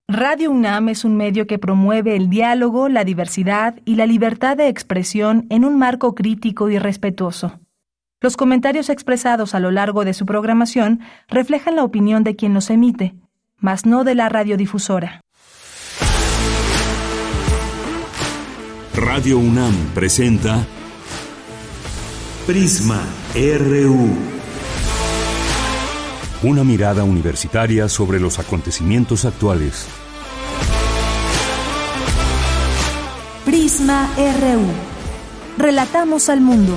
Radio UNAM es un medio que promueve el diálogo, la diversidad y la libertad de expresión en un marco crítico y respetuoso. Los comentarios expresados a lo largo de su programación reflejan la opinión de quien los emite, mas no de la radiodifusora. Radio UNAM presenta Prisma RU. Una mirada universitaria sobre los acontecimientos actuales. Prisma RU. Relatamos al mundo.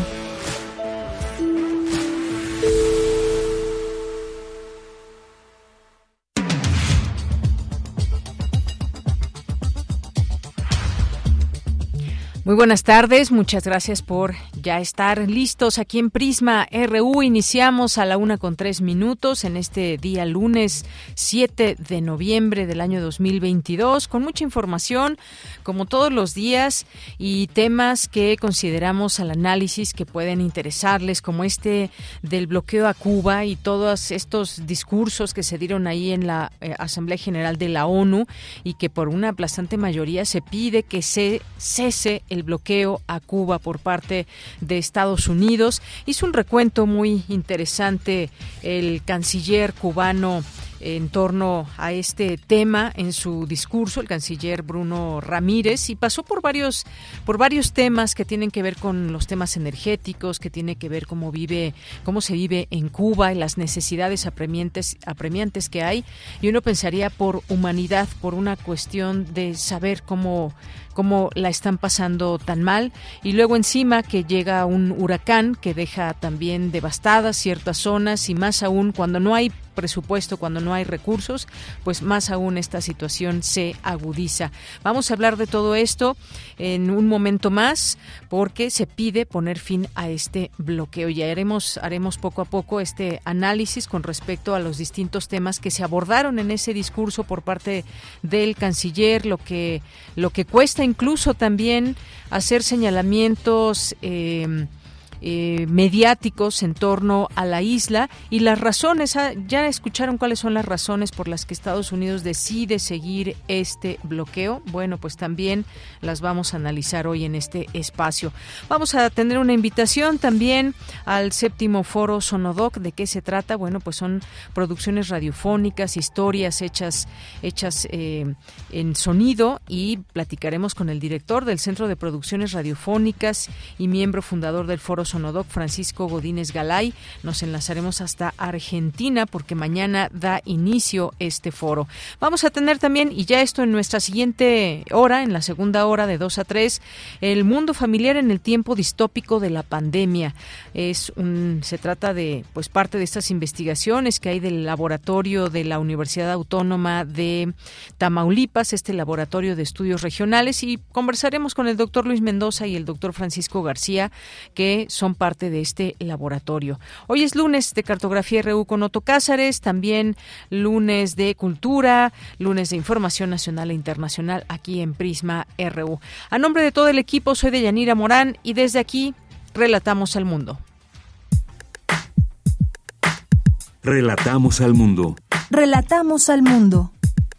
Muy buenas tardes, muchas gracias por ya estar listos aquí en Prisma RU. Iniciamos a la 1:03 en este día lunes 7 de noviembre del año 2022 con mucha información, como todos los días, y temas que consideramos al análisis que pueden interesarles, como este del bloqueo a Cuba y todos estos discursos que se dieron ahí en la Asamblea General de la ONU y que por una aplastante mayoría se pide que se cese el bloqueo a Cuba por parte de Estados Unidos. Hizo un recuento muy interesante el canciller cubano en torno a este tema en su discurso, el canciller Bruno Ramírez, y pasó por varios temas que tienen que ver con los temas energéticos, que tiene que ver cómo se vive en Cuba y las necesidades apremiantes que hay. Y uno pensaría por humanidad, por una cuestión de saber cómo la están pasando tan mal, y luego encima que llega un huracán que deja también devastadas ciertas zonas, y más aún cuando no hay presupuesto, cuando no hay recursos, pues más aún esta situación se agudiza. Vamos a hablar de todo esto en un momento más, porque se pide poner fin a este bloqueo. Ya haremos poco a poco este análisis con respecto a los distintos temas que se abordaron en ese discurso por parte del canciller, lo que cuesta incluso también hacer señalamientos mediáticos en torno a la isla y las razones. Ya escucharon cuáles son las razones por las que Estados Unidos decide seguir este bloqueo. Bueno, pues también las vamos a analizar hoy en este espacio. Vamos a tener una invitación también al 7º Foro Sonodoc. ¿De qué se trata? Bueno, pues son producciones radiofónicas, historias hechas en sonido, y platicaremos con el director del Centro de Producciones Radiofónicas y miembro fundador del Foro Sonodoc, Francisco Godínez Galay. Nos enlazaremos hasta Argentina porque mañana da inicio este foro. Vamos a tener también, y ya esto en nuestra siguiente hora, en la segunda hora de 2 a 3, el mundo familiar en el tiempo distópico de la pandemia. Se trata de parte de estas investigaciones que hay del laboratorio de la Universidad Autónoma de Tamaulipas, este laboratorio de estudios regionales, y conversaremos con el doctor Luis Mendoza y el doctor Francisco García, que son parte de este laboratorio. Hoy es lunes de Cartografía RU con Otto Cázares, también lunes de Cultura, lunes de Información Nacional e Internacional aquí en Prisma RU. A nombre de todo el equipo, soy Deyanira Morán y desde aquí relatamos al mundo. Relatamos al mundo. Relatamos al mundo.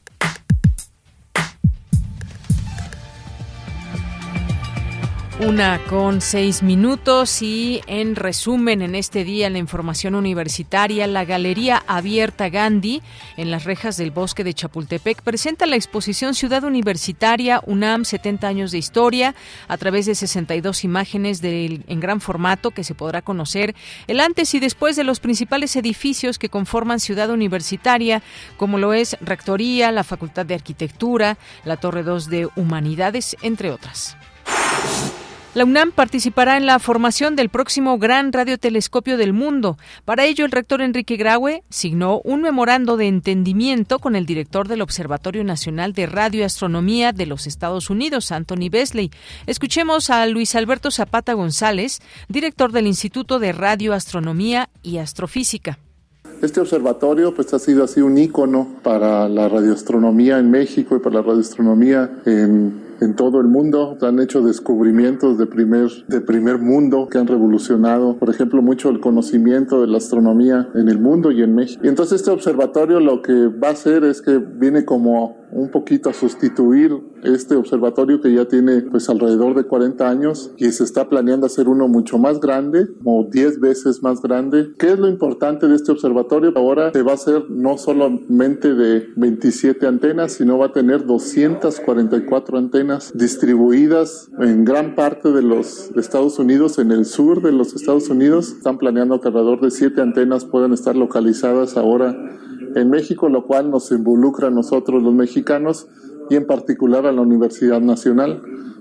1:06 y en resumen en este día en la información universitaria, la Galería Abierta Gandhi en las rejas del Bosque de Chapultepec presenta la exposición Ciudad Universitaria UNAM 70 años de historia a través de 62 imágenes en gran formato que se podrá conocer el antes y después de los principales edificios que conforman Ciudad Universitaria, como lo es Rectoría, la Facultad de Arquitectura, la Torre 2 de Humanidades, entre otras. La UNAM participará en la formación del próximo gran radiotelescopio del mundo. Para ello, el rector Enrique Graue signó un memorando de entendimiento con el director del Observatorio Nacional de Radioastronomía de los Estados Unidos, Anthony Besley. Escuchemos a Luis Alberto Zapata González, director del Instituto de Radioastronomía y Astrofísica. Este observatorio ha sido así un ícono para la radioastronomía en México y para la radioastronomía en todo el mundo. Han hecho descubrimientos de primer mundo que han revolucionado, por ejemplo, mucho el conocimiento de la astronomía en el mundo y en México. Y entonces este observatorio lo que va a hacer es que viene como un poquito a sustituir este observatorio que ya tiene pues alrededor de 40 años y se está planeando hacer uno mucho más grande, como 10 veces más grande. ¿Qué es lo importante de este observatorio? Ahora se va a hacer no solamente de 27 antenas, sino va a tener 244 antenas distribuidas en gran parte de los Estados Unidos, en el sur de los Estados Unidos. Están planeando que alrededor de 7 antenas puedan estar localizadas ahora en México, lo cual nos involucra a nosotros los mexicanos y en particular a la Universidad Nacional.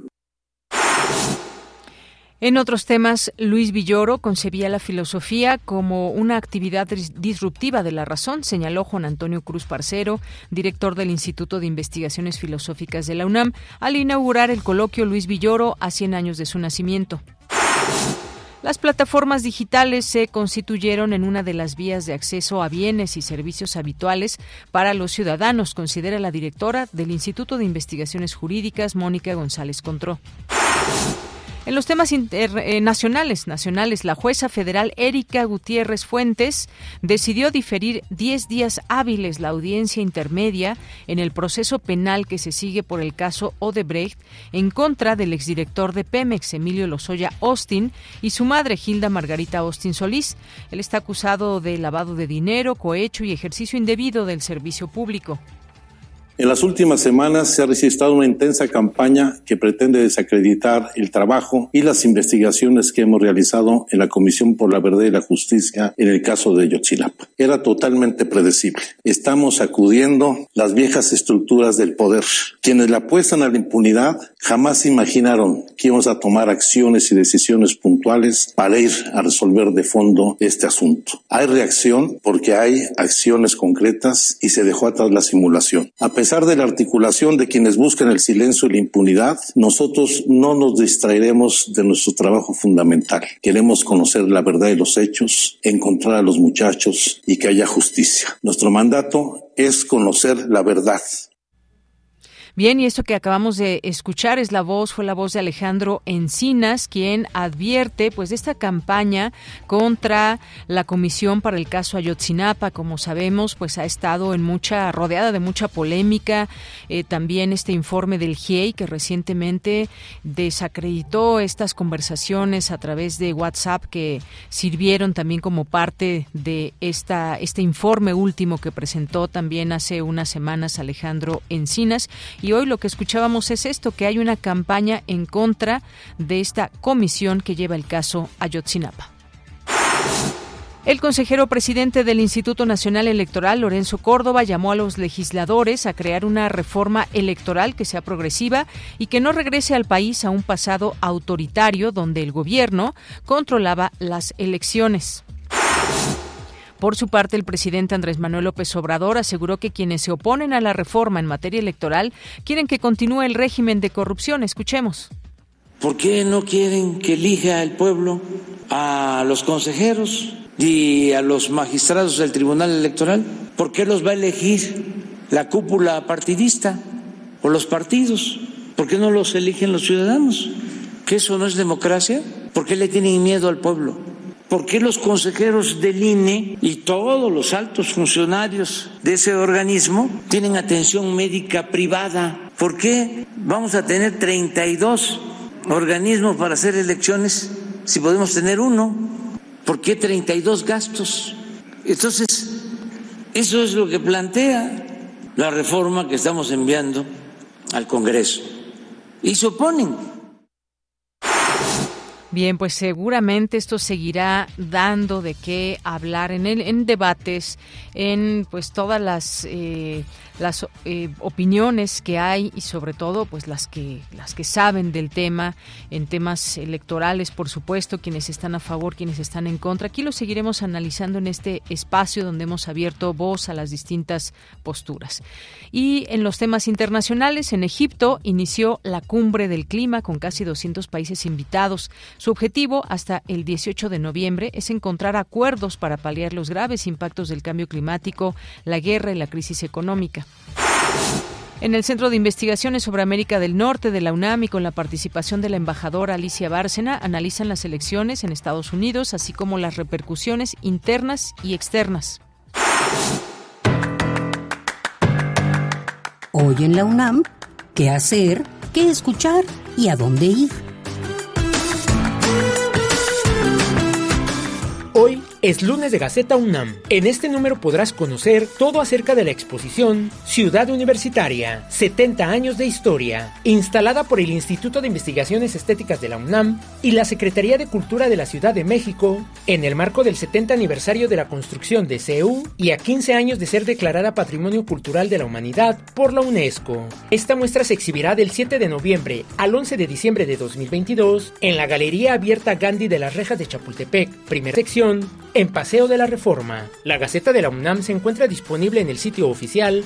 En otros temas, Luis Villoro concebía la filosofía como una actividad disruptiva de la razón, señaló Juan Antonio Cruz Parcero, director del Instituto de Investigaciones Filosóficas de la UNAM, al inaugurar el coloquio Luis Villoro a 100 años de su nacimiento. Las plataformas digitales se constituyeron en una de las vías de acceso a bienes y servicios habituales para los ciudadanos, considera la directora del Instituto de Investigaciones Jurídicas, Mónica González Contró. En los temas nacionales, la jueza federal Erika Gutiérrez Fuentes decidió diferir 10 días hábiles la audiencia intermedia en el proceso penal que se sigue por el caso Odebrecht en contra del exdirector de Pemex, Emilio Lozoya Austin, y su madre, Hilda Margarita Austin Solís. Él está acusado de lavado de dinero, cohecho y ejercicio indebido del servicio público. En las últimas semanas se ha registrado una intensa campaña que pretende desacreditar el trabajo y las investigaciones que hemos realizado en la Comisión por la Verdad y la Justicia en el caso de Ayotzinapa. Era totalmente predecible. Estamos sacudiendo las viejas estructuras del poder. Quienes le apuestan a la impunidad jamás imaginaron que íbamos a tomar acciones y decisiones puntuales para ir a resolver de fondo este asunto. Hay reacción porque hay acciones concretas y se dejó atrás la simulación. A pesar de la articulación de quienes buscan el silencio y la impunidad, nosotros no nos distraeremos de nuestro trabajo fundamental. Queremos conocer la verdad de los hechos, encontrar a los muchachos y que haya justicia. Nuestro mandato es conocer la verdad. Bien, y esto que acabamos de escuchar fue la voz de Alejandro Encinas, quien advierte pues de esta campaña contra la Comisión para el caso Ayotzinapa. Como sabemos, pues ha estado rodeada de mucha polémica. También este informe del GIEI, que recientemente desacreditó estas conversaciones a través de WhatsApp que sirvieron también como parte de este informe último que presentó también hace unas semanas Alejandro Encinas. Y hoy lo que escuchábamos es esto, que hay una campaña en contra de esta comisión que lleva el caso Ayotzinapa. El consejero presidente del Instituto Nacional Electoral, Lorenzo Córdoba, llamó a los legisladores a crear una reforma electoral que sea progresiva y que no regrese al país a un pasado autoritario donde el gobierno controlaba las elecciones. Por su parte, el presidente Andrés Manuel López Obrador aseguró que quienes se oponen a la reforma en materia electoral quieren que continúe el régimen de corrupción. Escuchemos. ¿Por qué no quieren que elija el pueblo a los consejeros y a los magistrados del Tribunal Electoral? ¿Por qué los va a elegir la cúpula partidista o los partidos? ¿Por qué no los eligen los ciudadanos? ¿Que eso no es democracia? ¿Por qué le tienen miedo al pueblo? ¿Por qué los consejeros del INE y todos los altos funcionarios de ese organismo tienen atención médica privada? ¿Por qué vamos a tener 32 organismos para hacer elecciones si podemos tener uno? ¿Por qué 32 gastos? Entonces, eso es lo que plantea la reforma que estamos enviando al Congreso. Y se oponen. Bien, pues seguramente esto seguirá dando de qué hablar en debates, en pues todas las opiniones que hay y sobre todo pues las que saben del tema, en temas electorales, por supuesto, quienes están a favor, quienes están en contra. Aquí lo seguiremos analizando en este espacio donde hemos abierto voz a las distintas posturas. Y en los temas internacionales, en Egipto inició la Cumbre del Clima con casi 200 países invitados. Su objetivo hasta el 18 de noviembre es encontrar acuerdos para paliar los graves impactos del cambio climático, la guerra y la crisis económica. En el Centro de Investigaciones sobre América del Norte de la UNAM y con la participación de la embajadora Alicia Bárcena, analizan las elecciones en Estados Unidos, así como las repercusiones internas y externas. Hoy en la UNAM, ¿qué hacer, qué escuchar y a dónde ir? Hoy es lunes de Gaceta UNAM. En este número podrás conocer todo acerca de la exposición Ciudad Universitaria, 70 años de historia, instalada por el Instituto de Investigaciones Estéticas de la UNAM y la Secretaría de Cultura de la Ciudad de México, en el marco del 70 aniversario de la construcción de CEU y a 15 años de ser declarada Patrimonio Cultural de la Humanidad por la UNESCO. Esta muestra se exhibirá del 7 de noviembre al 11 de diciembre de 2022 en la Galería Abierta Gandhi de las Rejas de Chapultepec, primera sección, en Paseo de la Reforma. La Gaceta de la UNAM se encuentra disponible en el sitio oficial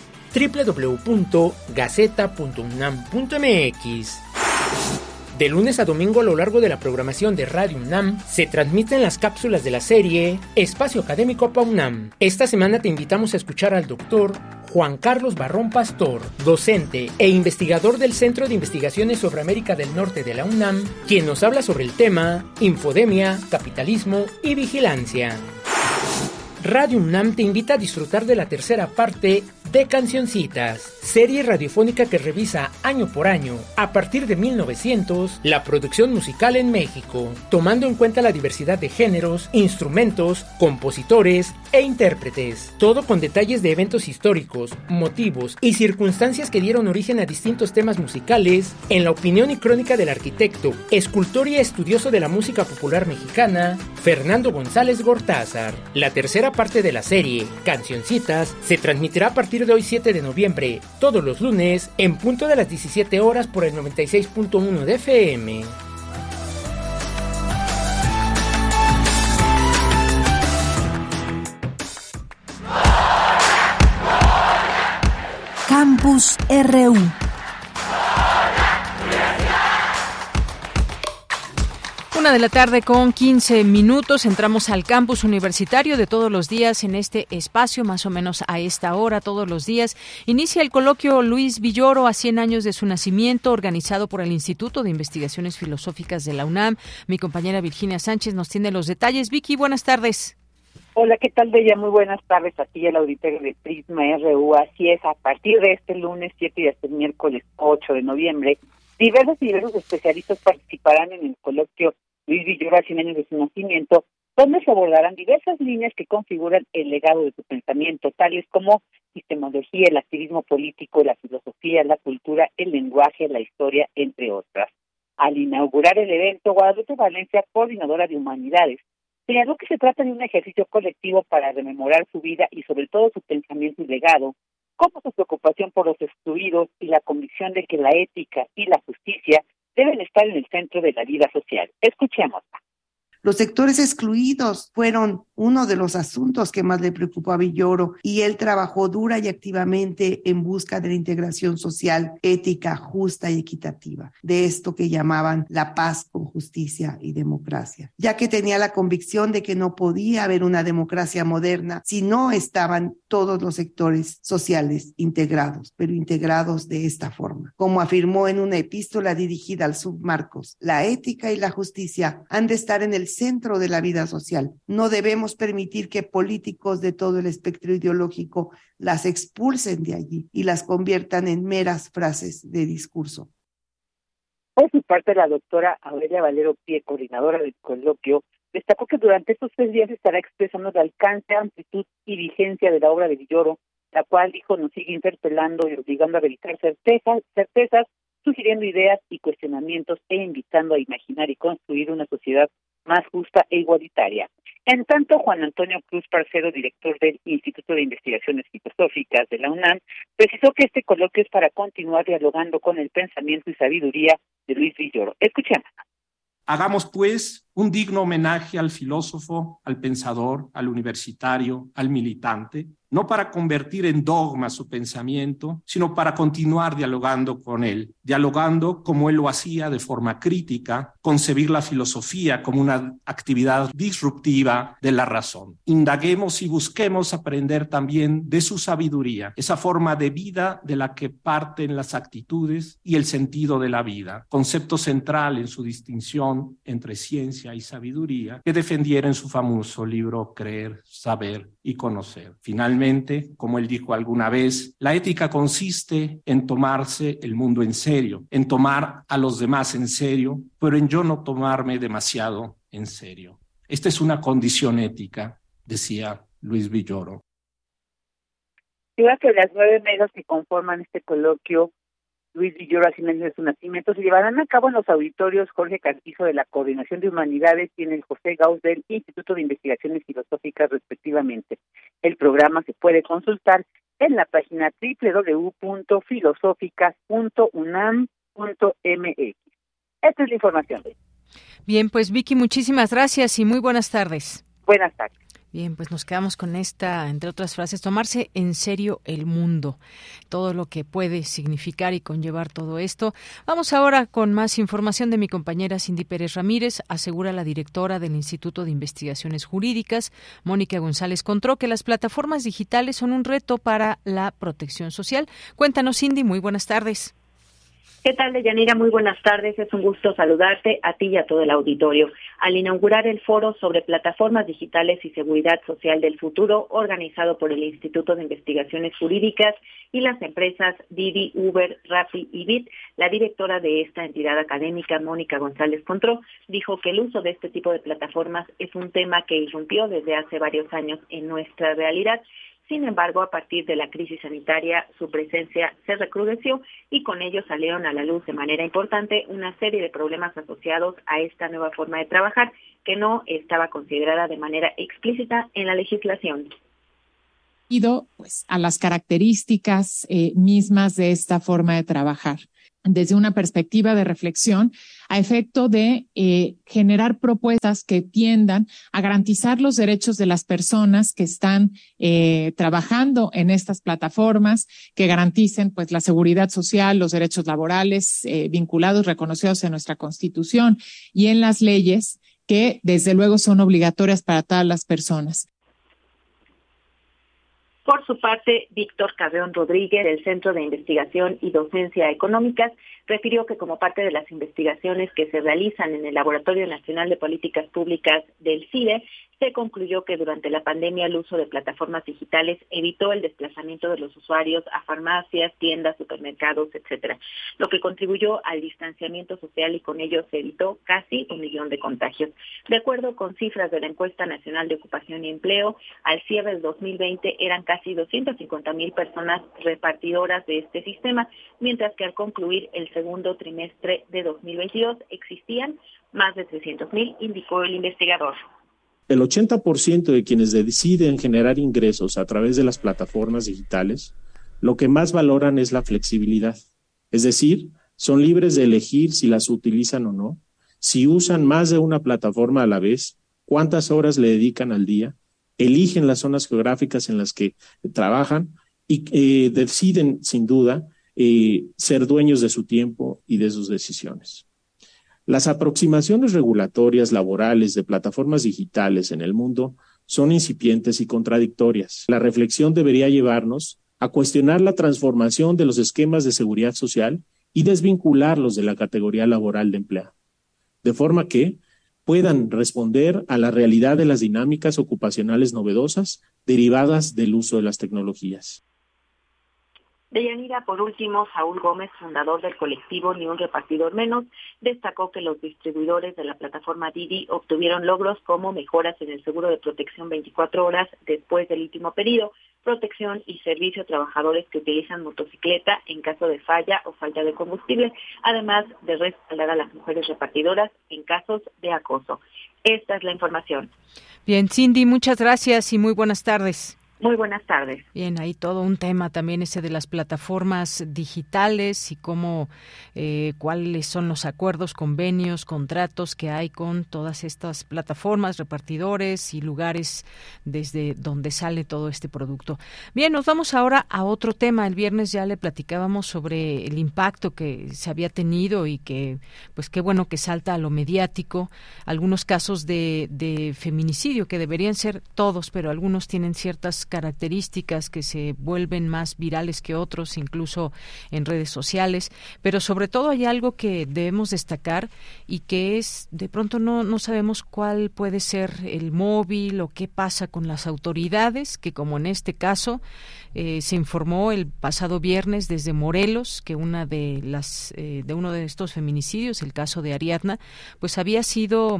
www.gaceta.unam.mx. De lunes a domingo, a lo largo de la programación de Radio UNAM, se transmiten las cápsulas de la serie Espacio Académico APA UNAM. Esta semana te invitamos a escuchar al doctor Juan Carlos Barrón Pastor, docente e investigador del Centro de Investigaciones sobre América del Norte de la UNAM, quien nos habla sobre el tema Infodemia, Capitalismo y Vigilancia. Radio UNAM te invita a disfrutar de la tercera parte de Cancioncitas, serie radiofónica que revisa año por año, a partir de 1900, la producción musical en México, tomando en cuenta la diversidad de géneros, instrumentos, compositores e intérpretes. Todo con detalles de eventos históricos, motivos y circunstancias que dieron origen a distintos temas musicales, en la opinión y crónica del arquitecto, escultor y estudioso de la música popular mexicana, Fernando González Gortázar. La tercera parte de la serie, Cancioncitas, se transmitirá a partir de hoy 7 de noviembre, todos los lunes, en punto de las 17 horas por el 96.1 de FM. Campus RU. De la tarde con 15 minutos, entramos al campus universitario de todos los días en este espacio, más o menos a esta hora, todos los días. Inicia el coloquio Luis Villoro a 100 años de su nacimiento, organizado por el Instituto de Investigaciones Filosóficas de la UNAM. Mi compañera Virginia Sánchez nos tiene los detalles. Vicky, buenas tardes. Hola, ¿qué tal, Bella? Muy buenas tardes a ti y al auditorio de Prisma RU. Así es, a partir de este lunes 7 y hasta el miércoles 8 de noviembre, diversos especialistas participarán en el coloquio Luis Villoro a 100 años de su nacimiento, donde se abordarán diversas líneas que configuran el legado de su pensamiento, tales como epistemología, el activismo político, la filosofía, la cultura, el lenguaje, la historia, entre otras. Al inaugurar el evento, Guadalupe Valencia, coordinadora de Humanidades, señaló que se trata de un ejercicio colectivo para rememorar su vida y sobre todo su pensamiento y legado, como su preocupación por los excluidos y la convicción de que la ética y la justicia deben estar en el centro de la vida social. Escuchemos. Los sectores excluidos fueron uno de los asuntos que más le preocupó a Villoro y él trabajó dura y activamente en busca de la integración social, ética, justa y equitativa, de esto que llamaban la paz con justicia y democracia, ya que tenía la convicción de que no podía haber una democracia moderna si no estaban todos los sectores sociales integrados, pero integrados de esta forma. Como afirmó en una epístola dirigida al submarcos, la ética y la justicia han de estar en el centro de la vida social. No debemos permitir que políticos de todo el espectro ideológico las expulsen de allí y las conviertan en meras frases de discurso. Por su parte, la doctora Aurelia Valero Pie, coordinadora del coloquio, destacó que durante estos 3 días estará expresando el alcance, amplitud y vigencia de la obra de Villoro, la cual, dijo, nos sigue interpelando y obligando a revisar certezas, sugiriendo ideas y cuestionamientos e invitando a imaginar y construir una sociedad más justa e igualitaria. En tanto, Juan Antonio Cruz Parcero, director del Instituto de Investigaciones Filosóficas de la UNAM, precisó que este coloquio es para continuar dialogando con el pensamiento y sabiduría de Luis Villoro. Escuchemos. Hagamos, pues, un digno homenaje al filósofo, al pensador, al universitario, al militante, no para convertir en dogma su pensamiento, sino para continuar dialogando con él, dialogando como él lo hacía de forma crítica, concebir la filosofía como una actividad disruptiva de la razón. Indaguemos y busquemos aprender también de su sabiduría, esa forma de vida de la que parten las actitudes y el sentido de la vida, concepto central en su distinción entre ciencia ciencia y sabiduría que defendiera en su famoso libro Creer, Saber y Conocer. Finalmente, como él dijo alguna vez, la ética consiste en tomarse el mundo en serio, en tomar a los demás en serio, pero en yo no tomarme demasiado en serio. Esta es una condición ética, decía Luis Villoro. Diga que las 9 mesas que conforman este coloquio Luis Villoro al de su nacimiento se llevarán a cabo en los auditorios Jorge Carpizo de la Coordinación de Humanidades y en el José Gauss del Instituto de Investigaciones Filosóficas, respectivamente. El programa se puede consultar en la página www.filosóficas.unam.mx. Esta es la información. Bien, pues Vicky, muchísimas gracias y muy buenas tardes. Buenas tardes. Bien, pues nos quedamos con esta, entre otras frases, tomarse en serio el mundo, todo lo que puede significar y conllevar todo esto. Vamos ahora con más información de mi compañera Cindy Pérez Ramírez. Asegura la directora del Instituto de Investigaciones Jurídicas, Mónica González Contró, que las plataformas digitales son un reto para la protección social. Cuéntanos, Cindy, muy buenas tardes. ¿Qué tal, Deyanira? Muy buenas tardes. Es un gusto saludarte a ti y a todo el auditorio. Al inaugurar el foro sobre plataformas digitales y seguridad social del futuro, organizado por el Instituto de Investigaciones Jurídicas y las empresas Didi, Uber, Rappi y Bit, la directora de esta entidad académica, Mónica González Contró, dijo que el uso de este tipo de plataformas es un tema que irrumpió desde hace varios años en nuestra realidad. Sin embargo, a partir de la crisis sanitaria, su presencia se recrudeció y con ello salieron a la luz de manera importante una serie de problemas asociados a esta nueva forma de trabajar que no estaba considerada de manera explícita en la legislación. Pues, a las características mismas de esta forma de trabajar, desde una perspectiva de reflexión a efecto de generar propuestas que tiendan a garantizar los derechos de las personas que están trabajando en estas plataformas, que garanticen pues la seguridad social, los derechos laborales vinculados, reconocidos en nuestra Constitución y en las leyes, que desde luego son obligatorias para todas las personas. Por su parte, Víctor Carreón Rodríguez, del Centro de Investigación y Docencia Económicas, refirió que como parte de las investigaciones que se realizan en el Laboratorio Nacional de Políticas Públicas del CIDE, se concluyó que durante la pandemia el uso de plataformas digitales evitó el desplazamiento de los usuarios a farmacias, tiendas, supermercados, etcétera, lo que contribuyó al distanciamiento social y con ello se evitó casi 1 millón de contagios. De acuerdo con cifras de la Encuesta Nacional de Ocupación y Empleo, al cierre del 2020 eran casi 250,000 personas repartidoras de este sistema, mientras que al concluir el segundo trimestre de 2022 existían más de 300,000, indicó el investigador. El 80% de quienes deciden generar ingresos a través de las plataformas digitales, lo que más valoran es la flexibilidad. Es decir, son libres de elegir si las utilizan o no, si usan más de una plataforma a la vez, cuántas horas le dedican al día, eligen las zonas geográficas en las que trabajan y deciden, sin duda, ser dueños de su tiempo y de sus decisiones. Las aproximaciones regulatorias laborales de plataformas digitales en el mundo son incipientes y contradictorias. La reflexión debería llevarnos a cuestionar la transformación de los esquemas de seguridad social y desvincularlos de la categoría laboral de empleado, de forma que puedan responder a la realidad de las dinámicas ocupacionales novedosas derivadas del uso de las tecnologías. Deyanira, por último, Saúl Gómez, fundador del colectivo Ni un repartidor menos, destacó que los distribuidores de la plataforma Didi obtuvieron logros como mejoras en el seguro de protección 24 horas después del último pedido, protección y servicio a trabajadores que utilizan motocicleta en caso de falla o falta de combustible, además de respaldar a las mujeres repartidoras en casos de acoso. Esta es la información. Bien, Cindy, muchas gracias y muy buenas tardes. Muy buenas tardes. Bien, ahí todo un tema también ese de las plataformas digitales y cómo, cuáles son los acuerdos, convenios, contratos que hay con todas estas plataformas, repartidores y lugares desde donde sale todo este producto. Bien, nos vamos ahora a otro tema. El viernes ya le platicábamos sobre el impacto que se había tenido y que, pues qué bueno que salta a lo mediático. Algunos casos de feminicidio que deberían ser todos, pero algunos tienen ciertas ciertas características que se vuelven más virales que otros, incluso en redes sociales, pero sobre todo hay algo que debemos destacar y que es, de pronto no sabemos cuál puede ser el móvil o qué pasa con las autoridades, que como en este caso se informó el pasado viernes desde Morelos que una de las de uno de estos feminicidios, el caso de Ariadna, pues había sido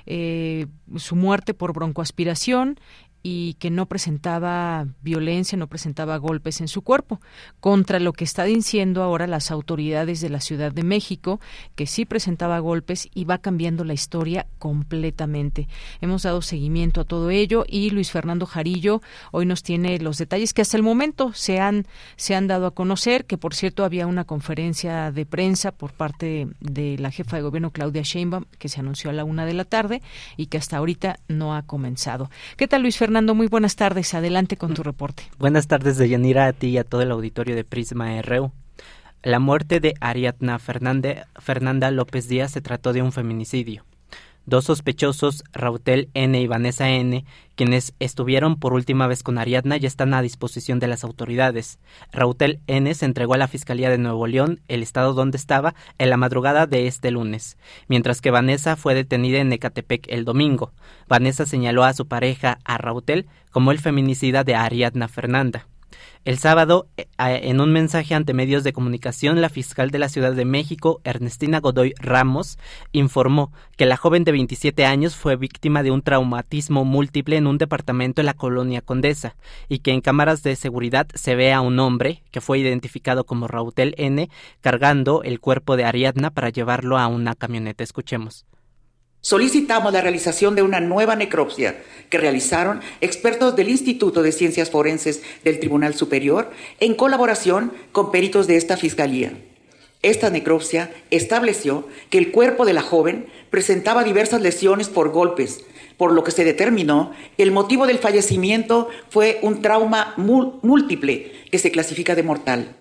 su muerte por broncoaspiración y que no presentaba violencia, no presentaba golpes en su cuerpo, contra lo que están diciendo ahora las autoridades de la Ciudad de México, que sí presentaba golpes y va cambiando la historia completamente. Hemos dado seguimiento a todo ello y Luis Fernando Jarillo hoy nos tiene los detalles que hasta el momento se han dado a conocer, que por cierto había una conferencia de prensa por parte de la jefa de gobierno Claudia Sheinbaum que se anunció a la 1:00 p.m. y que hasta ahorita no ha comenzado. ¿Qué tal, Luis Fernando? Muy buenas tardes. Adelante con tu reporte. Buenas tardes, Deyanira, a ti y a todo el auditorio de Prisma RU. La muerte de Ariadna Fernanda López Díaz se trató de un feminicidio. Dos sospechosos, Rautel N. y Vanessa N., quienes estuvieron por última vez con Ariadna, ya están a disposición de las autoridades. Rautel N. se entregó a la Fiscalía de Nuevo León, el estado donde estaba, en la madrugada de este lunes, mientras que Vanessa fue detenida en Ecatepec el domingo. Vanessa señaló a su pareja, a Rautel, como el feminicida de Ariadna Fernanda. El sábado, en un mensaje ante medios de comunicación, la fiscal de la Ciudad de México, Ernestina Godoy Ramos, informó que la joven de 27 años fue víctima de un traumatismo múltiple en un departamento en la colonia Condesa y que en cámaras de seguridad se ve a un hombre, que fue identificado como Rautel N., cargando el cuerpo de Ariadna para llevarlo a una camioneta. Escuchemos. Solicitamos la realización de una nueva necropsia que realizaron expertos del Instituto de Ciencias Forenses del Tribunal Superior en colaboración con peritos de esta Fiscalía. Esta necropsia estableció que el cuerpo de la joven presentaba diversas lesiones por golpes, por lo que se determinó que el motivo del fallecimiento fue un trauma múltiple que se clasifica de mortal.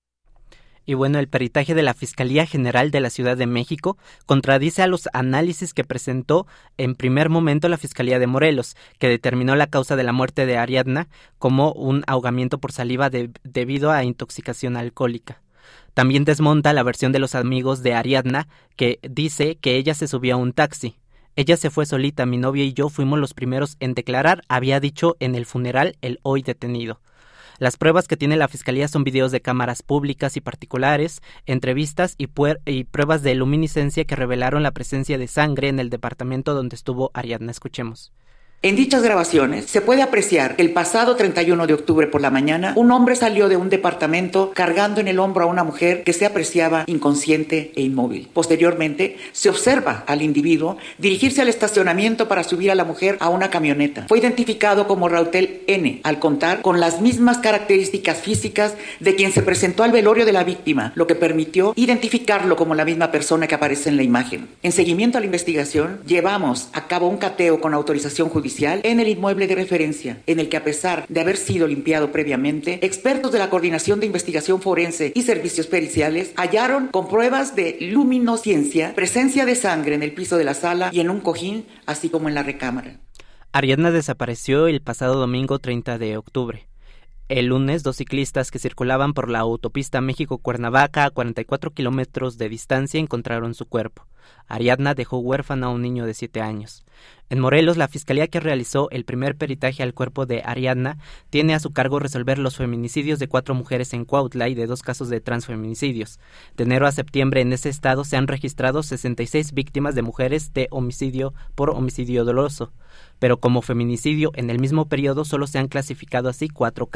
Y bueno, el peritaje de la Fiscalía General de la Ciudad de México contradice a los análisis que presentó en primer momento la Fiscalía de Morelos, que determinó la causa de la muerte de Ariadna como un ahogamiento por saliva debido a intoxicación alcohólica. También desmonta la versión de los amigos de Ariadna, que dice que ella se subió a un taxi. Ella se fue solita, mi novia y yo fuimos los primeros en declarar, había dicho en el funeral el hoy detenido. Las pruebas que tiene la Fiscalía son videos de cámaras públicas y particulares, entrevistas y pruebas de luminiscencia que revelaron la presencia de sangre en el departamento donde estuvo Ariadna. Escuchemos. En dichas grabaciones se puede apreciar que el pasado 31 de octubre por la mañana, un hombre salió de un departamento cargando en el hombro a una mujer que se apreciaba inconsciente e inmóvil. Posteriormente, se observa al individuo dirigirse al estacionamiento para subir a la mujer a una camioneta. Fue identificado como Rautel N., al contar con las mismas características físicas de quien se presentó al velorio de la víctima, lo que permitió identificarlo como la misma persona que aparece en la imagen. En seguimiento a la investigación, llevamos a cabo un cateo con autorización judicial en el inmueble de referencia, en el que a pesar de haber sido limpiado previamente, expertos de la Coordinación de Investigación Forense y Servicios Periciales hallaron con pruebas de luminiscencia presencia de sangre en el piso de la sala y en un cojín, así como en la recámara. Ariadna desapareció el pasado domingo 30 de octubre. El lunes, dos ciclistas que circulaban por la autopista México-Cuernavaca a 44 kilómetros de distancia encontraron su cuerpo. Ariadna dejó huérfana a un niño de 7 años. En Morelos, la fiscalía que realizó el primer peritaje al cuerpo de Ariadna tiene a su cargo resolver los feminicidios de 4 mujeres en Cuautla y de 2 casos de transfeminicidios. De enero a septiembre en ese estado se han registrado 66 víctimas de mujeres de homicidio por homicidio doloso, pero como feminicidio en el mismo periodo solo se han clasificado así 4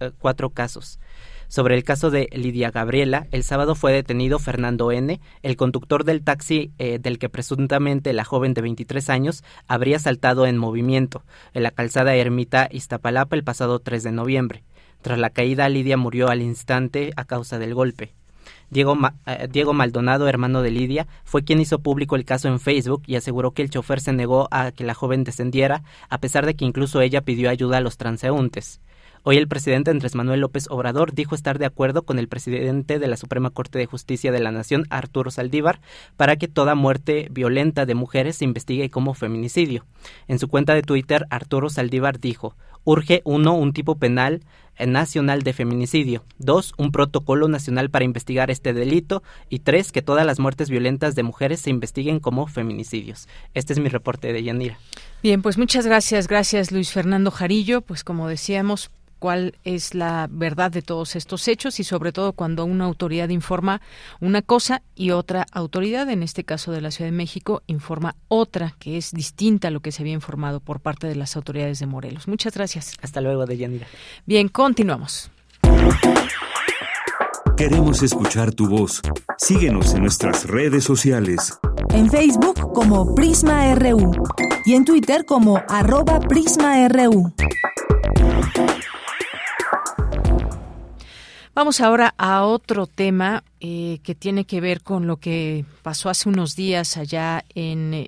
casos. Sobre el caso de Lidia Gabriela, el sábado fue detenido Fernando N., el conductor del taxi del que presuntamente la joven de 23 años habría saltado en movimiento, en la calzada Ermita Iztapalapa el pasado 3 de noviembre. Tras la caída, Lidia murió al instante a causa del golpe. Diego Maldonado, hermano de Lidia, fue quien hizo público el caso en Facebook y aseguró que el chofer se negó a que la joven descendiera, a pesar de que incluso ella pidió ayuda a los transeúntes. Hoy el presidente Andrés Manuel López Obrador dijo estar de acuerdo con el presidente de la Suprema Corte de Justicia de la Nación, Arturo Saldívar, para que toda muerte violenta de mujeres se investigue como feminicidio. En su cuenta de Twitter, Arturo Saldívar dijo: Urge 1. Un tipo penal nacional de feminicidio. 2. Un protocolo nacional para investigar este delito. Y 3. Que todas las muertes violentas de mujeres se investiguen como feminicidios. Este es mi reporte, de Yanira. Bien, pues muchas gracias. Gracias, Luis Fernando Jarillo. Pues como decíamos, cuál es la verdad de todos estos hechos y sobre todo cuando una autoridad informa una cosa y otra autoridad, en este caso de la Ciudad de México, informa otra que es distinta a lo que se había informado por parte de las autoridades de Morelos. Muchas gracias. Hasta luego, Deyanira. Bien, continuamos. Queremos escuchar tu voz. Síguenos en nuestras redes sociales. En Facebook como Prisma RU y en Twitter como @PrismaRU. Vamos ahora a otro tema que tiene que ver con lo que pasó hace unos días allá en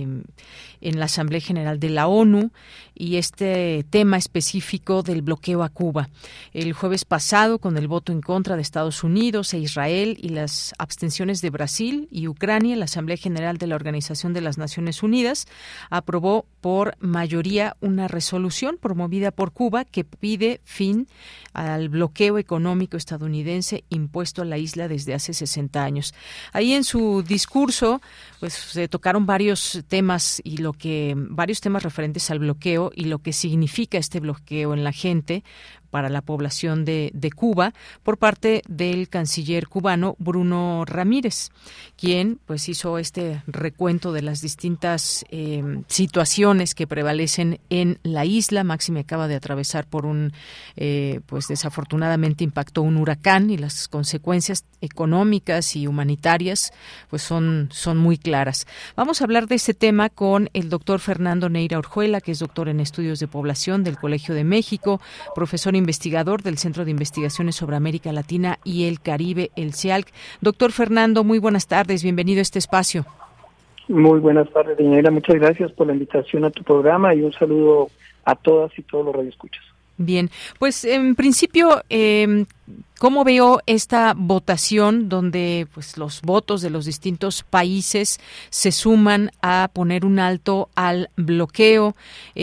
la Asamblea General de la ONU y este tema específico del bloqueo a Cuba. El jueves pasado, con el voto en contra de Estados Unidos e Israel y las abstenciones de Brasil y Ucrania, la Asamblea General de la Organización de las Naciones Unidas aprobó por mayoría una resolución promovida por Cuba que pide fin al bloqueo económico estadounidense impuesto a la isla desde hace 60 años. Ahí en su discurso, pues se tocaron varios temas referentes al bloqueo y lo que significa este bloqueo en la gente para la población de Cuba por parte del canciller cubano Bruno Ramírez, quien pues hizo este recuento de las distintas situaciones que prevalecen en la isla. Máxime acaba de atravesar por pues desafortunadamente impactó un huracán y las consecuencias económicas y humanitarias pues son muy claras. Vamos a hablar de este tema con el doctor Fernando Neira Orjuela, que es doctor en estudios de población del Colegio de México, profesor investigador del Centro de Investigaciones sobre América Latina y el Caribe, el CIALC. Doctor Fernando, muy buenas tardes, bienvenido a este espacio. Muy buenas tardes, Deyanira, muchas gracias por la invitación a tu programa y un saludo a todas y todos los radioescuchas. Bien, pues en principio, ¿cómo veo esta votación donde pues los votos de los distintos países se suman a poner un alto al bloqueo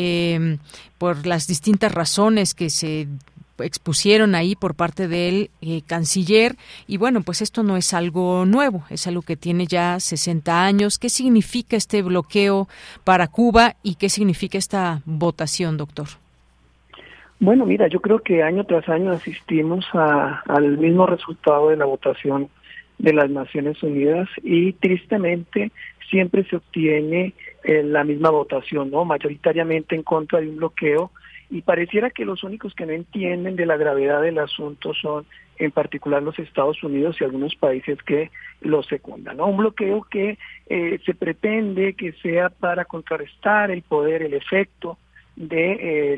por las distintas razones que se expusieron ahí por parte del canciller? Y bueno, pues esto no es algo nuevo, es algo que tiene ya 60 años. ¿Qué significa este bloqueo para Cuba y qué significa esta votación, doctor? Bueno, mira, yo creo que año tras año asistimos al mismo resultado de la votación de las Naciones Unidas y tristemente siempre se obtiene la misma votación, ¿no? Mayoritariamente en contra de un bloqueo, y pareciera que los únicos que no entienden de la gravedad del asunto son en particular los Estados Unidos y algunos países que lo secundan, ¿no? Un bloqueo que se pretende que sea para contrarrestar el poder, el efecto de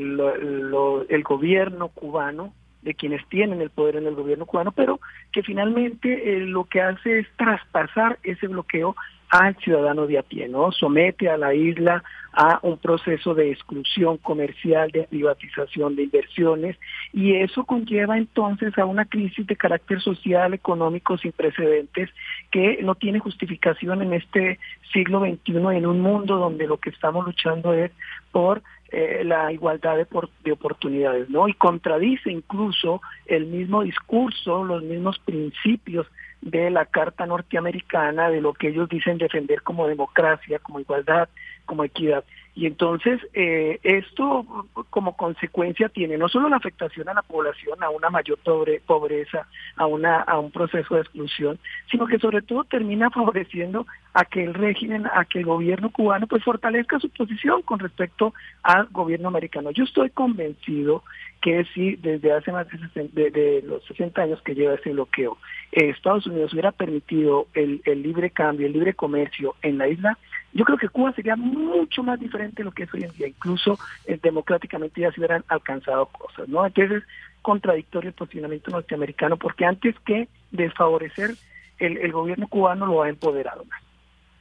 el gobierno cubano, de quienes tienen el poder en el gobierno cubano, pero que finalmente lo que hace es traspasar ese bloqueo al ciudadano de a pie, ¿no? Somete a la isla a un proceso de exclusión comercial, de privatización de inversiones, y eso conlleva entonces a una crisis de carácter social, económico sin precedentes, que no tiene justificación en este siglo XXI, en un mundo donde lo que estamos luchando es por la igualdad de oportunidades, ¿no? Y contradice incluso el mismo discurso, los mismos principios de la Carta Norteamericana, de lo que ellos dicen defender como democracia, como igualdad, como equidad. Y entonces esto como consecuencia tiene no solo la afectación a la población, a una mayor pobreza, a un proceso de exclusión, sino que sobre todo termina favoreciendo a que el régimen, a que el gobierno cubano pues fortalezca su posición con respecto al gobierno americano. Yo estoy convencido que si desde hace más de los 60 años que lleva ese bloqueo, Estados Unidos hubiera permitido el libre cambio, el libre comercio en la isla, yo creo que Cuba sería mucho más diferente de lo que es hoy en día. Incluso democráticamente ya se hubieran alcanzado cosas, ¿no? Entonces es contradictorio el posicionamiento norteamericano, porque antes que desfavorecer el gobierno cubano lo ha empoderado más.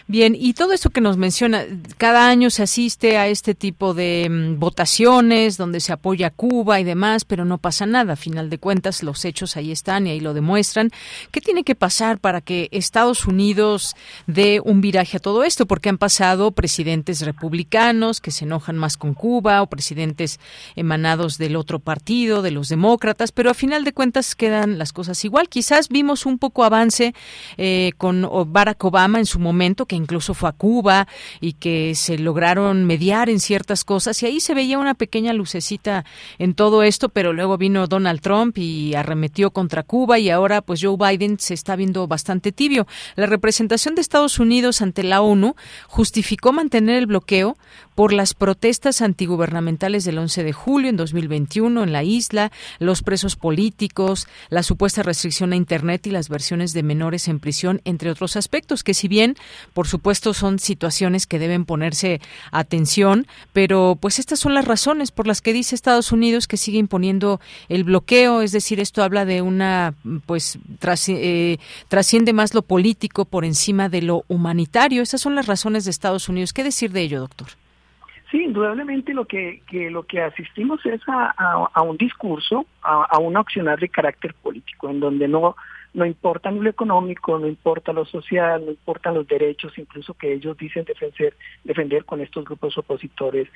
Bien, y todo esto que nos menciona, cada año se asiste a este tipo de votaciones donde se apoya a Cuba y demás, pero no pasa nada. A final de cuentas, los hechos ahí están y ahí lo demuestran. ¿Qué tiene que pasar para que Estados Unidos dé un viraje a todo esto? Porque han pasado presidentes republicanos que se enojan más con Cuba o presidentes emanados del otro partido, de los demócratas, pero a final de cuentas quedan las cosas igual. Quizás vimos un poco avance con Barack Obama en su momento, que incluso fue a Cuba y que se lograron mediar en ciertas cosas y ahí se veía una pequeña lucecita en todo esto, pero luego vino Donald Trump y arremetió contra Cuba y ahora pues Joe Biden se está viendo bastante tibio. La representación de Estados Unidos ante la ONU justificó mantener el bloqueo por las protestas antigubernamentales del 11 de julio en 2021 en la isla, los presos políticos, la supuesta restricción a Internet y las versiones de menores en prisión, entre otros aspectos, que si bien, por supuesto, son situaciones que deben ponerse atención, pero pues estas son las razones por las que dice Estados Unidos que sigue imponiendo el bloqueo, es decir, esto habla de una, pues, trasciende más lo político por encima de lo humanitario. Esas son las razones de Estados Unidos. ¿Qué decir de ello, doctor? Sí, indudablemente lo que asistimos es a un discurso, a un accionar de carácter político, en donde no importa ni lo económico, no importa lo social, no importan los derechos, incluso que ellos dicen defender con estos grupos opositores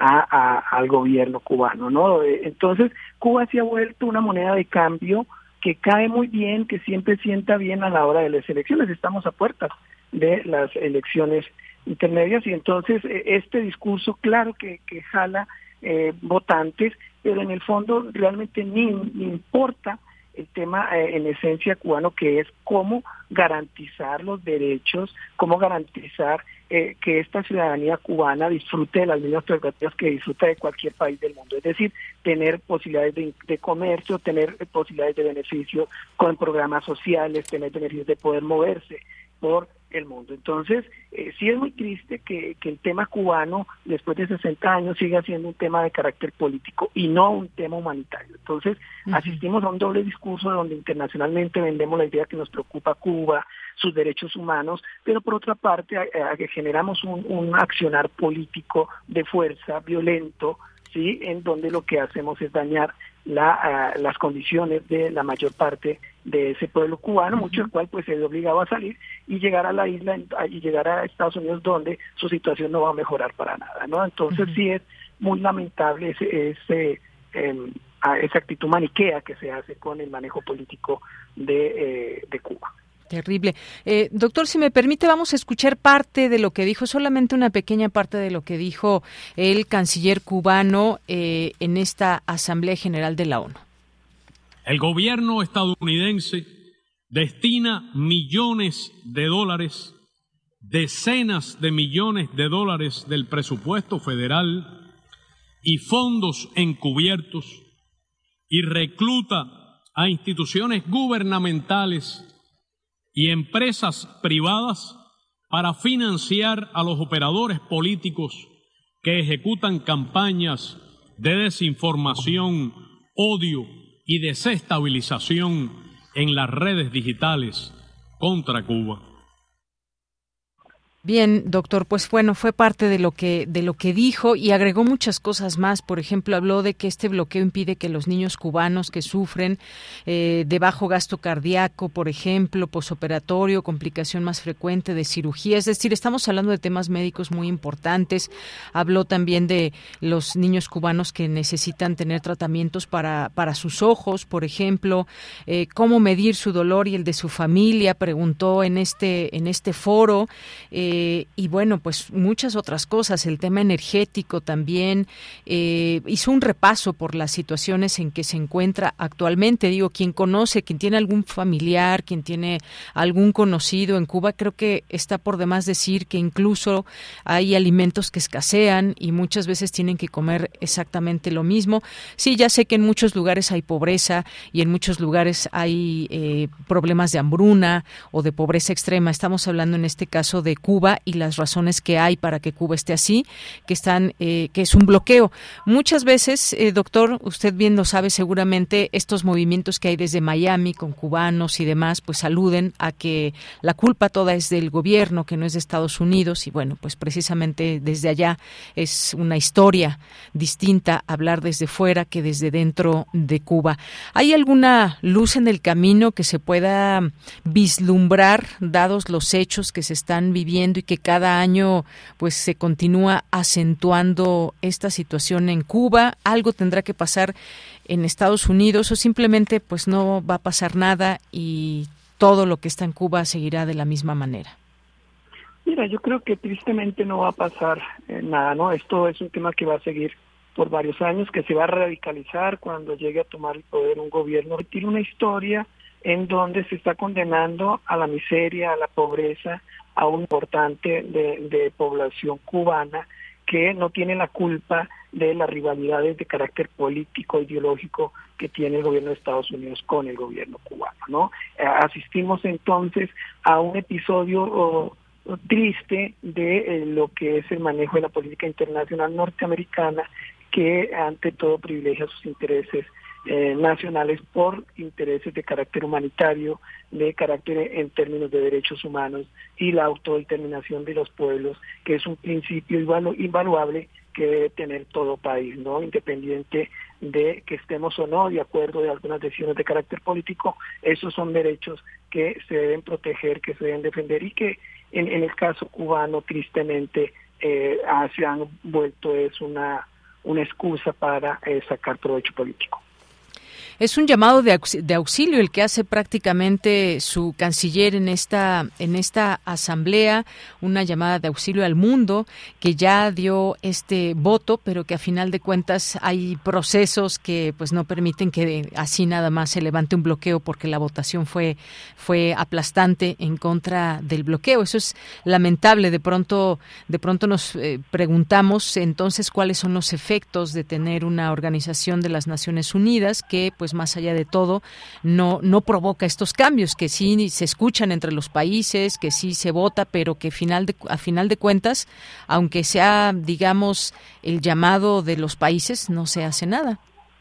al gobierno cubano, ¿no? Entonces, Cuba se ha vuelto una moneda de cambio que cae muy bien, que siempre sienta bien a la hora de las elecciones. Estamos a puertas de las elecciones intermedias y entonces este discurso claro que jala votantes, pero en el fondo realmente ni importa el tema en esencia cubano, que es cómo garantizar los derechos, cómo garantizar que esta ciudadanía cubana disfrute de las mismas prerrogativas que disfruta de cualquier país del mundo, es decir, tener posibilidades de comercio, tener posibilidades de beneficio con programas sociales, tener beneficios de poder moverse por el mundo. Entonces, sí es muy triste que el tema cubano, después de 60 años, siga siendo un tema de carácter político y no un tema humanitario. Entonces, asistimos a un doble discurso donde internacionalmente vendemos la idea que nos preocupa Cuba, sus derechos humanos, pero por otra parte generamos un accionar político de fuerza, violento, ¿sí? En donde lo que hacemos es dañar las condiciones de la mayor parte de ese pueblo cubano, mucho del cual pues se ve obligado a salir y llegar a la isla y llegar a Estados Unidos, donde su situación no va a mejorar para nada, ¿no? Entonces sí es muy lamentable esa actitud maniquea que se hace con el manejo político de Cuba. Terrible. Doctor, si me permite, vamos a escuchar parte de lo que dijo, solamente una pequeña parte de lo que dijo el canciller cubano en esta Asamblea General de la ONU. El gobierno estadounidense destina millones de dólares, decenas de millones de dólares del presupuesto federal y fondos encubiertos y recluta a instituciones gubernamentales y empresas privadas para financiar a los operadores políticos que ejecutan campañas de desinformación, odio y desestabilización en las redes digitales contra Cuba. Bien, doctor, pues bueno, fue parte de lo que dijo y agregó muchas cosas más. Por ejemplo, habló de que este bloqueo impide que los niños cubanos que sufren de bajo gasto cardíaco, por ejemplo, posoperatorio, complicación más frecuente de cirugía, es decir, estamos hablando de temas médicos muy importantes. Habló también de los niños cubanos que necesitan tener tratamientos para sus ojos, por ejemplo, cómo medir su dolor y el de su familia, preguntó en este foro. Y bueno, pues muchas otras cosas, el tema energético también, hizo un repaso por las situaciones en que se encuentra actualmente. Digo, quien conoce, quien tiene algún familiar, quien tiene algún conocido en Cuba, creo que está por demás decir que incluso hay alimentos que escasean y muchas veces tienen que comer exactamente lo mismo. Sí, ya sé que en muchos lugares hay pobreza y en muchos lugares hay problemas de hambruna o de pobreza extrema. Estamos hablando en este caso de Cuba, Cuba y las razones que hay para que Cuba esté así, que es un bloqueo. Muchas veces, doctor, usted bien lo sabe seguramente, estos movimientos que hay desde Miami con cubanos y demás, pues aluden a que la culpa toda es del gobierno, que no es de Estados Unidos, y bueno, pues precisamente desde allá es una historia distinta hablar desde fuera que desde dentro de Cuba. ¿Hay alguna luz en el camino que se pueda vislumbrar, dados los hechos que se están viviendo y que cada año pues se continúa acentuando esta situación en Cuba? ¿Algo tendrá que pasar en Estados Unidos o simplemente pues no va a pasar nada y todo lo que está en Cuba seguirá de la misma manera? Mira, yo creo que tristemente no va a pasar nada, ¿no? Esto es un tema que va a seguir por varios años, que se va a radicalizar cuando llegue a tomar el poder un gobierno que tiene una historia en donde se está condenando a la miseria, a la pobreza, a un importante de población cubana que no tiene la culpa de las rivalidades de carácter político, ideológico que tiene el gobierno de Estados Unidos con el gobierno cubano, ¿no? Asistimos entonces a un episodio triste de lo que es el manejo de la política internacional norteamericana, que ante todo privilegia sus intereses nacionales por intereses de carácter humanitario, de carácter en términos de derechos humanos y la autodeterminación de los pueblos, que es un principio invaluable que debe tener todo país, ¿no? Independiente de que estemos o no de acuerdo de algunas decisiones de carácter político, esos son derechos que se deben proteger, que se deben defender y que en el caso cubano tristemente se han vuelto una excusa para sacar provecho político. Es un llamado de auxilio el que hace prácticamente su canciller en esta asamblea, una llamada de auxilio al mundo que ya dio este voto, pero que a final de cuentas hay procesos que pues no permiten que así nada más se levante un bloqueo porque la votación fue aplastante en contra del bloqueo. Eso es lamentable. De pronto nos preguntamos entonces cuáles son los efectos de tener una organización de las Naciones Unidas que pues más allá de todo no provoca estos cambios que sí se escuchan entre los países, que sí se vota, pero que a final de cuentas, aunque sea digamos el llamado de los países, no se hace nada.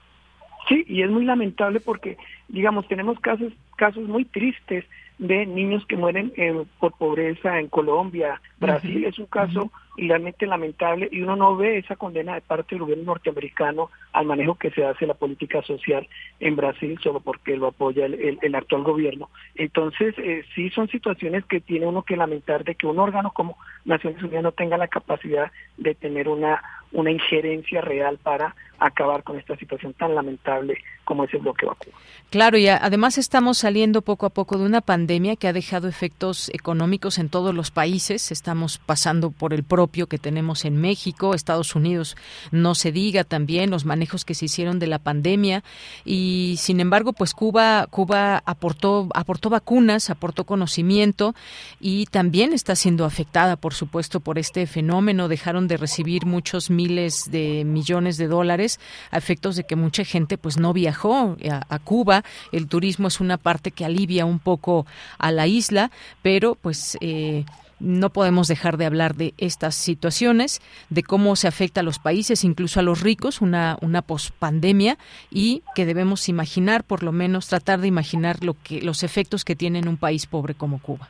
Sí, y es muy lamentable porque digamos tenemos casos muy tristes de niños que mueren por pobreza en Colombia. Brasil es un caso realmente lamentable y uno no ve esa condena de parte del gobierno norteamericano al manejo que se hace de la política social en Brasil solo porque lo apoya el actual gobierno. Entonces, sí son situaciones que tiene uno que lamentar de que un órgano como Naciones Unidas no tenga la capacidad de tener una injerencia real para acabar con esta situación tan lamentable como es el bloqueo a Cuba. Claro, y además estamos saliendo poco a poco de una pandemia que ha dejado efectos económicos en todos los países. Estamos pasando por el propio que tenemos en México, Estados Unidos, no se diga también los manejos que se hicieron de la pandemia y sin embargo, pues Cuba aportó vacunas, aportó conocimiento y también está siendo afectada, por supuesto, por este fenómeno. Dejaron de recibir muchos miles de millones de dólares a efectos de que mucha gente pues no viajó a Cuba. El turismo es una parte que alivia un poco a la isla, pero pues no podemos dejar de hablar de estas situaciones, de cómo se afecta a los países, incluso a los ricos, una pospandemia, y que debemos imaginar, por lo menos tratar de imaginar los efectos que tiene en un país pobre como Cuba.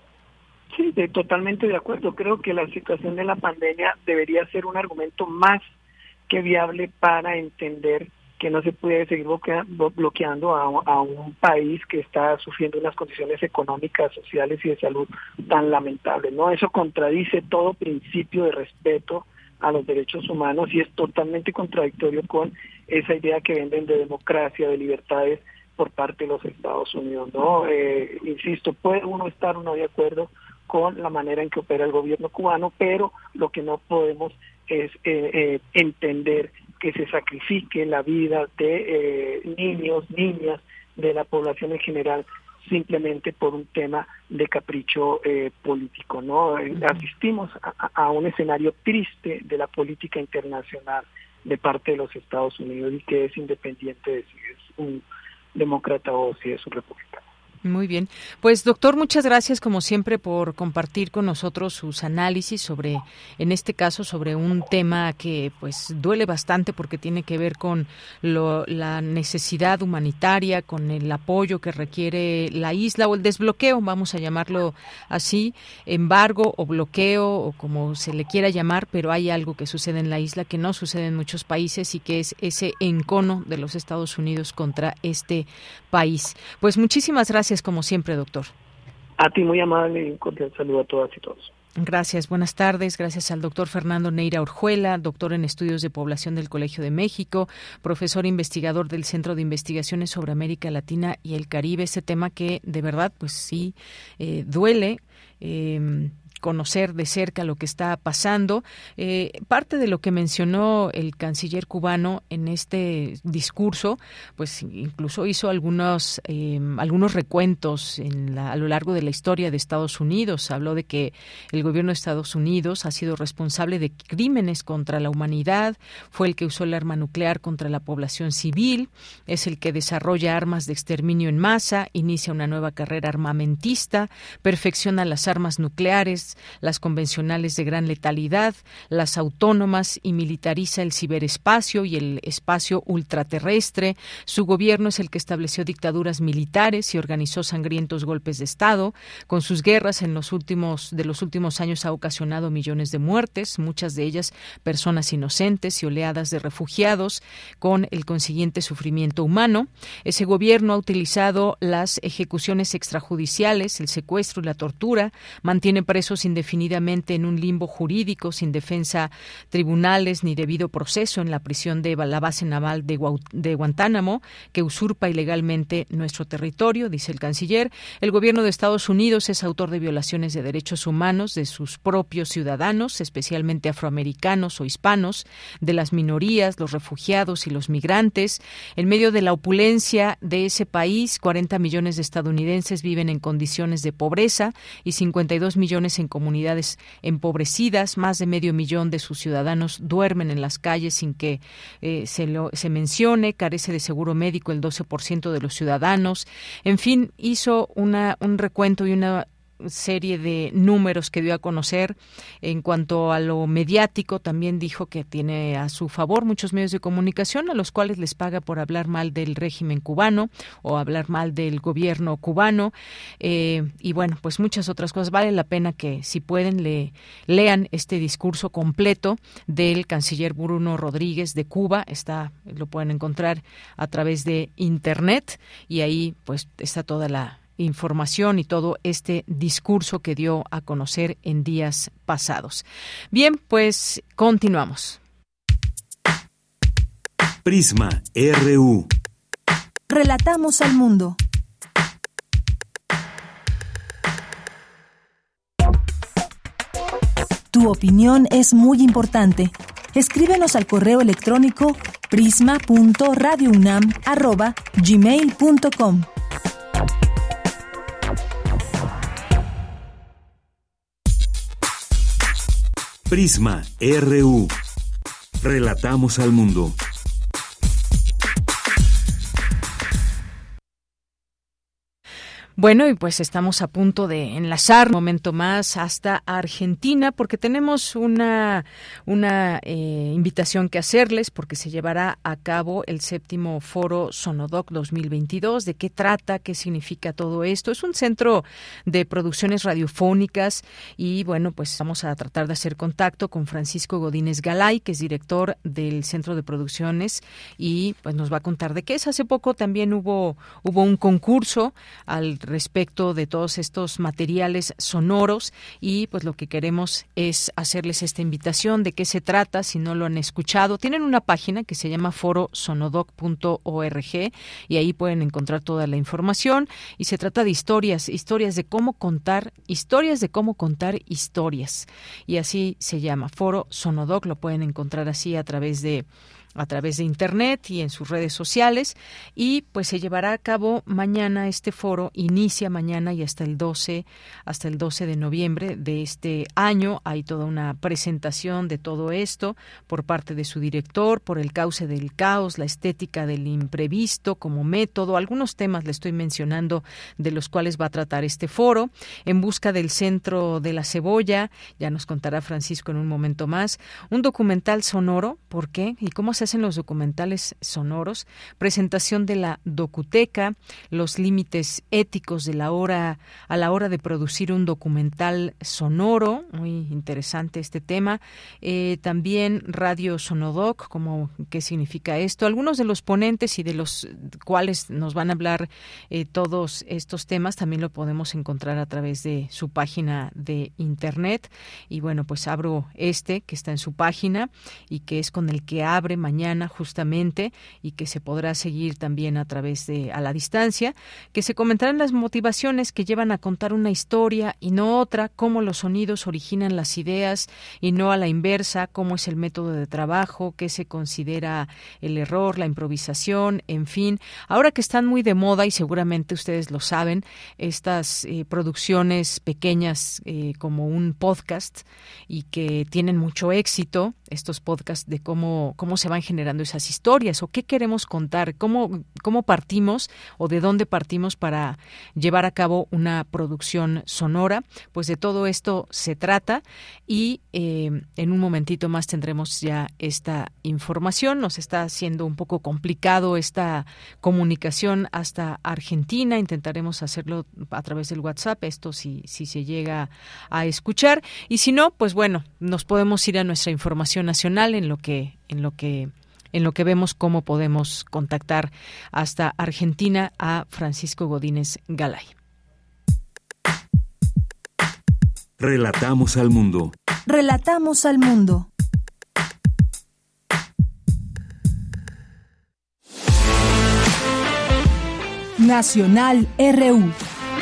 Sí, totalmente de acuerdo. Creo que la situación de la pandemia debería ser un argumento más que viable para entender que no se puede seguir bloqueando a un país que está sufriendo unas condiciones económicas, sociales y de salud tan lamentables, ¿no? Eso contradice todo principio de respeto a los derechos humanos y es totalmente contradictorio con esa idea que venden de democracia, de libertades por parte de los Estados Unidos, ¿no? Insisto, puede uno estar o no de acuerdo con la manera en que opera el gobierno cubano, pero lo que no podemos es entender que se sacrifique la vida de niños, niñas, de la población en general, simplemente por un tema de capricho político, ¿no? Asistimos a un escenario triste de la política internacional de parte de los Estados Unidos y que es independiente de si es un demócrata o si es un republicano. Muy bien. Pues, doctor, muchas gracias, como siempre, por compartir con nosotros sus análisis sobre, en este caso, sobre un tema que, pues, duele bastante porque tiene que ver con la necesidad humanitaria, con el apoyo que requiere la isla o el desbloqueo, vamos a llamarlo así, embargo o bloqueo o como se le quiera llamar, pero hay algo que sucede en la isla que no sucede en muchos países y que es ese encono de los Estados Unidos contra este país. Pues muchísimas gracias como siempre, doctor. A ti, muy amable, y un cordial saludo a todas y todos. Gracias, buenas tardes. Gracias al doctor Fernando Neira Orjuela, doctor en Estudios de Población del Colegio de México, profesor investigador del Centro de Investigaciones sobre América Latina y el Caribe. Ese tema que de verdad, pues sí, duele. Conocer de cerca lo que está pasando. Parte de lo que mencionó el canciller cubano en este discurso, pues incluso hizo algunos recuentos a lo largo de la historia de Estados Unidos. Habló de que el gobierno de Estados Unidos ha sido responsable de crímenes contra la humanidad, fue el que usó el arma nuclear contra la población civil, es el que desarrolla armas de exterminio en masa, inicia una nueva carrera armamentista, perfecciona las armas nucleares, las convencionales de gran letalidad, las autónomas y militariza el ciberespacio y el espacio ultraterrestre. Su gobierno es el que estableció dictaduras militares y organizó sangrientos golpes de Estado. Con sus guerras de los últimos años ha ocasionado millones de muertes, muchas de ellas personas inocentes y oleadas de refugiados, con el consiguiente sufrimiento humano. Ese gobierno ha utilizado las ejecuciones extrajudiciales, el secuestro y la tortura, mantiene presos indefinidamente en un limbo jurídico, sin defensa, tribunales ni debido proceso en la prisión de la base naval de Guantánamo, que usurpa ilegalmente nuestro territorio, dice el canciller. El gobierno de Estados Unidos es autor de violaciones de derechos humanos de sus propios ciudadanos, especialmente afroamericanos o hispanos, de las minorías, los refugiados y los migrantes. En medio de la opulencia de ese país, 40 millones de estadounidenses viven en condiciones de pobreza y 52 millones en comunidades empobrecidas. Más de medio millón de sus ciudadanos duermen en las calles sin que se mencione. Carece de seguro médico el 12% de los ciudadanos. En fin, hizo un recuento y una serie de números que dio a conocer. En cuanto a lo mediático, también dijo que tiene a su favor muchos medios de comunicación a los cuales les paga por hablar mal del régimen cubano o hablar mal del gobierno cubano, y bueno, pues muchas otras cosas. Vale la pena que, si pueden, lean este discurso completo del canciller Bruno Rodríguez de Cuba. Lo pueden encontrar a través de internet y ahí pues está toda la información y todo este discurso que dio a conocer en días pasados. Bien, pues continuamos. Prisma RU. Relatamos al mundo. Tu opinión es muy importante. Escríbenos al correo electrónico prisma.radiounam@gmail.com. Prisma RU. Relatamos al mundo. Bueno, y pues estamos a punto de enlazar un momento más hasta Argentina, porque tenemos una invitación que hacerles, porque se llevará a cabo el 7º Foro Sonodoc 2022. ¿De qué trata? ¿Qué significa todo esto? Es un centro de producciones radiofónicas y, bueno, pues vamos a tratar de hacer contacto con Francisco Godínez Galay, que es director del Centro de Producciones, y pues nos va a contar de qué es. Hace poco también hubo un concurso al respecto de todos estos materiales sonoros y pues lo que queremos es hacerles esta invitación. ¿De qué se trata? Si no lo han escuchado, tienen una página que se llama forosonodoc.org y ahí pueden encontrar toda la información, y se trata de historias de cómo contar historias, y así se llama Foro Sonodoc. Lo pueden encontrar así a través de a través de Internet y en sus redes sociales, y pues se llevará a cabo mañana. Este foro inicia mañana y hasta el 12 de noviembre de este año. Hay toda una presentación de todo esto por parte de su director, por el cauce del caos, la estética del imprevisto como método. Algunos temas le estoy mencionando de los cuales va a tratar este foro. En busca del centro de la cebolla, ya nos contará Francisco en un momento más. Un documental sonoro, ¿por qué? ¿Y cómo se hacen los documentales sonoros? Presentación de la docuteca, los límites éticos de a la hora de producir un documental sonoro. Muy interesante este tema. También Radio Sonodoc, ¿qué significa esto? Algunos de los ponentes y de los cuales nos van a hablar todos estos temas también lo podemos encontrar a través de su página de Internet. Y bueno, pues abro que está en su página y que es con el que abre mañana justamente, y que se podrá seguir también a través a la distancia, que se comentarán las motivaciones que llevan a contar una historia y no otra, cómo los sonidos originan las ideas y no a la inversa, cómo es el método de trabajo, qué se considera el error, la improvisación, en fin. Ahora que están muy de moda, y seguramente ustedes lo saben, estas producciones pequeñas como un podcast, y que tienen mucho éxito, estos podcasts, de cómo se van generando esas historias o qué queremos contar, cómo partimos o de dónde partimos para llevar a cabo una producción sonora. Pues de todo esto se trata, y en un momentito más tendremos ya esta información. Nos está haciendo un poco complicado esta comunicación hasta Argentina. Intentaremos hacerlo a través del WhatsApp, esto si se llega a escuchar, y si no, pues bueno, nos podemos ir a nuestra información nacional en lo que vemos cómo podemos contactar hasta Argentina a Francisco Godínez Galay. Relatamos al mundo. Relatamos al mundo. Nacional RU.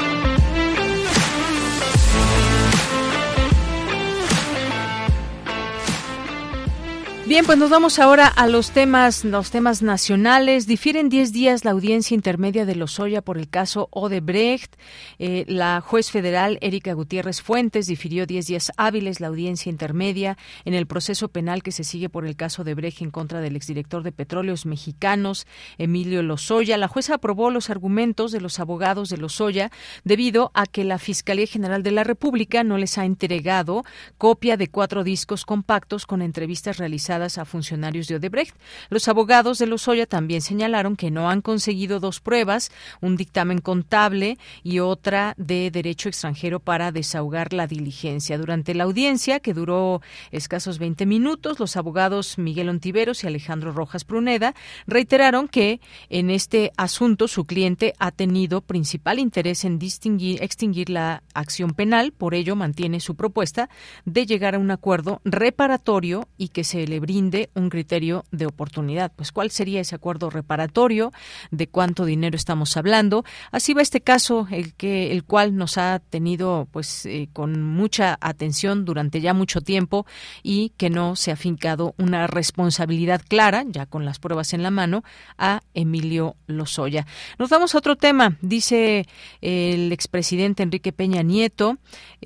Bien, pues nos vamos ahora a los temas nacionales. Difieren 10 días la audiencia intermedia de Lozoya por el caso Odebrecht. La juez federal Erika Gutiérrez Fuentes difirió 10 días hábiles la audiencia intermedia en el proceso penal que se sigue por el caso Odebrecht en contra del exdirector de Petróleos Mexicanos, Emilio Lozoya. La jueza aprobó los argumentos de los abogados de Lozoya debido a que la Fiscalía General de la República no les ha entregado copia de 4 discos compactos con entrevistas realizadas a funcionarios de Odebrecht. Los abogados de Lozoya también señalaron que no han conseguido 2 pruebas, un dictamen contable y otra de derecho extranjero para desahogar la diligencia. Durante la audiencia, que duró escasos 20 minutos, los abogados Miguel Ontiveros y Alejandro Rojas Pruneda reiteraron que en este asunto su cliente ha tenido principal interés en extinguir la acción penal, por ello mantiene su propuesta de llegar a un acuerdo reparatorio y que se le brinde un criterio de oportunidad. Pues, ¿cuál sería ese acuerdo reparatorio? ¿De cuánto dinero estamos hablando? Así va este caso, el cual nos ha tenido con mucha atención durante ya mucho tiempo, y que no se ha fincado una responsabilidad clara, ya con las pruebas en la mano, a Emilio Lozoya. Nos vamos a otro tema. Dice el expresidente Enrique Peña Nieto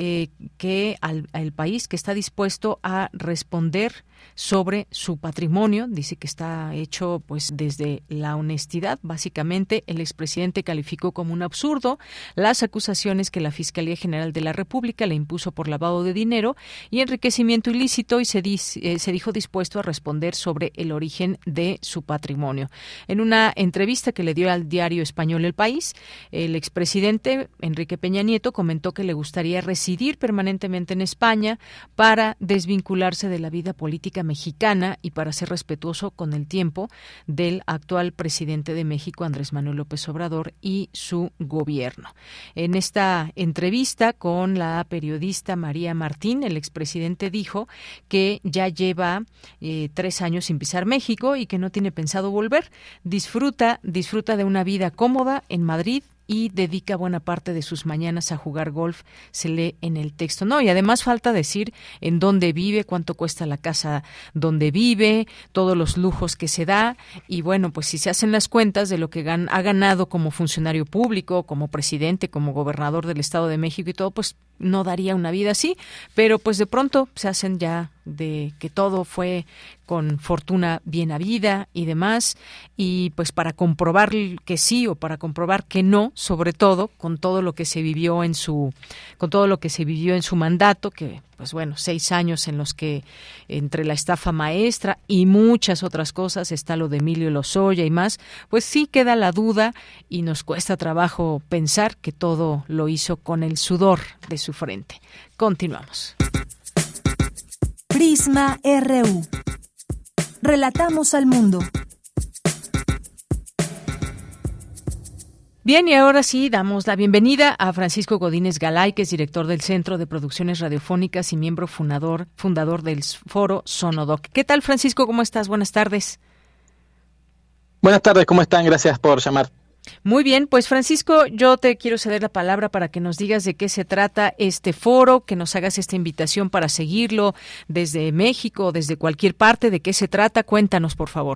que al país que está dispuesto a responder sobre su patrimonio. Dice que está hecho desde la honestidad. Básicamente, el expresidente calificó como un absurdo las acusaciones que la Fiscalía General de la República le impuso por lavado de dinero y enriquecimiento ilícito, y se dijo dispuesto a responder sobre el origen de su patrimonio. En una entrevista que le dio al diario español El País, el expresidente Enrique Peña Nieto comentó que le gustaría residir permanentemente en España para desvincularse de la vida política mexicana y para ser respetuoso con el tiempo del actual presidente de México, Andrés Manuel López Obrador, y su gobierno. En esta entrevista con la periodista María Martín, el expresidente dijo que ya lleva 3 años sin pisar México y que no tiene pensado volver. Disfruta de una vida cómoda en Madrid y dedica buena parte de sus mañanas a jugar golf, se lee en el texto. No, y además falta decir en dónde vive, cuánto cuesta la casa donde vive, todos los lujos que se da, y bueno, pues si se hacen las cuentas de lo que ha ganado como funcionario público, como presidente, como gobernador del Estado de México y todo, pues no daría una vida así, pero pues de pronto se hacen ya de que todo fue con fortuna bien habida y demás, y pues para comprobar que sí o para comprobar que no, sobre todo con todo lo que se vivió en su mandato, que pues bueno, 6 años en los que entre la estafa maestra y muchas otras cosas, está lo de Emilio Lozoya y más, pues sí queda la duda y nos cuesta trabajo pensar que todo lo hizo con el sudor de su frente. Continuamos. Prisma RU. Relatamos al mundo. Bien, y ahora sí damos la bienvenida a Francisco Godínez Galay, que es director del Centro de Producciones Radiofónicas y miembro fundador del Foro Sonodoc. ¿Qué tal, Francisco? ¿Cómo estás? Buenas tardes. Buenas tardes, ¿cómo están? Gracias por llamar. Muy bien, pues Francisco, yo te quiero ceder la palabra para que nos digas de qué se trata este foro, que nos hagas esta invitación para seguirlo desde México, desde cualquier parte, de qué se trata. Cuéntanos, por favor.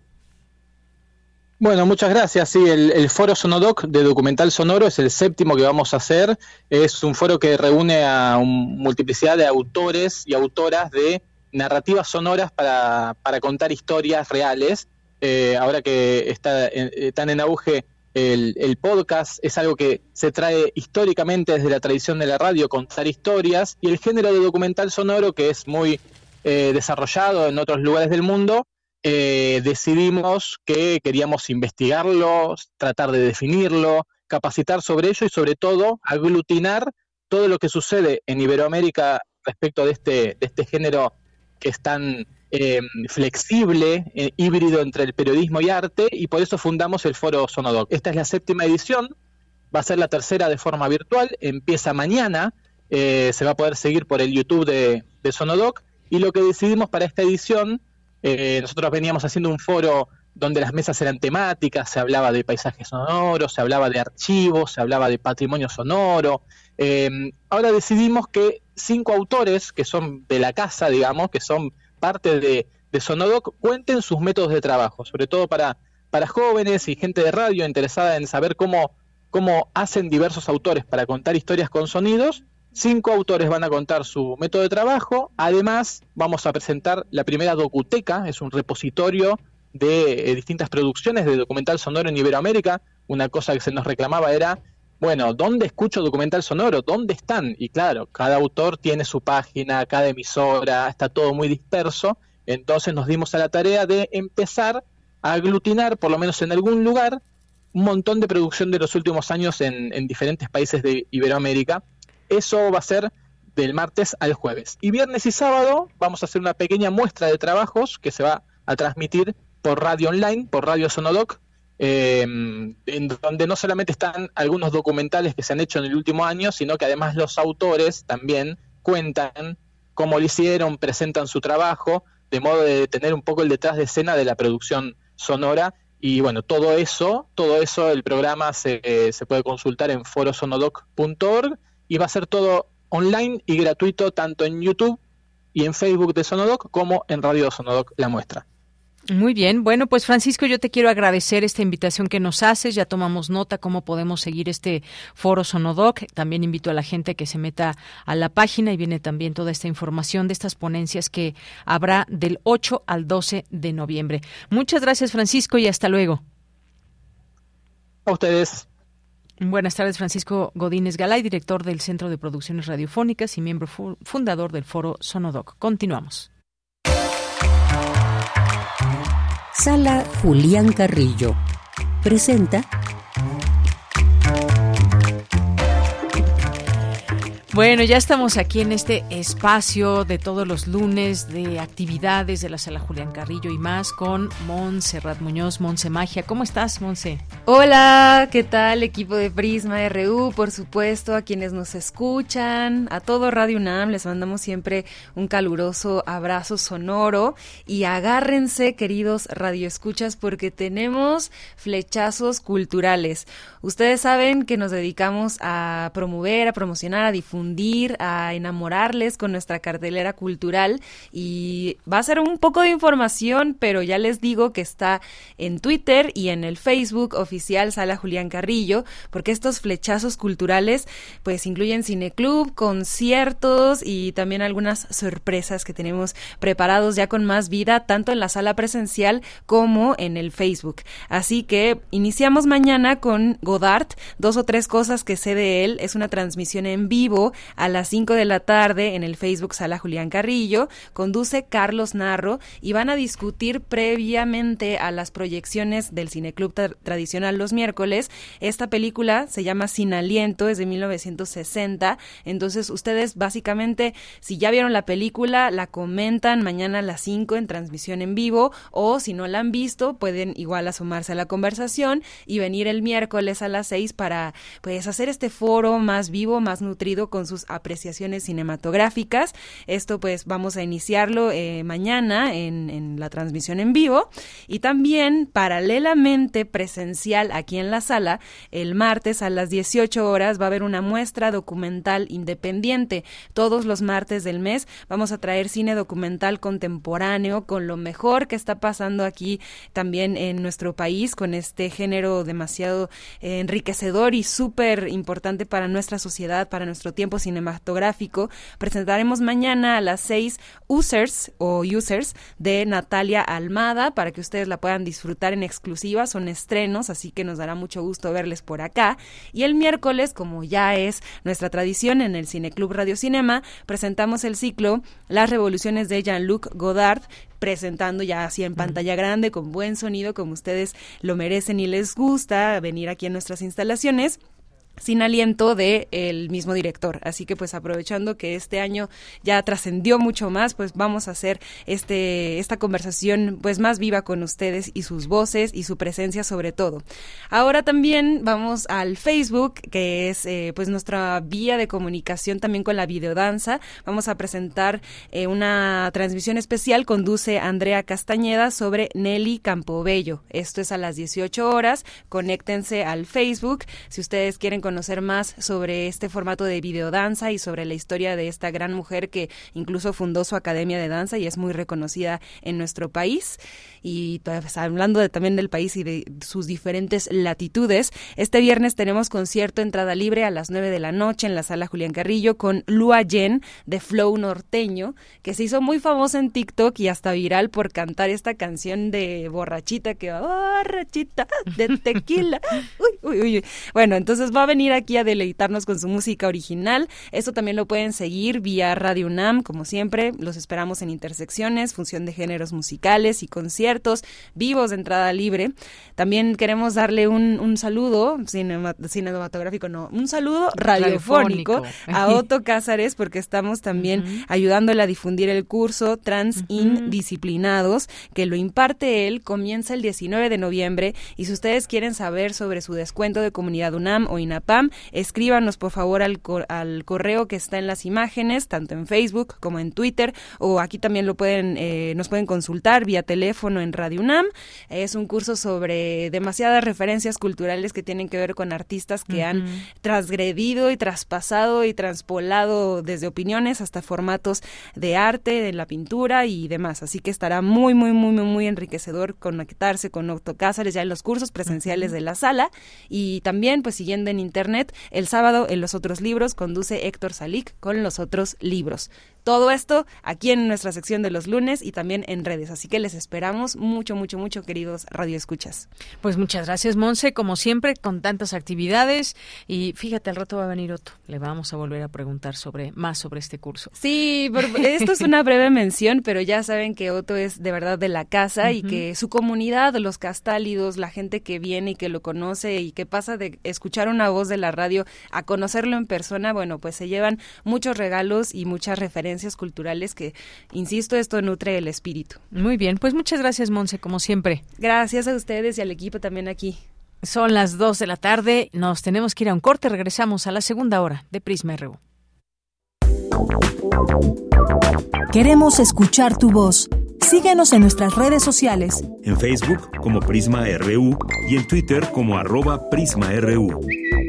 Bueno, muchas gracias. Sí, el Foro Sonodoc de Documental Sonoro es el 7º que vamos a hacer. Es un foro que reúne a multiplicidad de autores y autoras de narrativas sonoras para contar historias reales. Ahora que está tan en auge el podcast, es algo que se trae históricamente desde la tradición de la radio, contar historias, y el género de documental sonoro, que es muy desarrollado en otros lugares del mundo, decidimos que queríamos investigarlo, tratar de definirlo, capacitar sobre ello y sobre todo aglutinar todo lo que sucede en Iberoamérica respecto de este género que es tan flexible, híbrido entre el periodismo y arte, y por eso fundamos el Foro Sonodoc. Esta es la 7ª edición, va a ser la 3ª de forma virtual, empieza mañana, se va a poder seguir por el YouTube de Sonodoc, y lo que decidimos para esta edición, nosotros veníamos haciendo un foro donde las mesas eran temáticas, se hablaba de paisajes sonoros, se hablaba de archivos, se hablaba de patrimonio sonoro. Ahora decidimos que 5 autores que son de la casa, digamos, que son parte de Sonodoc, cuenten sus métodos de trabajo, sobre todo para jóvenes y gente de radio interesada en saber cómo hacen diversos autores para contar historias con sonidos. 5 autores van a contar su método de trabajo. Además, vamos a presentar la primera docuteca, es un repositorio de distintas producciones de documental sonoro en Iberoamérica. Una cosa que se nos reclamaba era, bueno, ¿dónde escucho documental sonoro? ¿Dónde están? Y claro, cada autor tiene su página, cada emisora, está todo muy disperso. Entonces nos dimos a la tarea de empezar a aglutinar, por lo menos en algún lugar, un montón de producción de los últimos años en diferentes países de Iberoamérica. Eso va a ser del martes al jueves. Y viernes y sábado vamos a hacer una pequeña muestra de trabajos que se va a transmitir por radio online, por Radio Sonodoc, en donde no solamente están algunos documentales que se han hecho en el último año, sino que además los autores también cuentan cómo lo hicieron, presentan su trabajo, de modo de tener un poco el detrás de escena de la producción sonora. Y bueno, todo eso el programa se puede consultar en forosonodoc.org, y va a ser todo online y gratuito tanto en YouTube y en Facebook de Sonodoc como en Radio Sonodoc La Muestra. Muy bien, bueno, pues Francisco, yo te quiero agradecer esta invitación que nos haces, ya tomamos nota cómo podemos seguir este Foro Sonodoc, también invito a la gente que se meta a la página y viene también toda esta información de estas ponencias que habrá del 8 al 12 de noviembre. Muchas gracias, Francisco, y hasta luego. A ustedes. Buenas tardes, Francisco Godínez Galay, director del Centro de Producciones Radiofónicas y miembro fundador del Foro Sonodoc. Continuamos. Sala Julián Carrillo presenta. Bueno, ya estamos aquí en este espacio de todos los lunes de actividades de la Sala Julián Carrillo y más con Montserrat Muñoz, Monse Magia. ¿Cómo estás, Monse? Hola, ¿qué tal, equipo de Prisma RU? Por supuesto, a quienes nos escuchan, a todo Radio UNAM, les mandamos siempre un caluroso abrazo sonoro y agárrense, queridos radioescuchas, porque tenemos flechazos culturales. Ustedes saben que nos dedicamos a promover, a promocionar, a difundir, a enamorarles con nuestra cartelera cultural y va a ser un poco de información, pero ya les digo que está en Twitter y en el Facebook oficial Sala Julián Carrillo, porque estos flechazos culturales pues incluyen cineclub, conciertos y también algunas sorpresas que tenemos preparados ya con más vida, tanto en la sala presencial como en el Facebook. Así que iniciamos mañana con Godard, 2 o 3 cosas que sé de él. Es una transmisión en vivo a las 5 de la tarde en el Facebook Sala Julián Carrillo. Conduce Carlos Narro y van a discutir previamente a las proyecciones del Cineclub tradicional los miércoles. Esta película se llama Sin Aliento, es de 1960. Entonces ustedes básicamente, si ya vieron la película, la comentan mañana a las 5 en transmisión en vivo, o si no la han visto, pueden igual asomarse a la conversación y venir el miércoles a las 6 para pues hacer este foro más vivo, más nutrido con sus apreciaciones cinematográficas. Esto pues vamos a iniciarlo mañana en la transmisión en vivo, y también paralelamente presencial aquí en la sala, el martes a las 18 horas va a haber una muestra documental independiente. Todos los martes del mes vamos a traer cine documental contemporáneo con lo mejor que está pasando aquí también en nuestro país, con este género demasiado enriquecedor y súper importante para nuestra sociedad, para nuestro tiempo cinematográfico. Presentaremos mañana a las 6 Users de Natalia Almada para que ustedes la puedan disfrutar en exclusiva. Son estrenos, así que nos dará mucho gusto verles por acá. Y el miércoles, como ya es nuestra tradición en el Cineclub Radio Cinema, presentamos el ciclo Las Revoluciones de Jean-Luc Godard, presentando ya así en pantalla grande, con buen sonido, como ustedes lo merecen y les gusta venir aquí en nuestras instalaciones. Sin Aliento de el mismo director. Así que pues aprovechando que este año ya trascendió mucho más, pues vamos a hacer esta conversación pues más viva con ustedes y sus voces y su presencia sobre todo. Ahora también vamos al Facebook, que es pues nuestra vía de comunicación también con la videodanza. Vamos a presentar una transmisión especial, conduce Andrea Castañeda, sobre Nelly Campobello. Esto es a las 18 horas. Conéctense al Facebook si ustedes quieren conocer más sobre este formato de videodanza y sobre la historia de esta gran mujer que incluso fundó su academia de danza y es muy reconocida en nuestro país. Y pues, hablando también del país y de sus diferentes latitudes, este viernes tenemos concierto, entrada libre a las 9 de la noche en la Sala Julián Carrillo con Lua Yen de Flow Norteño, que se hizo muy famosa en TikTok y hasta viral por cantar esta canción de borrachita que va, borrachita de tequila. Uy. Bueno, entonces va a venir aquí a deleitarnos con su música original. Esto también lo pueden seguir vía Radio UNAM, como siempre. Los esperamos en Intersecciones, función de géneros musicales y conciertos vivos de entrada libre. También queremos darle un saludo cinematográfico, no, un saludo radiofónico a Otto Cázares, porque estamos también ayudándole a difundir el curso Trans Indisciplinados, que lo imparte él. Comienza el 19 de noviembre, y si ustedes quieren saber sobre su descuento de Comunidad UNAM o INAPAM, escríbanos por favor al correo que está en las imágenes, tanto en Facebook como en Twitter, o aquí también nos pueden consultar vía teléfono en Radio UNAM. Es un curso sobre demasiadas referencias culturales que tienen que ver con artistas que han transgredido y traspasado y transpolado desde opiniones hasta formatos de arte, de la pintura y demás. Así que estará muy, muy, muy, muy, muy enriquecedor conectarse con Otto Cázares ya en los cursos presenciales de la sala. Y también, pues siguiendo en internet, el sábado en Los Otros Libros conduce Héctor Salic con Los Otros Libros. Todo esto aquí en nuestra sección de los lunes y también en redes. Así que les esperamos mucho, mucho, mucho, queridos radioescuchas. Pues muchas gracias, Monse, como siempre, con tantas actividades. Y fíjate, al rato va a venir Otto. Le vamos a volver a preguntar más sobre este curso. Sí, esto es una breve mención, pero ya saben que Otto es de verdad de la casa y que su comunidad, los castálidos, la gente que viene y que lo conoce y que pasa de escuchar una voz de la radio a conocerlo en persona, bueno, pues se llevan muchos regalos y muchas referencias culturales que, insisto, esto nutre el espíritu. Muy bien, pues muchas gracias, Monse, como siempre. Gracias a ustedes y al equipo también aquí. Son las 2 de la tarde, nos tenemos que ir a un corte, regresamos a la segunda hora de Prisma RU. Queremos escuchar tu voz. Síguenos en nuestras redes sociales. En Facebook como Prisma RU y en Twitter como @PrismaRU.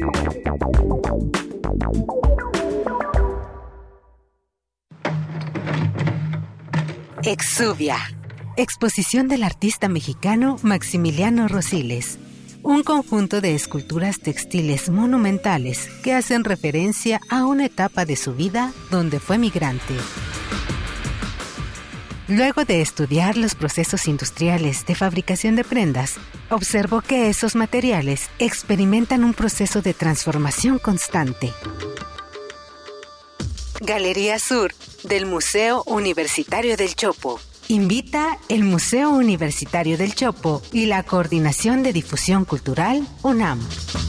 Exuvia, exposición del artista mexicano Maximiliano Rosiles. Un conjunto de esculturas textiles monumentales que hacen referencia a una etapa de su vida donde fue migrante. Luego de estudiar los procesos industriales de fabricación de prendas, observó que esos materiales experimentan un proceso de transformación constante. Galería Sur del Museo Universitario del Chopo. Invita el Museo Universitario del Chopo y la Coordinación de Difusión Cultural UNAM.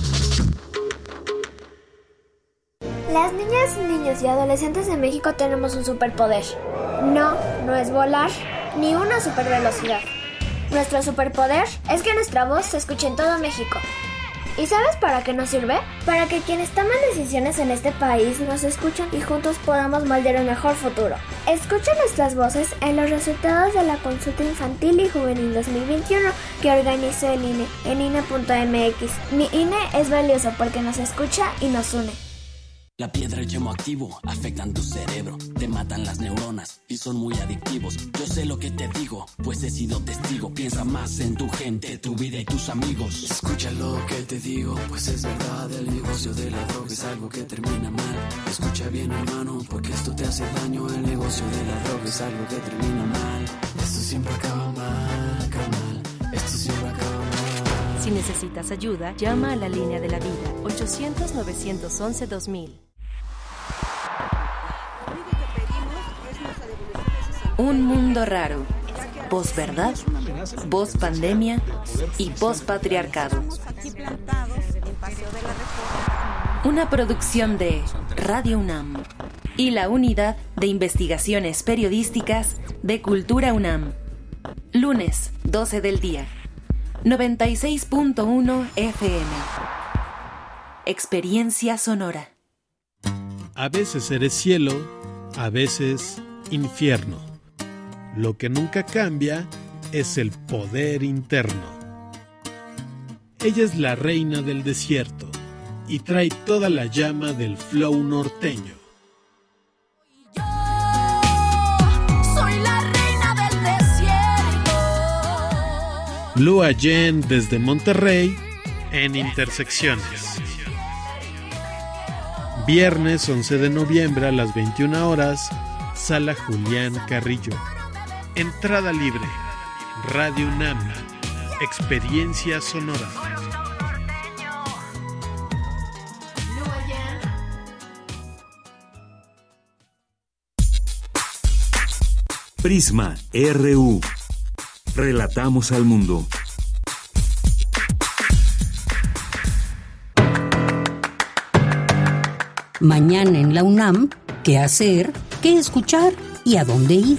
Las niñas, niños y adolescentes de México tenemos un superpoder. No es volar, ni una supervelocidad. Nuestro superpoder es que nuestra voz se escuche en todo México. ¿Y sabes para qué nos sirve? Para que quienes toman decisiones en este país nos escuchen y juntos podamos moldear un mejor futuro. Escucha nuestras voces en los resultados de la consulta infantil y juvenil 2021 que organizó el INE en INE.mx. Mi INE es valioso porque nos escucha y nos une. La piedra y el yemo activo afectan tu cerebro, te matan las neuronas y son muy adictivos. Yo sé lo que te digo, pues he sido testigo. Piensa más en tu gente, tu vida y tus amigos. Escucha lo que te digo, pues es verdad. El negocio de la droga es algo que termina mal. Escucha bien, hermano, porque esto te hace daño. El negocio de la droga es algo que termina mal. Esto siempre acaba mal, esto siempre acaba mal. Si necesitas ayuda, llama a la línea de la vida, 800-911-2000. Un mundo raro. Posverdad, pospandemia y pospatriarcado. Una producción de Radio UNAM y la Unidad de Investigaciones Periodísticas de Cultura UNAM. Lunes, 12 del día. 96.1 FM. Experiencia sonora. A veces eres cielo, a veces infierno. Lo que nunca cambia es el poder interno. Ella es la reina del desierto y trae toda la llama del flow norteño. Soy la reina del desierto. Lua Yen desde Monterrey en Intersecciones. Viernes 11 de noviembre a las 21 horas, Sala Julián Carrillo. Entrada libre. Radio UNAM. Experiencia sonora. Prisma RU. Relatamos al mundo. Mañana en la UNAM, ¿qué hacer? ¿Qué escuchar? ¿Y a dónde ir?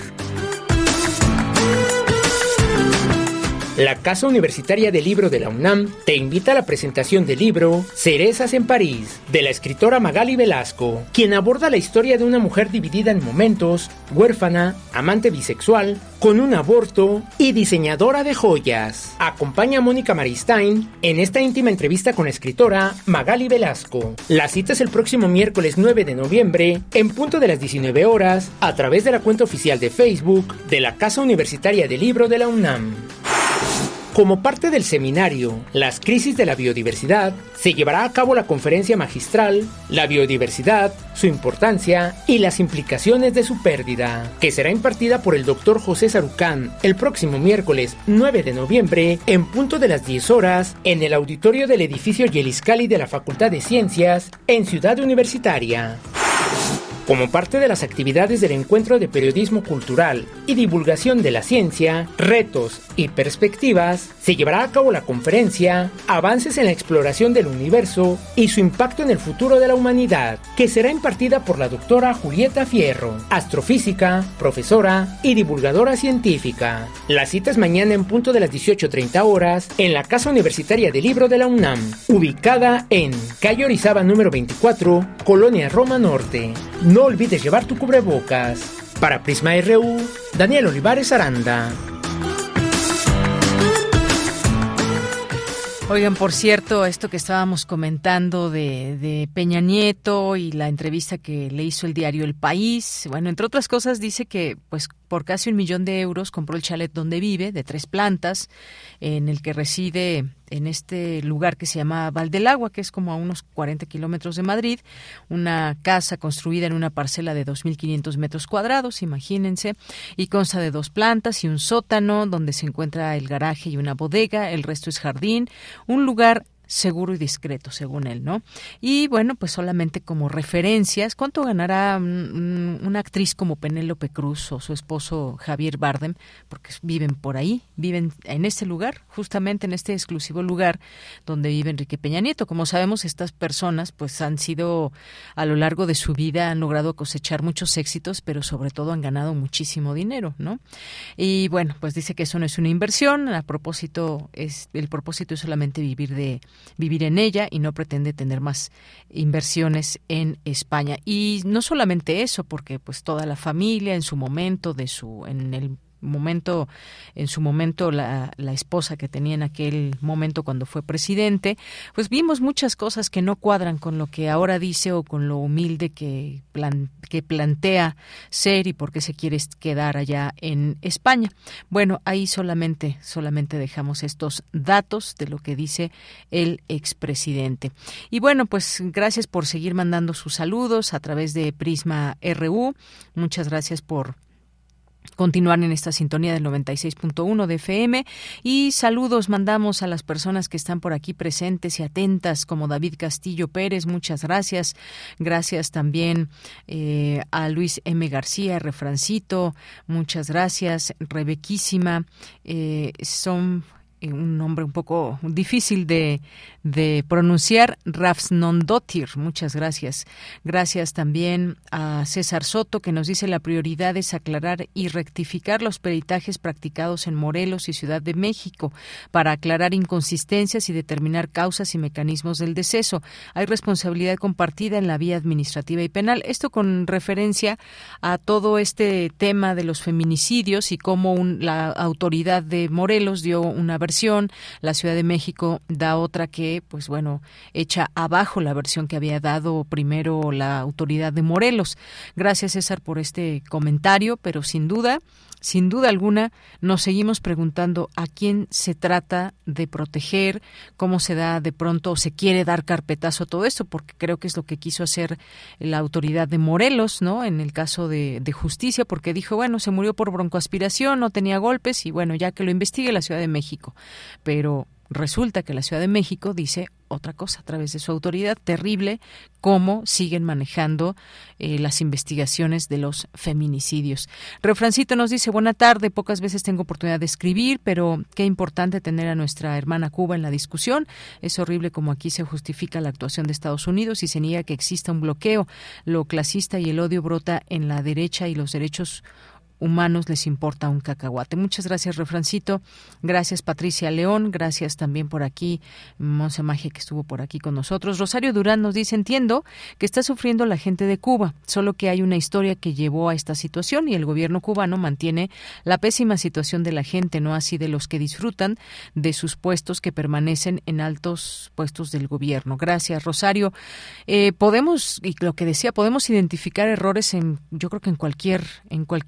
La Casa Universitaria del Libro de la UNAM te invita a la presentación del libro Cerezas en París, de la escritora Magali Velasco, quien aborda la historia de una mujer dividida en momentos, huérfana, amante bisexual, con un aborto y diseñadora de joyas. Acompaña a Mónica Maristain en esta íntima entrevista con la escritora Magali Velasco. La cita es el próximo miércoles 9 de noviembre, en punto de las 19 horas, a través de la cuenta oficial de Facebook de la Casa Universitaria del Libro de la UNAM. Como parte del seminario Las crisis de la biodiversidad, se llevará a cabo la conferencia magistral La biodiversidad, su importancia y las implicaciones de su pérdida, que será impartida por el Dr. José Sarucán el próximo miércoles 9 de noviembre en punto de las 10 horas en el auditorio del edificio Yeliscali de la Facultad de Ciencias en Ciudad Universitaria. Como parte de las actividades del Encuentro de Periodismo Cultural y Divulgación de la Ciencia, Retos y Perspectivas, se llevará a cabo la conferencia Avances en la exploración del universo y su impacto en el futuro de la humanidad, que será impartida por la doctora Julieta Fierro, astrofísica, profesora y divulgadora científica. La cita es mañana en punto de las 18:30 horas en la Casa Universitaria del Libro de la UNAM, ubicada en calle Orizaba número 24, Colonia Roma Norte. No olvides llevar tu cubrebocas. Para Prisma RU, Daniel Olivares Aranda. Oigan, por cierto, esto que estábamos comentando de Peña Nieto y la entrevista que le hizo el diario El País, bueno, entre otras cosas dice que pues por casi €1,000,000 compró el chalet donde vive, de 3 plantas, en el que reside en este lugar que se llama Val del Agua, que es como a unos 40 kilómetros de Madrid, una casa construida en una parcela de 2.500 metros cuadrados, imagínense, y consta de 2 plantas y un sótano donde se encuentra el garaje y una bodega, el resto es jardín, un lugar seguro y discreto, según él, ¿no? Y bueno, pues solamente como referencias, ¿cuánto ganará una actriz como Penélope Cruz o su esposo Javier Bardem? Porque viven por ahí, viven en este lugar, justamente en este exclusivo lugar donde vive Enrique Peña Nieto. Como sabemos, estas personas pues han sido, a lo largo de su vida, han logrado cosechar muchos éxitos, pero sobre todo han ganado muchísimo dinero, ¿no? Y bueno, pues dice que eso no es una inversión, el propósito es solamente vivir en ella y no pretende tener más inversiones en España. Y no solamente eso, porque pues toda la familia en su momento la esposa que tenía en aquel momento cuando fue presidente, pues vimos muchas cosas que no cuadran con lo que ahora dice o con lo humilde que plantea ser y por qué se quiere quedar allá en España. Bueno, ahí solamente dejamos estos datos de lo que dice el expresidente. Y bueno, pues gracias por seguir mandando sus saludos a través de Prisma RU. Muchas gracias por continuar en esta sintonía del 96.1 de FM y saludos mandamos a las personas que están por aquí presentes y atentas, como David Castillo Pérez, muchas gracias. Gracias también a Luis M. García, Refrancito, muchas gracias. Rebequísima, son un nombre un poco difícil de pronunciar, Rafsnondotir, muchas gracias. Gracias también a César Soto, que nos dice la prioridad es aclarar y rectificar los peritajes practicados en Morelos y Ciudad de México para aclarar inconsistencias y determinar causas y mecanismos del deceso. Hay responsabilidad compartida en la vía administrativa y penal. Esto con referencia a todo este tema de los feminicidios y cómo la autoridad de Morelos dio una versión, la Ciudad de México da otra que, pues bueno, echa abajo la versión que había dado primero la autoridad de Morelos. Gracias, César, por este comentario, pero sin duda alguna, nos seguimos preguntando a quién se trata de proteger, cómo se da de pronto o se quiere dar carpetazo a todo esto, porque creo que es lo que quiso hacer la autoridad de Morelos, ¿no? En el caso de justicia, porque dijo, bueno, se murió por broncoaspiración, no tenía golpes y bueno, ya que lo investigue la Ciudad de México. Pero resulta que la Ciudad de México dice otra cosa a través de su autoridad. Terrible cómo siguen manejando las investigaciones de los feminicidios. Refrancito nos dice, buena tarde, pocas veces tengo oportunidad de escribir, pero qué importante tener a nuestra hermana Cuba en la discusión. Es horrible como aquí se justifica la actuación de Estados Unidos y se niega que exista un bloqueo. Lo clasista y el odio brota en la derecha y los derechos humanos les importa un cacahuate. Muchas gracias, Refrancito. Gracias, Patricia León. Gracias también por aquí, Monse Magia, que estuvo por aquí con nosotros. Rosario Durán nos dice, entiendo que está sufriendo la gente de Cuba, solo que hay una historia que llevó a esta situación y el gobierno cubano mantiene la pésima situación de la gente, no así de los que disfrutan de sus puestos, que permanecen en altos puestos del gobierno. Gracias, Rosario. Podemos, y lo que decía, podemos identificar errores yo creo que en cualquier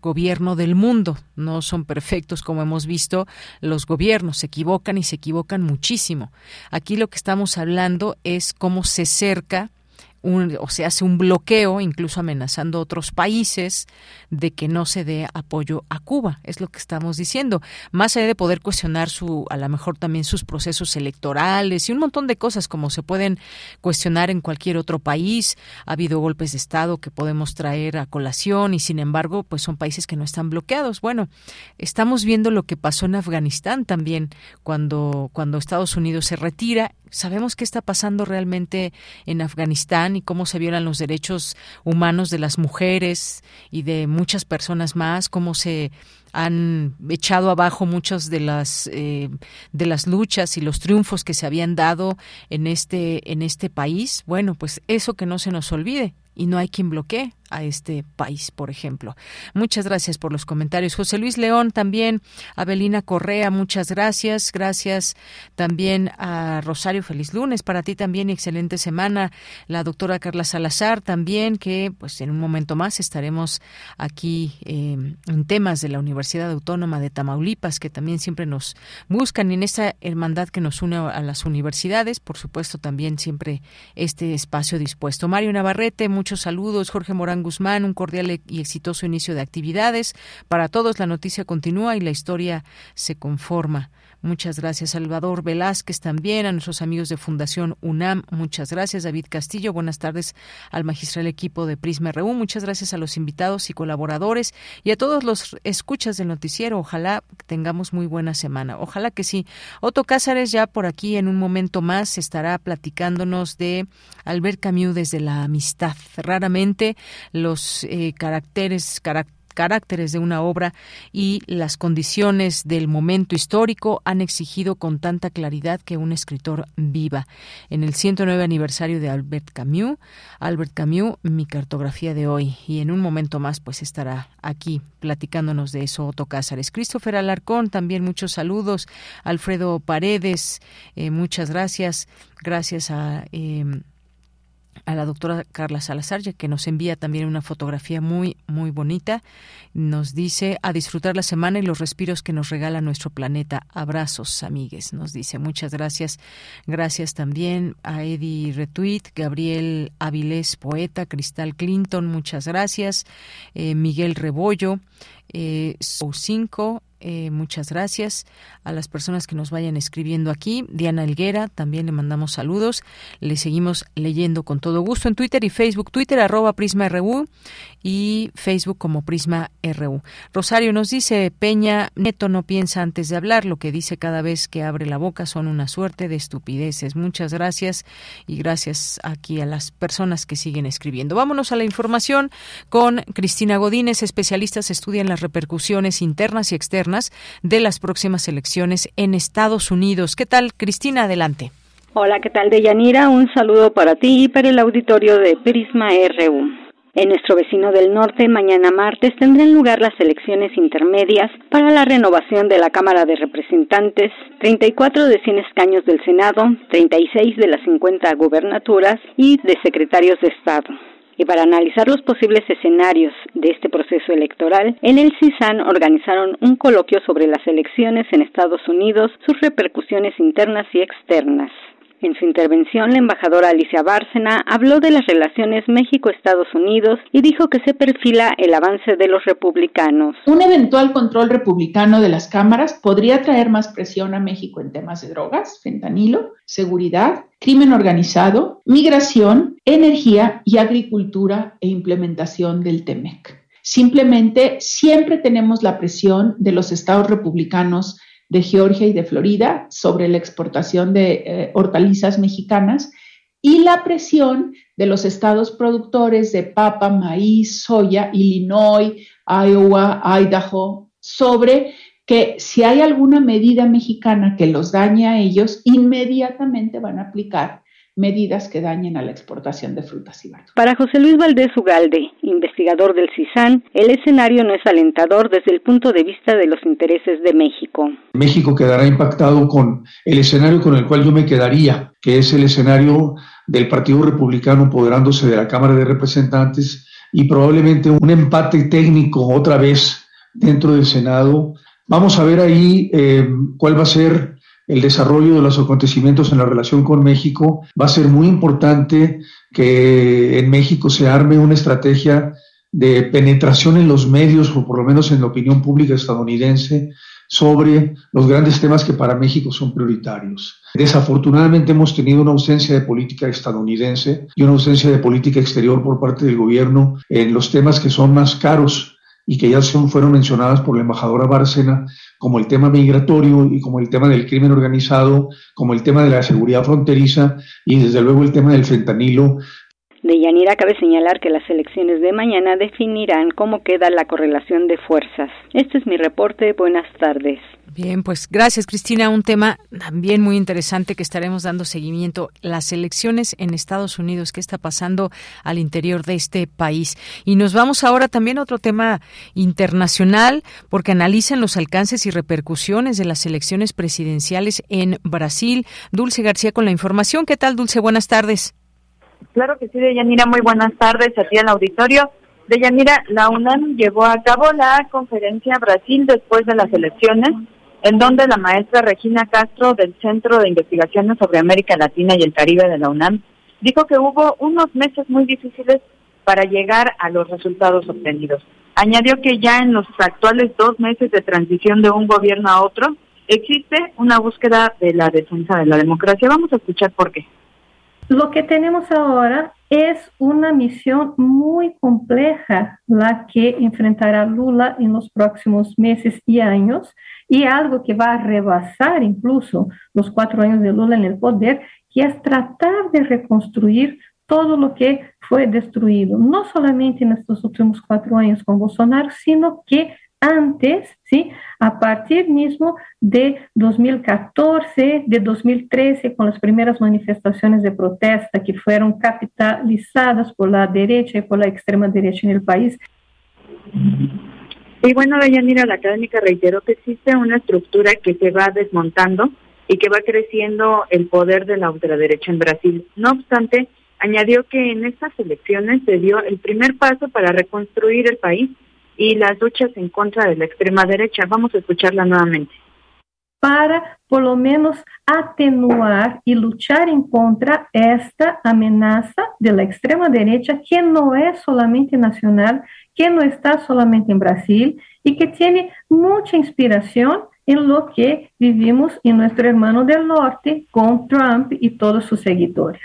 gobierno del mundo. No son perfectos, como hemos visto, los gobiernos se equivocan y se equivocan muchísimo. Aquí lo que estamos hablando es cómo se cerca o se hace un bloqueo, incluso amenazando a otros países de que no se dé apoyo a Cuba, es lo que estamos diciendo. Más allá de poder cuestionar a lo mejor también sus procesos electorales y un montón de cosas como se pueden cuestionar en cualquier otro país. Ha habido golpes de Estado que podemos traer a colación y sin embargo, pues son países que no están bloqueados. Bueno, estamos viendo lo que pasó en Afganistán también cuando Estados Unidos se retira. Sabemos qué está pasando realmente en Afganistán y cómo se violan los derechos humanos de las mujeres y de muchas personas más, cómo se han echado abajo muchas de las luchas y los triunfos que se habían dado en este país. Bueno, pues eso que no se nos olvide. Y no hay quien bloquee a este país, por ejemplo. Muchas gracias por los comentarios. José Luis León también, Abelina Correa, muchas gracias. Gracias también a Rosario, feliz lunes para ti también y excelente semana. La doctora Carla Salazar también, que pues en un momento más estaremos aquí en temas de la Universidad Autónoma de Tamaulipas, que también siempre nos buscan en esa hermandad que nos une a las universidades. Por supuesto, también siempre este espacio dispuesto. Mario Navarrete, muchos saludos. Jorge Morán Guzmán, un cordial y exitoso inicio de actividades. Para todos, la noticia continúa y la historia se conforma. Muchas gracias. Salvador Velázquez también, a nuestros amigos de Fundación UNAM, muchas gracias. David Castillo, buenas tardes al magistral equipo de Prisma RU, muchas gracias a los invitados y colaboradores y a todos los escuchas del noticiero. Ojalá tengamos muy buena semana, ojalá que sí. Otto Cázares ya por aquí en un momento más estará platicándonos de Albert Camus desde la amistad. Raramente los caracteres de una obra y las condiciones del momento histórico han exigido con tanta claridad que un escritor viva. En el 109 aniversario de Albert Camus, mi cartografía de hoy, y en un momento más pues estará aquí platicándonos de eso Otto Cázares. Christopher Alarcón, también muchos saludos. Alfredo Paredes, muchas gracias. Gracias a la doctora Carla Salazar, ya que nos envía también una fotografía muy, muy bonita. Nos dice, a disfrutar la semana y los respiros que nos regala nuestro planeta. Abrazos, amigues, nos dice. Muchas gracias. Gracias también a Eddie Retweet, Gabriel Avilés, poeta, Cristal Clinton, muchas gracias. Miguel Rebollo, Sou5, muchas gracias a las personas que nos vayan escribiendo aquí. Diana Helguera, también le mandamos saludos. Le seguimos leyendo con todo gusto en Twitter y Facebook. Twitter @PrismaRU y Facebook como Prisma RU. Rosario nos dice, Peña Neto no piensa antes de hablar. Lo que dice cada vez que abre la boca son una suerte de estupideces. Muchas gracias y gracias aquí a las personas que siguen escribiendo. Vámonos a la información con Cristina Godínez. Especialistas estudian las repercusiones internas y externas de las próximas elecciones en Estados Unidos. ¿Qué tal, Cristina? Adelante. Hola, ¿qué tal, Deyanira? Un saludo para ti y para el auditorio de Prisma RU. En nuestro vecino del norte, mañana martes, tendrán lugar las elecciones intermedias para la renovación de la Cámara de Representantes, 34 de 100 escaños del Senado, 36 de las 50 gubernaturas y de secretarios de Estado. Y para analizar los posibles escenarios de este proceso electoral, en el CISAN organizaron un coloquio sobre las elecciones en Estados Unidos, sus repercusiones internas y externas. En su intervención, la embajadora Alicia Bárcena habló de las relaciones México-Estados Unidos y dijo que se perfila el avance de los republicanos. Un eventual control republicano de las cámaras podría traer más presión a México en temas de drogas, fentanilo, seguridad, crimen organizado, migración, energía y agricultura e implementación del TEMEC. Simplemente siempre tenemos la presión de los estados republicanos de Georgia y de Florida sobre la exportación de hortalizas mexicanas y la presión de los estados productores de papa, maíz, soya, Illinois, Iowa, Idaho, sobre que si hay alguna medida mexicana que los dañe a ellos, inmediatamente van a aplicar medidas que dañen a la exportación de frutas y verduras. Para José Luis Valdés Ugalde, investigador del CISAN, el escenario no es alentador desde el punto de vista de los intereses de México. México quedará impactado con el escenario con el cual yo me quedaría, que es el escenario del Partido Republicano apoderándose de la Cámara de Representantes y probablemente un empate técnico otra vez dentro del Senado. Vamos a ver ahí cuál va a ser el desarrollo de los acontecimientos en la relación con México. Va a ser muy importante que en México se arme una estrategia de penetración en los medios, o por lo menos en la opinión pública estadounidense, sobre los grandes temas que para México son prioritarios. Desafortunadamente hemos tenido una ausencia de política estadounidense y una ausencia de política exterior por parte del gobierno en los temas que son más caros y que ya fueron mencionadas por la embajadora Bárcena, como el tema migratorio y como el tema del crimen organizado, como el tema de la seguridad fronteriza y desde luego el tema del fentanilo. Deyanira, cabe señalar que las elecciones de mañana definirán cómo queda la correlación de fuerzas. Este es mi reporte. Buenas tardes. Bien, pues gracias, Cristina. Un tema también muy interesante que estaremos dando seguimiento. Las elecciones en Estados Unidos, ¿qué está pasando al interior de este país? Y nos vamos ahora también a otro tema internacional, porque analizan los alcances y repercusiones de las elecciones presidenciales en Brasil. Dulce García con la información. ¿Qué tal, Dulce? Buenas tardes. Claro que sí, Deyanira, muy buenas tardes a ti al auditorio. Deyanira, la UNAM llevó a cabo la conferencia Brasil después de las elecciones, en donde la maestra Regina Castro del Centro de Investigaciones sobre América Latina y el Caribe de la UNAM dijo que hubo unos meses muy difíciles para llegar a los resultados obtenidos. Añadió que ya en los actuales 2 meses de transición de un gobierno a otro, existe una búsqueda de la defensa de la democracia. Vamos a escuchar por qué. Lo que tenemos ahora es una misión muy compleja la que enfrentará Lula en los próximos meses y años, y algo que va a rebasar incluso los 4 años de Lula en el poder, que es tratar de reconstruir todo lo que fue destruido, no solamente en estos últimos 4 años con Bolsonaro, sino que antes, ¿sí? A partir mismo de 2014, de 2013, con las primeras manifestaciones de protesta que fueron capitalizadas por la derecha y por la extrema derecha en el país. Y bueno, Deyanira, la académica reiteró que existe una estructura que se va desmontando y que va creciendo el poder de la ultraderecha en Brasil. No obstante, añadió que en estas elecciones se dio el primer paso para reconstruir el país y las luchas en contra de la extrema derecha. Vamos a escucharla nuevamente. Para, por lo menos, atenuar y luchar en contra esta amenaza de la extrema derecha, que no es solamente nacional, que no está solamente en Brasil y que tiene mucha inspiración en lo que vivimos en nuestro hermano del norte con Trump y todos sus seguidores.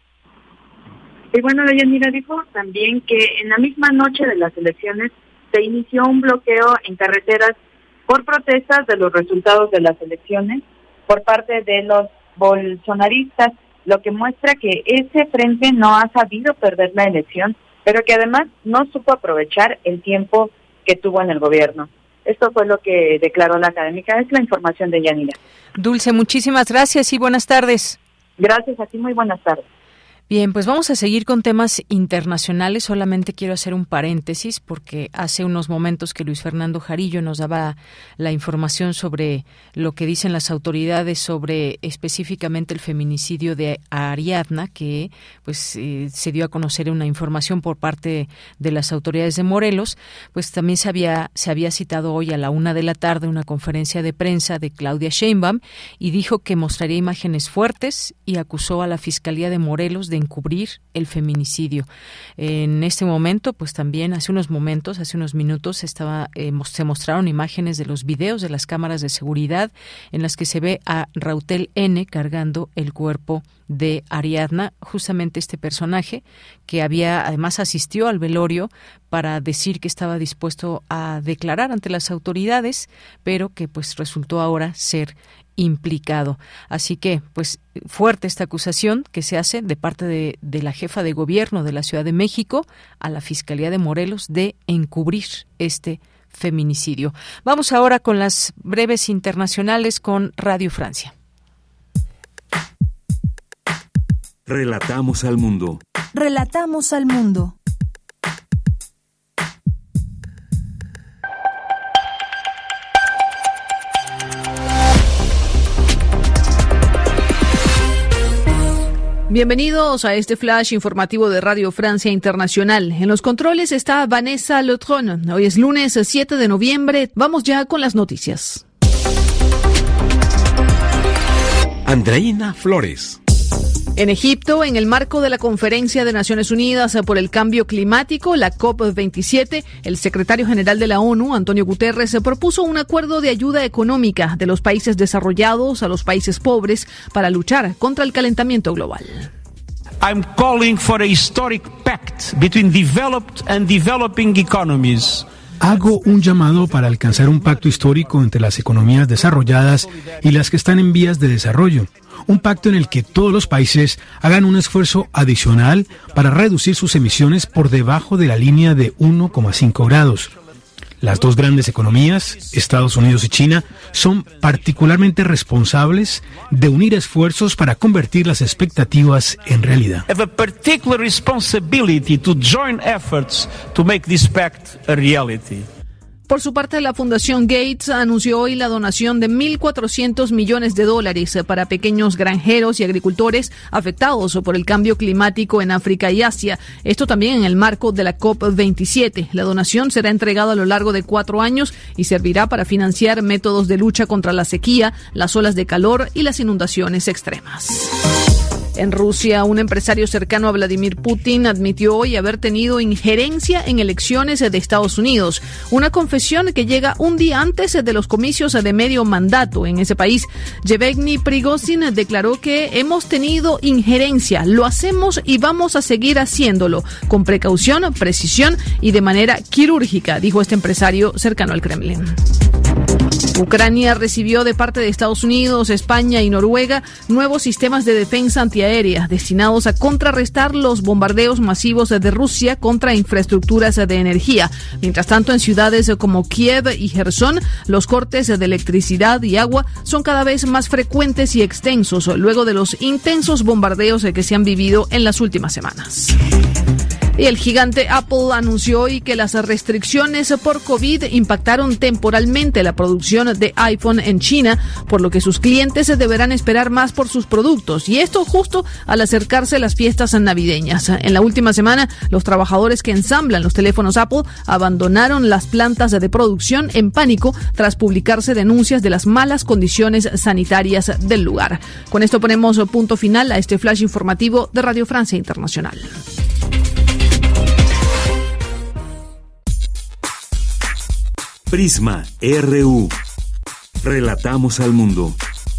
Y bueno, Deyanira dijo también que en la misma noche de las elecciones se inició un bloqueo en carreteras por protestas de los resultados de las elecciones por parte de los bolsonaristas, lo que muestra que ese frente no ha sabido perder la elección, pero que además no supo aprovechar el tiempo que tuvo en el gobierno. Esto fue lo que declaró la académica. Es la información de Yanira. Dulce, muchísimas gracias y buenas tardes. Gracias a ti, muy buenas tardes. Bien, pues vamos a seguir con temas internacionales. Solamente quiero hacer un paréntesis porque hace unos momentos que Luis Fernando Jarillo nos daba la información sobre lo que dicen las autoridades sobre específicamente el feminicidio de Ariadna, que pues se dio a conocer una información por parte de las autoridades de Morelos. Pues también se había citado hoy a la 1:00 p.m. una conferencia de prensa de Claudia Sheinbaum y dijo que mostraría imágenes fuertes y acusó a la Fiscalía de Morelos de encubrir el feminicidio. En este momento, pues también hace unos minutos se mostraron imágenes de los videos de las cámaras de seguridad en las que se ve a Rautel N cargando el cuerpo de Ariadna, justamente este personaje que además asistió al velorio para decir que estaba dispuesto a declarar ante las autoridades, pero que pues resultó ahora ser implicado. Así que, pues, fuerte esta acusación que se hace de parte de la jefa de gobierno de la Ciudad de México a la Fiscalía de Morelos de encubrir este feminicidio. Vamos ahora con las breves internacionales con Radio Francia. Relatamos al mundo. Relatamos al mundo. Bienvenidos a este flash informativo de Radio Francia Internacional. En los controles está Vanessa Lotron. Hoy es lunes 7 de noviembre. Vamos ya con las noticias. Andreina Flores. En Egipto, en el marco de la Conferencia de Naciones Unidas por el Cambio Climático, la COP27, el secretario general de la ONU, Antonio Guterres, propuso un acuerdo de ayuda económica de los países desarrollados a los países pobres para luchar contra el calentamiento global. I'm calling for a historic pact between developed and developing economies. Hago un llamado para alcanzar un pacto histórico entre las economías desarrolladas y las que están en vías de desarrollo. Un pacto en el que todos los países hagan un esfuerzo adicional para reducir sus emisiones por debajo de la línea de 1,5 grados. Las dos grandes economías, Estados Unidos y China, son particularmente responsables de unir esfuerzos para convertir las expectativas en realidad. Have a particular responsibility to join efforts to make this pact a reality. Por su parte, la Fundación Gates anunció hoy la donación de $1.400 millones para pequeños granjeros y agricultores afectados por el cambio climático en África y Asia. Esto también en el marco de la COP27. La donación será entregada a lo largo de 4 años y servirá para financiar métodos de lucha contra la sequía, las olas de calor y las inundaciones extremas. En Rusia, un empresario cercano a Vladimir Putin admitió hoy haber tenido injerencia en elecciones de Estados Unidos. Una confesión que llega un día antes de los comicios de medio mandato en ese país. Yevgeny Prigozhin declaró que hemos tenido injerencia, lo hacemos y vamos a seguir haciéndolo, con precaución, precisión y de manera quirúrgica, dijo este empresario cercano al Kremlin. Ucrania recibió de parte de Estados Unidos, España y Noruega nuevos sistemas de defensa antiaérea destinados a contrarrestar los bombardeos masivos de Rusia contra infraestructuras de energía. Mientras tanto, en ciudades como Kiev y Gerson, los cortes de electricidad y agua son cada vez más frecuentes y extensos luego de los intensos bombardeos que se han vivido en las últimas semanas. Y el gigante Apple anunció hoy que las restricciones por COVID impactaron temporalmente la producción de iPhone en China, por lo que sus clientes deberán esperar más por sus productos. Y esto justo al acercarse las fiestas navideñas. En la última semana, los trabajadores que ensamblan los teléfonos Apple abandonaron las plantas de producción en pánico tras publicarse denuncias de las malas condiciones sanitarias del lugar. Con esto ponemos punto final a este flash informativo de Radio Francia Internacional. Prisma RU. Relatamos al mundo.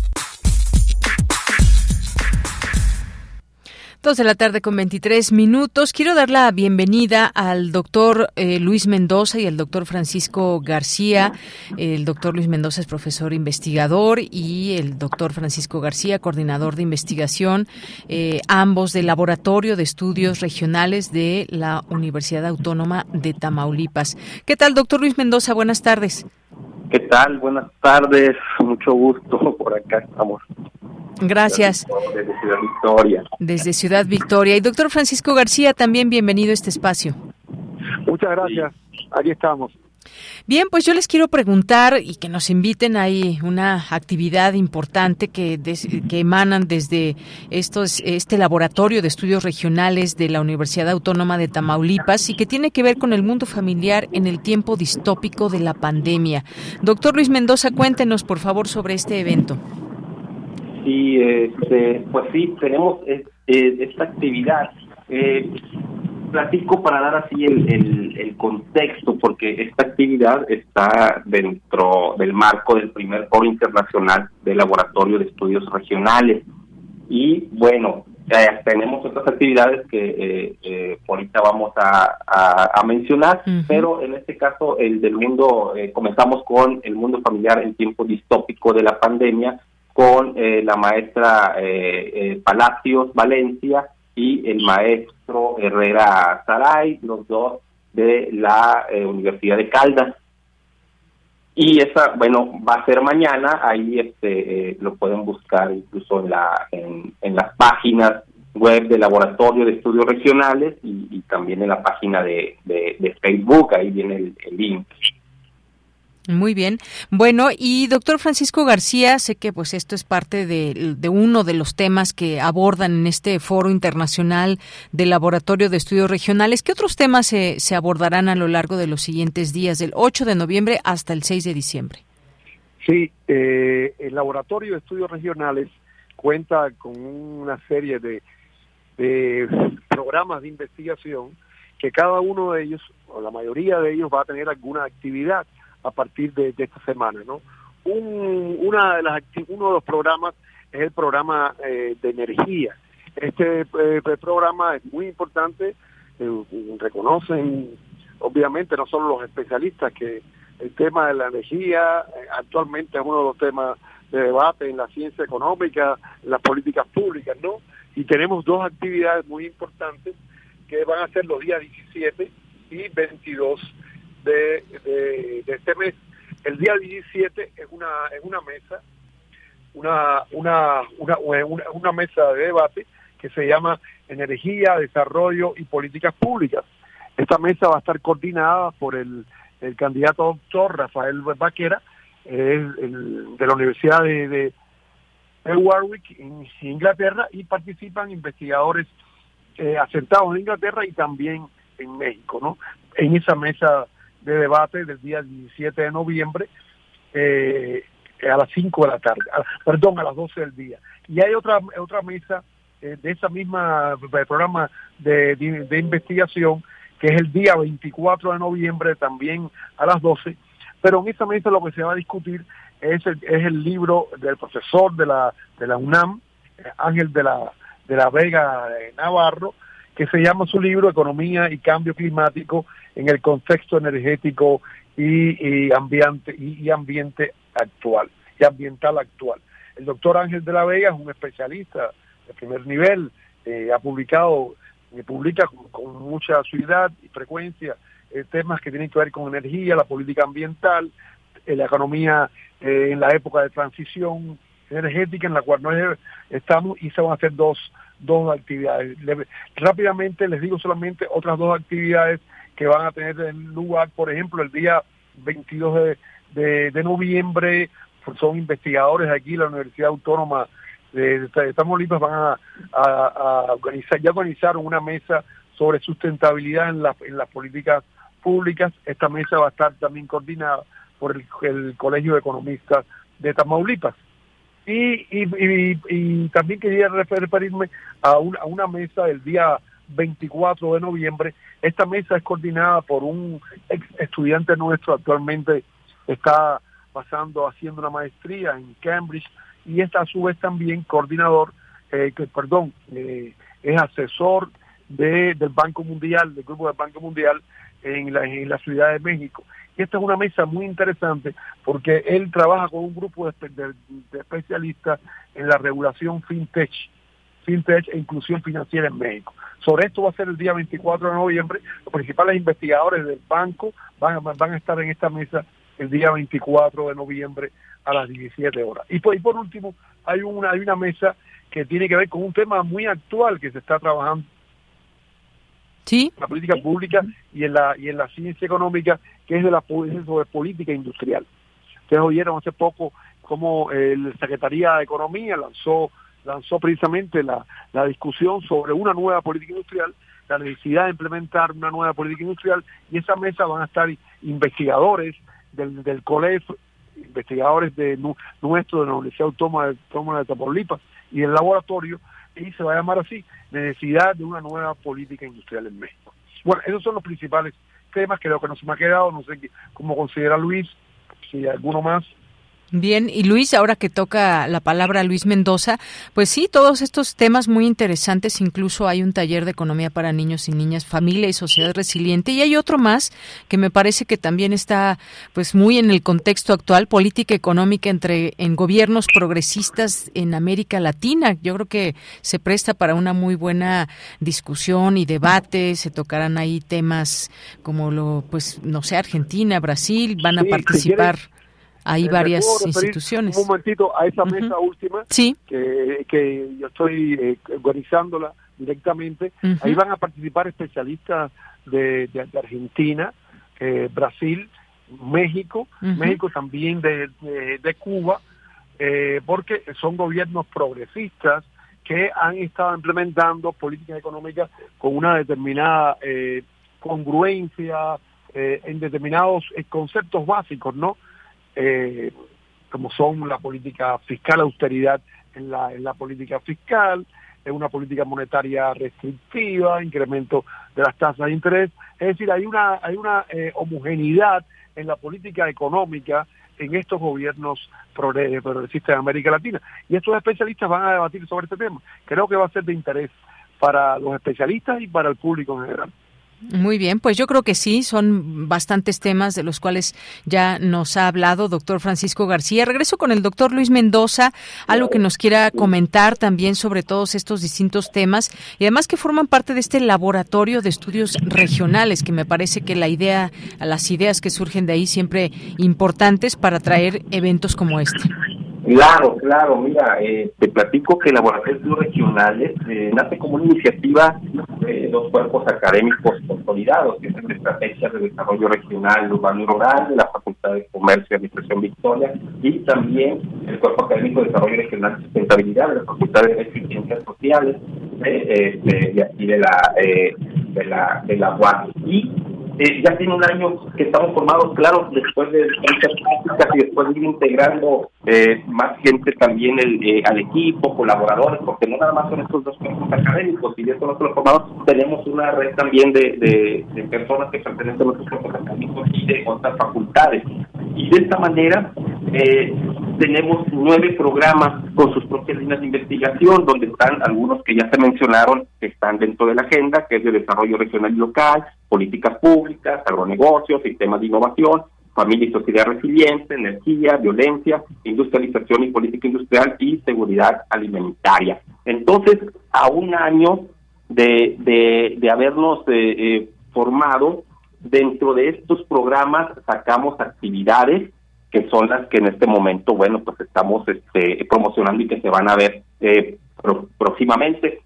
2:23 p.m. Quiero dar la bienvenida al doctor Luis Mendoza y al doctor Francisco García. El doctor Luis Mendoza es profesor investigador y el doctor Francisco García, coordinador de investigación, ambos del Laboratorio de Estudios Regionales de la Universidad Autónoma de Tamaulipas. ¿Qué tal, doctor Luis Mendoza? Buenas tardes. ¿Qué tal? Buenas tardes. Mucho gusto. Por acá estamos. Gracias. Desde Ciudad Victoria. Desde Ciudad Victoria. Y doctor Francisco García, también bienvenido a este espacio. Muchas gracias. Aquí estamos. Bien, pues yo les quiero preguntar y que nos inviten. Hay una actividad importante que emanan desde este laboratorio de estudios regionales de la Universidad Autónoma de Tamaulipas y que tiene que ver con el mundo familiar en el tiempo distópico de la pandemia. Doctor Luis Mendoza, cuéntenos por favor sobre este evento. Sí, pues sí, tenemos esta actividad. Platico para dar así el contexto, porque esta actividad está dentro del marco del primer Foro Internacional de Laboratorio de Estudios Regionales. Y bueno, tenemos otras actividades que ahorita vamos a mencionar, pero en este caso el del mundo, comenzamos con el mundo familiar en tiempo distópico de la pandemia, con la maestra Palacios Valencia y el maestro Herrera Saray, los dos de la Universidad de Caldas. Y esa, bueno, va a ser mañana. Ahí lo pueden buscar incluso en las páginas web del Laboratorio de Estudios Regionales y también en la página de Facebook. Ahí viene el link. Muy bien. Bueno, y doctor Francisco García, sé que pues esto es parte de uno de los temas que abordan en este Foro Internacional del Laboratorio de Estudios Regionales. ¿Qué otros temas se abordarán a lo largo de los siguientes días, del 8 de noviembre hasta el 6 de diciembre? Sí, el Laboratorio de Estudios Regionales cuenta con una serie de programas de investigación que cada uno de ellos, o la mayoría de ellos, va a tener alguna actividad a partir de esta semana, ¿no? Uno de los programas es el programa de energía. Este programa es muy importante, reconocen obviamente no solo los especialistas que el tema de la energía actualmente es uno de los temas de debate en la ciencia económica, en las políticas públicas, ¿no? Y tenemos dos actividades muy importantes que van a ser los días 17 y 22 de este mes. El día 17 es una mesa de debate que se llama Energía, Desarrollo y Políticas Públicas. Esta mesa va a estar coordinada por el candidato doctor Rafael Vaquera, de la Universidad de Warwick en Inglaterra, y participan investigadores asentados en Inglaterra y también en México, ¿no? En esa mesa de debate del día 17 de noviembre a las 5 de la tarde, a las 12 del día. Y hay otra mesa de esa misma programa de investigación, que es el día 24 de noviembre también a las 12, pero en esa mesa lo que se va a discutir es el libro del profesor de la UNAM, Ángel de la Vega Navarro, que se llama su libro Economía y Cambio Climático en el Contexto Energético y ambiente actual, y ambiental actual. El doctor Ángel de la Vega es un especialista de primer nivel, publica con mucha asiduidad y frecuencia temas que tienen que ver con energía, la política ambiental, la economía en la época de transición energética en la cual estamos, y se van a hacer dos actividades. Rápidamente les digo solamente otras dos actividades que van a tener lugar. Por ejemplo, el día 22 de noviembre son investigadores aquí en la Universidad Autónoma de Tamaulipas, van a organizaron una mesa sobre sustentabilidad en las políticas públicas. Esta mesa va a estar también coordinada por el Colegio de Economistas de Tamaulipas. Y también quería referirme a una mesa del día 24 de noviembre. Esta mesa es coordinada por un ex estudiante nuestro, actualmente está haciendo una maestría en Cambridge, y está a su vez también coordinador, es asesor del Banco Mundial, del Grupo del Banco Mundial en la Ciudad de México. Y esta es una mesa muy interesante porque él trabaja con un grupo de especialistas en la regulación fintech e inclusión financiera en México. Sobre esto va a ser el día 24 de noviembre. Los principales investigadores del banco van a estar en esta mesa el día 24 de noviembre a las 17 horas. Y por último, hay una mesa que tiene que ver con un tema muy actual que se está trabajando. ¿Sí? En la política pública y en la ciencia económica, que es sobre política industrial. Ustedes oyeron hace poco cómo la Secretaría de Economía lanzó precisamente la discusión sobre una nueva política industrial, la necesidad de implementar una nueva política industrial, y esa mesa van a estar investigadores del colegio, investigadores de la Universidad Autónoma de Tamaulipas y del laboratorio, y se va a llamar así, necesidad de una nueva política industrial en México. Bueno, esos son los principales temas, creo que no se me ha quedado, no sé cómo considera Luis, si hay alguno más. Bien, y Luis, ahora que toca la palabra Luis Mendoza, pues sí, todos estos temas muy interesantes, incluso hay un taller de economía para niños y niñas, familia y sociedad resiliente, y hay otro más que me parece que también está pues muy en el contexto actual, política económica en gobiernos progresistas en América Latina. Yo creo que se presta para una muy buena discusión y debate, se tocarán ahí temas como Argentina, Brasil, van a participar. Hay varias instituciones. Un momentito a esa mesa última, sí, que yo estoy organizándola directamente. Ahí van a participar especialistas de Argentina, Brasil, México, México también de Cuba, porque son gobiernos progresistas que han estado implementando políticas económicas con una determinada congruencia en determinados conceptos básicos, ¿no? Como son la política fiscal, austeridad en la política fiscal, una política monetaria restrictiva, incremento de las tasas de interés. Es decir, hay una homogeneidad en la política económica en estos gobiernos progresistas de América Latina. Y estos especialistas van a debatir sobre este tema. Creo que va a ser de interés para los especialistas y para el público en general. Muy bien, pues yo creo que sí, son bastantes temas de los cuales ya nos ha hablado doctor Francisco García. Regreso con el doctor Luis Mendoza, algo que nos quiera comentar también sobre todos estos distintos temas y además que forman parte de este laboratorio de estudios regionales, que me parece que las ideas que surgen de ahí siempre importantes para traer eventos como este. Claro, mira, te platico que el Laboratorio de Estudios Regionales nace como una iniciativa de dos cuerpos académicos consolidados, que es el de Estrategias de Desarrollo Regional Urbano y Rural de la Facultad de Comercio y Administración Victoria, y también el Cuerpo Académico de Desarrollo Regional y Sustentabilidad de la Facultad de Derecho y Ciencias Sociales de aquí de la UAS. Y ya tiene un año que estamos formados, claro, después de muchas prácticas y después de ir integrando más gente también al equipo, colaboradores, porque no nada más son estos dos cuerpos académicos, y de estos nosotros formados tenemos una red también de personas que pertenecen a nuestros cuerpos académicos y de otras facultades. Y de esta manera tenemos 9 programas con sus propias líneas de investigación, donde están algunos que ya se mencionaron, que están dentro de la agenda, que es de desarrollo regional y local, políticas públicas, agronegocios, sistemas de innovación, familia y sociedad resiliente, energía, violencia, industrialización y política industrial y seguridad alimentaria. Entonces, a un año de habernos formado, dentro de estos programas sacamos actividades que son las que en este momento, bueno, pues estamos promocionando y que se van a ver próximamente.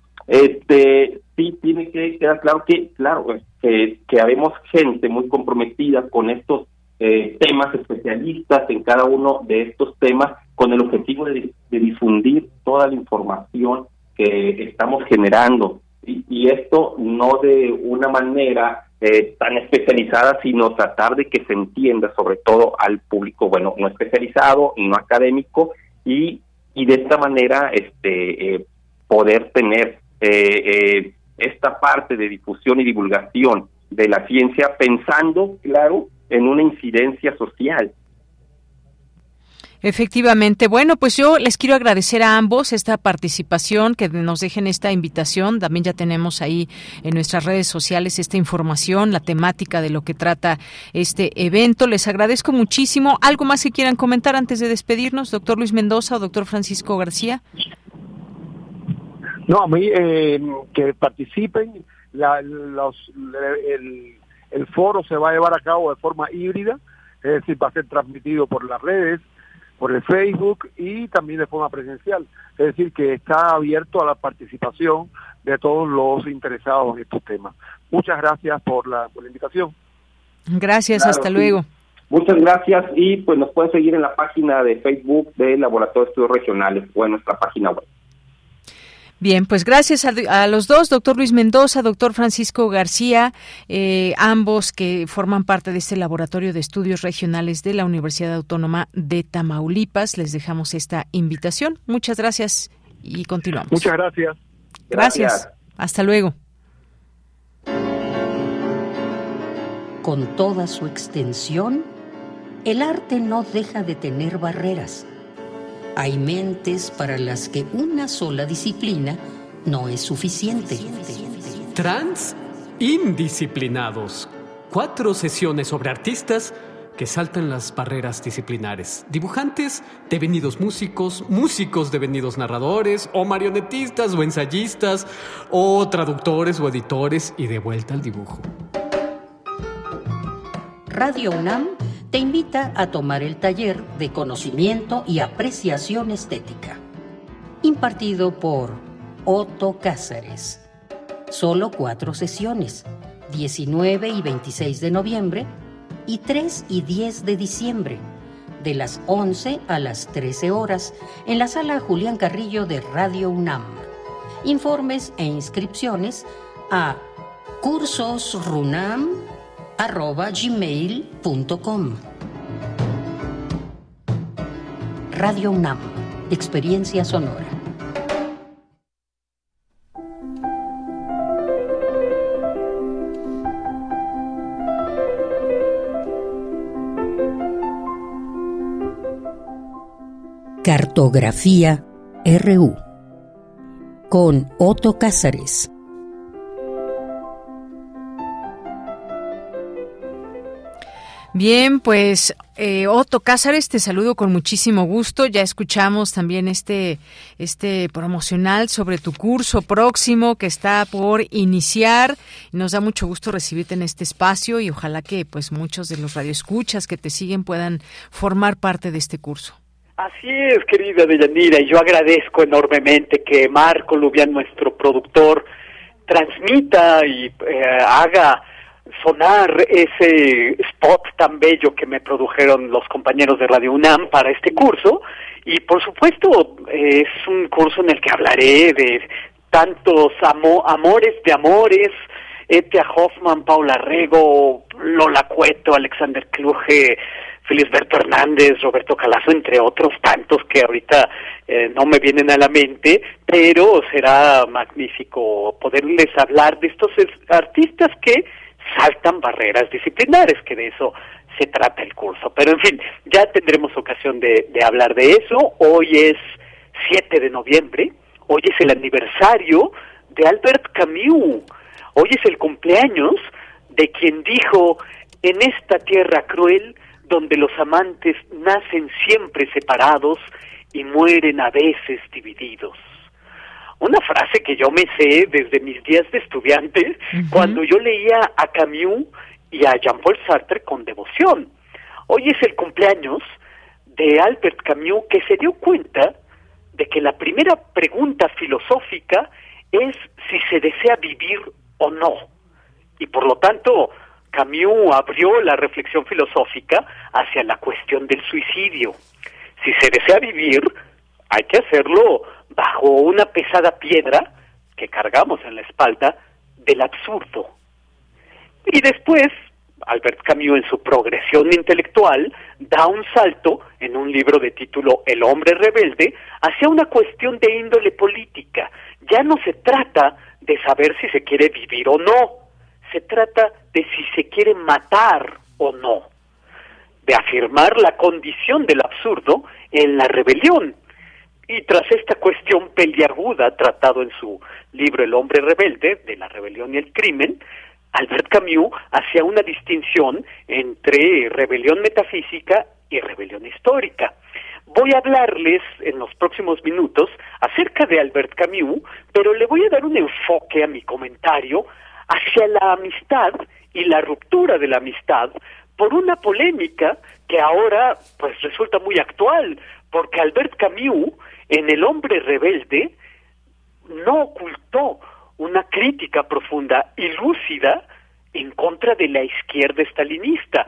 Sí, tiene que quedar claro que habemos gente muy comprometida con estos temas, especialistas en cada uno de estos temas, con el objetivo de difundir toda la información que estamos generando, y esto no de una manera tan especializada, sino tratar de que se entienda sobre todo al público, bueno, no especializado, no académico, y de esta manera poder tener esta parte de difusión y divulgación de la ciencia, pensando, claro, en una incidencia social. Efectivamente. Bueno, pues yo les quiero agradecer a ambos esta participación, que nos dejen esta invitación. También ya tenemos ahí en nuestras redes sociales esta información, la temática de lo que trata este evento. Les agradezco muchísimo. ¿Algo más que quieran comentar antes de despedirnos, doctor Luis Mendoza o doctor Francisco García? No, a mí que participen. El foro se va a llevar a cabo de forma híbrida, es decir, va a ser transmitido por las redes, por el Facebook y también de forma presencial. Es decir, que está abierto a la participación de todos los interesados en estos temas. Muchas gracias por la invitación. Gracias, claro, hasta luego. Muchas gracias, y pues nos pueden seguir en la página de Facebook del Laboratorio de Estudios Regionales o en nuestra página web. Bien, pues gracias a los dos, doctor Luis Mendoza, doctor Francisco García, ambos que forman parte de este Laboratorio de Estudios Regionales de la Universidad Autónoma de Tamaulipas. Les dejamos esta invitación. Muchas gracias y continuamos. Muchas gracias. Gracias. Hasta luego. Con toda su extensión, el arte no deja de tener barreras. Hay mentes para las que una sola disciplina no es suficiente. Trans indisciplinados. 4 sesiones sobre artistas que saltan las barreras disciplinares. Dibujantes devenidos músicos, músicos devenidos narradores, o marionetistas o ensayistas, o traductores o editores, y de vuelta al dibujo. Radio UNAM te invita a tomar el taller de conocimiento y apreciación estética, impartido por Otto Cázares. Solo 4 sesiones, 19 y 26 de noviembre, y 3 y 10 de diciembre, de las 11 a las 13 horas, en la sala Julián Carrillo de Radio UNAM. Informes e inscripciones a cursosrunam@gmail.com. Radio UNAM, experiencia sonora. Cartografía RU con Otto Cázares. Bien, pues Otto Cázares, te saludo con muchísimo gusto. Ya escuchamos también este promocional sobre tu curso próximo que está por iniciar. Nos da mucho gusto recibirte en este espacio y ojalá que pues muchos de los radioescuchas que te siguen puedan formar parte de este curso. Así es, querida Deyanira, y yo agradezco enormemente que Marco Lubián, nuestro productor, transmita y haga sonar ese spot tan bello que me produjeron los compañeros de Radio UNAM para este curso. Y por supuesto es un curso en el que hablaré de tantos amores de amores, Etia Hoffman, Paula Rego, Lola Cueto, Alexander Kluge, Felisberto Hernández, Roberto Calazo, entre otros tantos que ahorita no me vienen a la mente, pero será magnífico poderles hablar de estos artistas que saltan barreras disciplinares, que de eso se trata el curso. Pero en fin, ya tendremos ocasión de hablar de eso. Hoy es 7 de noviembre, hoy es el aniversario de Albert Camus, hoy es el cumpleaños de quien dijo: en esta tierra cruel, donde los amantes nacen siempre separados y mueren a veces divididos. Una frase que yo me sé desde mis días de estudiante, cuando yo leía a Camus y a Jean-Paul Sartre con devoción. Hoy es el cumpleaños de Albert Camus, que se dio cuenta de que la primera pregunta filosófica es si se desea vivir o no. Y por lo tanto, Camus abrió la reflexión filosófica hacia la cuestión del suicidio. Si se desea vivir, hay que hacerlo bajo una pesada piedra que cargamos en la espalda del absurdo. Y después, Albert Camus, en su progresión intelectual, da un salto en un libro de título El hombre rebelde hacia una cuestión de índole política. Ya no se trata de saber si se quiere vivir o no, se trata de si se quiere matar o no, de afirmar la condición del absurdo en la rebelión. Y tras esta cuestión peliaguda, tratado en su libro El hombre rebelde, de la rebelión y el crimen, Albert Camus hacía una distinción entre rebelión metafísica y rebelión histórica. Voy a hablarles en los próximos minutos acerca de Albert Camus, pero le voy a dar un enfoque a mi comentario hacia la amistad y la ruptura de la amistad por una polémica que ahora pues resulta muy actual, porque Albert Camus en El hombre rebelde no ocultó una crítica profunda y lúcida en contra de la izquierda estalinista,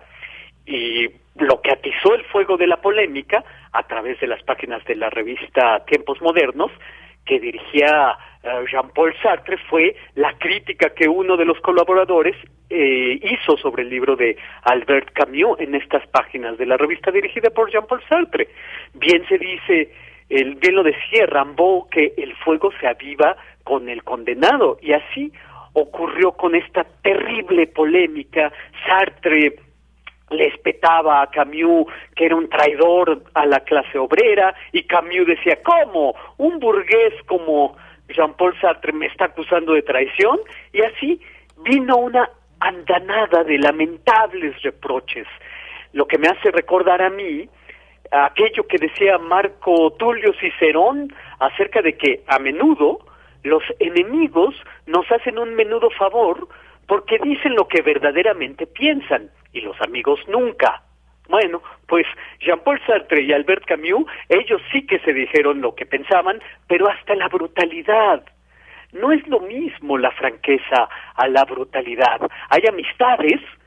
y lo que atizó el fuego de la polémica a través de las páginas de la revista Tiempos Modernos que dirigía Jean-Paul Sartre fue la crítica que uno de los colaboradores hizo sobre el libro de Albert Camus en estas páginas de la revista dirigida por Jean-Paul Sartre. Bien se dice, bien lo decía Rimbaud, que el fuego se aviva con el condenado, y así ocurrió con esta terrible polémica. Sartre le espetaba a Camus que era un traidor a la clase obrera, y Camus decía: ¿cómo? ¿Un burgués como Jean-Paul Sartre me está acusando de traición? Y así vino una andanada de lamentables reproches, lo que me hace recordar a mí aquello que decía Marco Tulio Cicerón acerca de que a menudo los enemigos nos hacen un menudo favor porque dicen lo que verdaderamente piensan, y los amigos nunca. Bueno, pues Jean-Paul Sartre y Albert Camus, ellos sí que se dijeron lo que pensaban, pero hasta la brutalidad. No es lo mismo la franqueza a la brutalidad. Hay amistades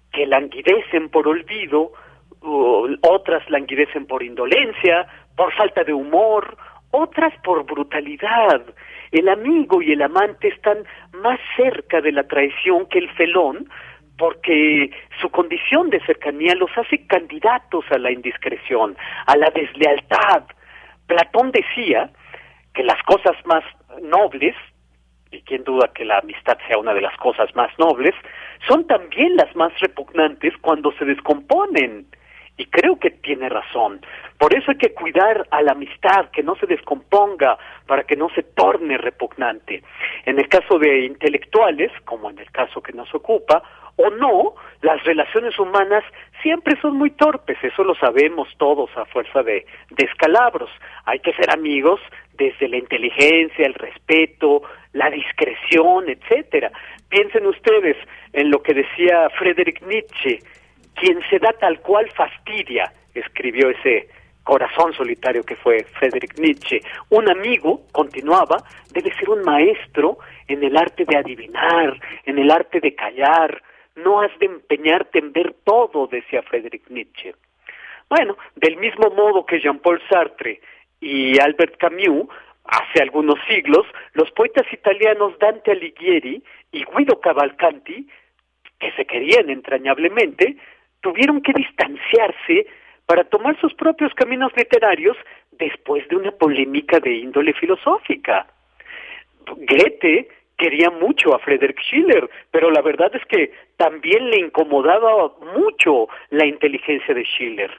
que languidecen por olvido, otras languidecen por indolencia, por falta de humor, otras por brutalidad. El amigo y el amante están más cerca de la traición que el felón, porque su condición de cercanía los hace candidatos a la indiscreción, a la deslealtad. Platón decía que las cosas más nobles, y quién duda que la amistad sea una de las cosas más nobles, son también las más repugnantes cuando se descomponen. Y creo que tiene razón. Por eso hay que cuidar a la amistad, que no se descomponga, para que no se torne repugnante. En el caso de intelectuales, como en el caso que nos ocupa, o no, las relaciones humanas siempre son muy torpes, eso lo sabemos todos a fuerza de descalabros. Hay que ser amigos desde la inteligencia, el respeto, la discreción, etcétera. Piensen ustedes en lo que decía Friedrich Nietzsche: quien se da tal cual fastidia, escribió ese corazón solitario que fue Friedrich Nietzsche. Un amigo, continuaba, debe ser un maestro en el arte de adivinar, en el arte de callar. No has de empeñarte en ver todo, decía Friedrich Nietzsche. Bueno, del mismo modo que Jean-Paul Sartre y Albert Camus, hace algunos siglos, los poetas italianos Dante Alighieri y Guido Cavalcanti, que se querían entrañablemente, tuvieron que distanciarse para tomar sus propios caminos literarios después de una polémica de índole filosófica. Goethe quería mucho a Friedrich Schiller, pero la verdad es que también le incomodaba mucho la inteligencia de Schiller.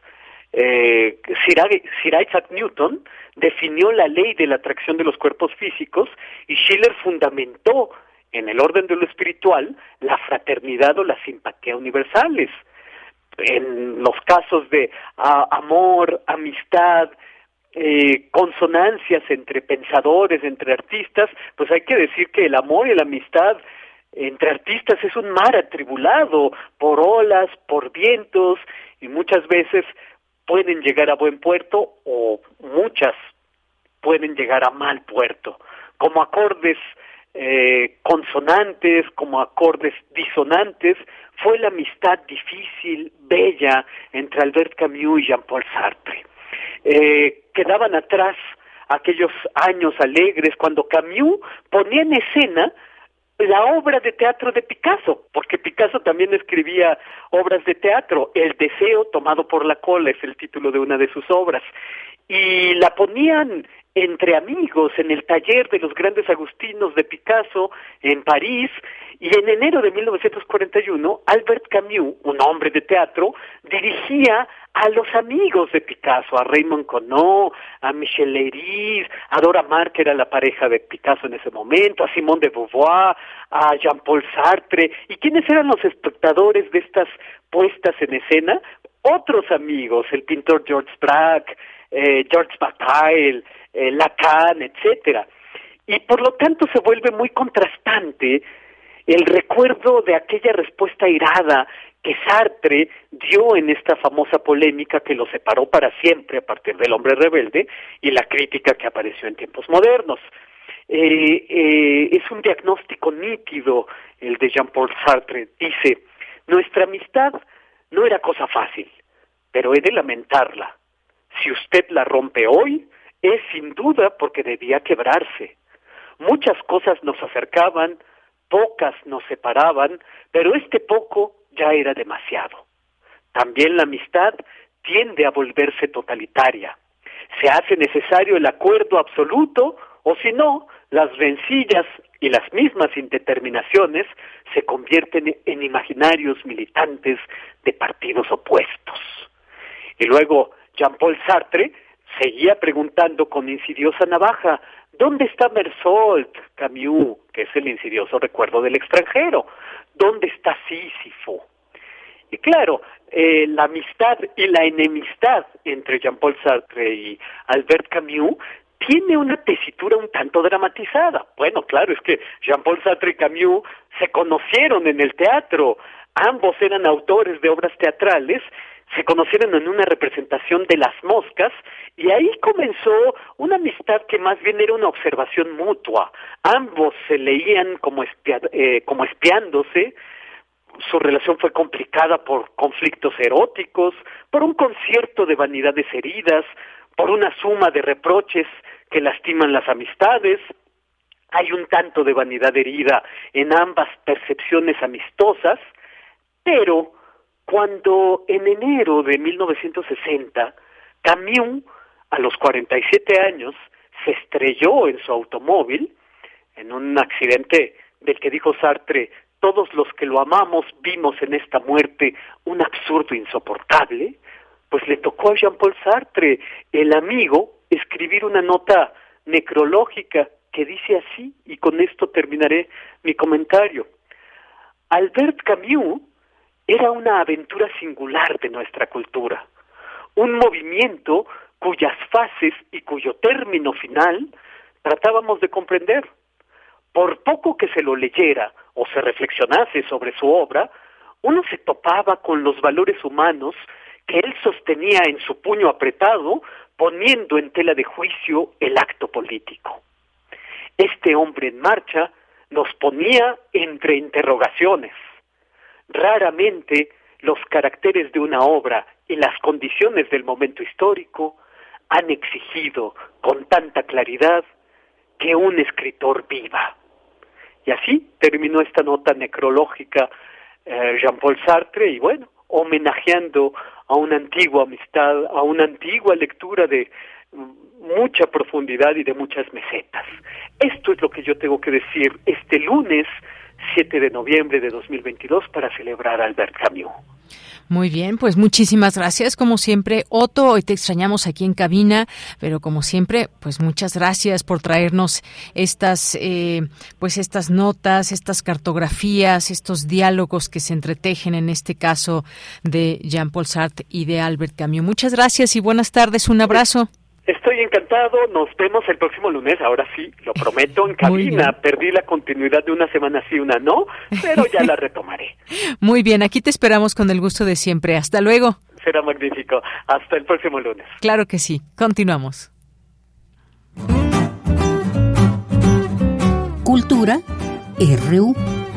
Sir Isaac Newton definió la ley de la atracción de los cuerpos físicos y Schiller fundamentó en el orden de lo espiritual la fraternidad o la simpatía universales. En los casos de amor, amistad, consonancias entre pensadores, entre artistas, pues hay que decir que el amor y la amistad entre artistas es un mar atribulado por olas, por vientos, y muchas veces pueden llegar a buen puerto o muchas pueden llegar a mal puerto, como acordes consonantes, como acordes disonantes. Fue la amistad difícil, bella, entre Albert Camus y Jean-Paul Sartre. Quedaban atrás aquellos años alegres cuando Camus ponía en escena la obra de teatro de Picasso, porque Picasso también escribía obras de teatro. El deseo tomado por la cola es el título de una de sus obras, y la ponían entre amigos en el taller de los grandes agustinos de Picasso en París. Y en enero de 1941, Albert Camus, un hombre de teatro, dirigía a los amigos de Picasso, a Raymond Queneau, a Michel Leiris, a Dora Maar, que era la pareja de Picasso en ese momento, a Simone de Beauvoir, a Jean-Paul Sartre. ¿Y quiénes eran los espectadores de estas puestas en escena? Otros amigos, el pintor Georges Braque, Georges Bataille, Lacan, etcétera. Y por lo tanto se vuelve muy contrastante el recuerdo de aquella respuesta airada que Sartre dio en esta famosa polémica que lo separó para siempre a partir del Hombre Rebelde, y la crítica que apareció en tiempos modernos. Es un diagnóstico nítido el de Jean-Paul Sartre. Dice: nuestra amistad no era cosa fácil, pero he de lamentarla. Si usted la rompe hoy, es sin duda porque debía quebrarse. Muchas cosas nos acercaban, pocas nos separaban, pero este poco ya era demasiado. También la amistad tiende a volverse totalitaria. Se hace necesario el acuerdo absoluto, o si no, las rencillas y las mismas indeterminaciones se convierten en imaginarios militantes de partidos opuestos. Y luego Jean-Paul Sartre seguía preguntando con insidiosa navaja: ¿dónde está Mersault, Camus, que es el insidioso recuerdo del extranjero? ¿Dónde está Sísifo? Y claro, la amistad y la enemistad entre Jean-Paul Sartre y Albert Camus tiene una tesitura un tanto dramatizada. Bueno, claro, es que Jean-Paul Sartre y Camus se conocieron en el teatro. Ambos eran autores de obras teatrales, se conocieron en una representación de Las Moscas, y ahí comenzó una amistad que más bien era una observación mutua. Ambos se leían como espiándose, Su relación fue complicada por conflictos eróticos, por un concierto de vanidades heridas, por una suma de reproches que lastiman las amistades. Hay un tanto de vanidad herida en ambas percepciones amistosas, pero cuando en enero de 1960 Camus, a los 47 años, se estrelló en su automóvil, en un accidente del que dijo Sartre: todos los que lo amamos vimos en esta muerte un absurdo insoportable, pues le tocó a Jean-Paul Sartre, el amigo, escribir una nota necrológica que dice así, y con esto terminaré mi comentario. Albert Camus era una aventura singular de nuestra cultura, un movimiento cuyas fases y cuyo término final tratábamos de comprender. Por poco que se lo leyera o se reflexionase sobre su obra, uno se topaba con los valores humanos que él sostenía en su puño apretado, poniendo en tela de juicio el acto político. Este hombre en marcha nos ponía entre interrogaciones. Raramente los caracteres de una obra y las condiciones del momento histórico han exigido con tanta claridad que un escritor viva. Y así terminó esta nota necrológica Jean-Paul Sartre, y bueno, homenajeando a una antigua amistad, a una antigua lectura de mucha profundidad y de muchas mesetas. Esto es lo que yo tengo que decir este lunes 7 de noviembre de 2022 para celebrar a Albert Camus. Muy bien, pues muchísimas gracias, como siempre, Otto. Hoy te extrañamos aquí en cabina, pero como siempre, pues muchas gracias por traernos estas notas, estas cartografías, estos diálogos que se entretejen en este caso de Jean-Paul Sartre y de Albert Camus. Muchas gracias y buenas tardes. Un abrazo. Estoy encantado, nos vemos el próximo lunes, ahora sí, lo prometo, en cabina. Perdí la continuidad de una semana sí, una no, pero ya la retomaré. Muy bien, aquí te esperamos con el gusto de siempre. Hasta luego. Será magnífico. Hasta el próximo lunes. Claro que sí. Continuamos. Cultura RU.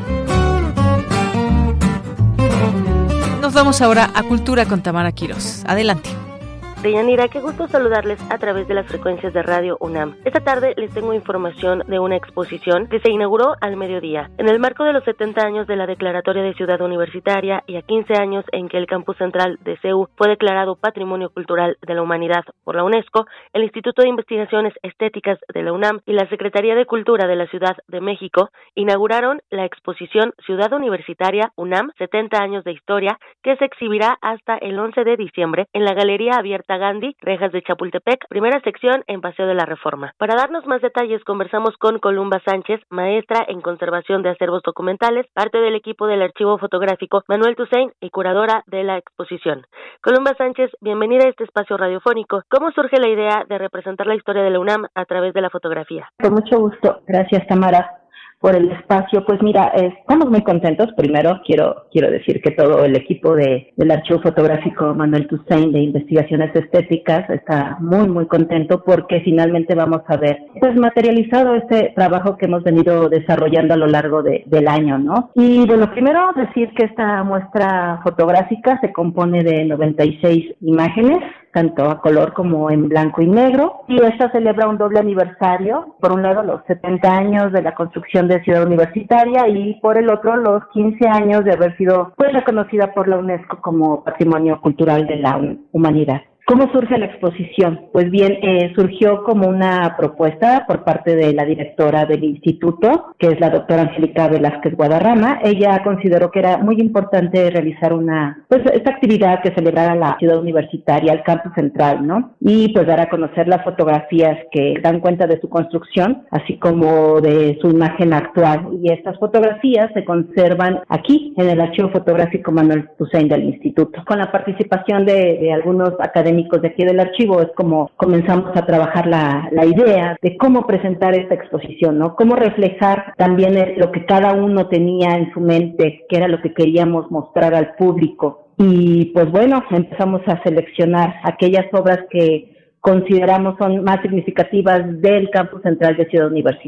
Nos vamos ahora a Cultura con Tamara Quirós. Adelante. Deyanira, qué gusto saludarles a través de las frecuencias de Radio UNAM. Esta tarde les tengo información de una exposición que se inauguró al mediodía. En el marco de los 70 años de la Declaratoria de Ciudad Universitaria y a 15 años en que el campus central de CEU fue declarado Patrimonio Cultural de la Humanidad por la UNESCO, el Instituto de Investigaciones Estéticas de la UNAM y la Secretaría de Cultura de la Ciudad de México inauguraron la exposición Ciudad Universitaria UNAM 70 años de historia, que se exhibirá hasta el 11 de diciembre en la Galería Abierta Gandhi, Rejas de Chapultepec, primera sección en Paseo de la Reforma. Para darnos más detalles conversamos con Columba Sánchez, maestra en conservación de acervos documentales, parte del equipo del archivo fotográfico Manuel Toussaint y curadora de la exposición. Columba Sánchez, bienvenida a este espacio radiofónico. ¿Cómo surge la idea de representar la historia de la UNAM a través de la fotografía? Con mucho gusto. Gracias, Tamara, por el espacio. Pues mira, estamos muy contentos. Primero quiero decir que todo el equipo del archivo fotográfico Manuel Toussaint de Investigaciones Estéticas está muy contento porque finalmente vamos a ver pues materializado este trabajo que hemos venido desarrollando a lo largo del año, ¿no? Y bueno, primero decir que esta muestra fotográfica se compone de 96 imágenes, tanto a color como en blanco y negro, y esta celebra un doble aniversario, por un lado los 70 años de la construcción de Ciudad Universitaria y por el otro los 15 años de haber sido pues reconocida por la UNESCO como Patrimonio Cultural de la Humanidad. ¿Cómo surge la exposición? Pues bien, surgió como una propuesta por parte de la directora del instituto, que es la doctora Angélica Velázquez Guadarrama. Ella consideró que era muy importante realizar esta actividad que celebrara la Ciudad Universitaria, el campus central, ¿no? Y pues dar a conocer las fotografías que dan cuenta de su construcción, así como de su imagen actual. Y estas fotografías se conservan aquí, en el archivo fotográfico Manuel Toussaint del instituto. Con la participación de algunos académicos de aquí del archivo es como comenzamos a trabajar la idea de cómo presentar esta exposición, ¿no? Cómo reflejar también lo que cada uno tenía en su mente, que era lo que queríamos mostrar al público. Y pues bueno, empezamos a seleccionar aquellas obras que consideramos son más significativas del campus central de Ciudad Universitaria.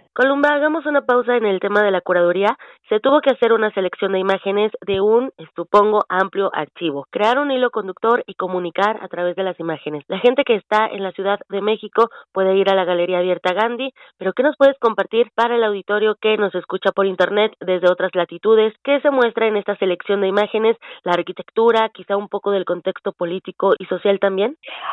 Columba, hagamos una pausa en el tema de la curaduría. Se tuvo que hacer una selección de imágenes de un, supongo, amplio archivo. Crear un hilo conductor y comunicar a través de las imágenes. La gente que está en la Ciudad de México puede ir a la Galería Abierta Gandhi, pero ¿qué nos puedes compartir para el auditorio que nos escucha por internet desde otras latitudes? ¿Qué se muestra en esta selección de imágenes? La arquitectura, quizá un poco del contexto político y social también.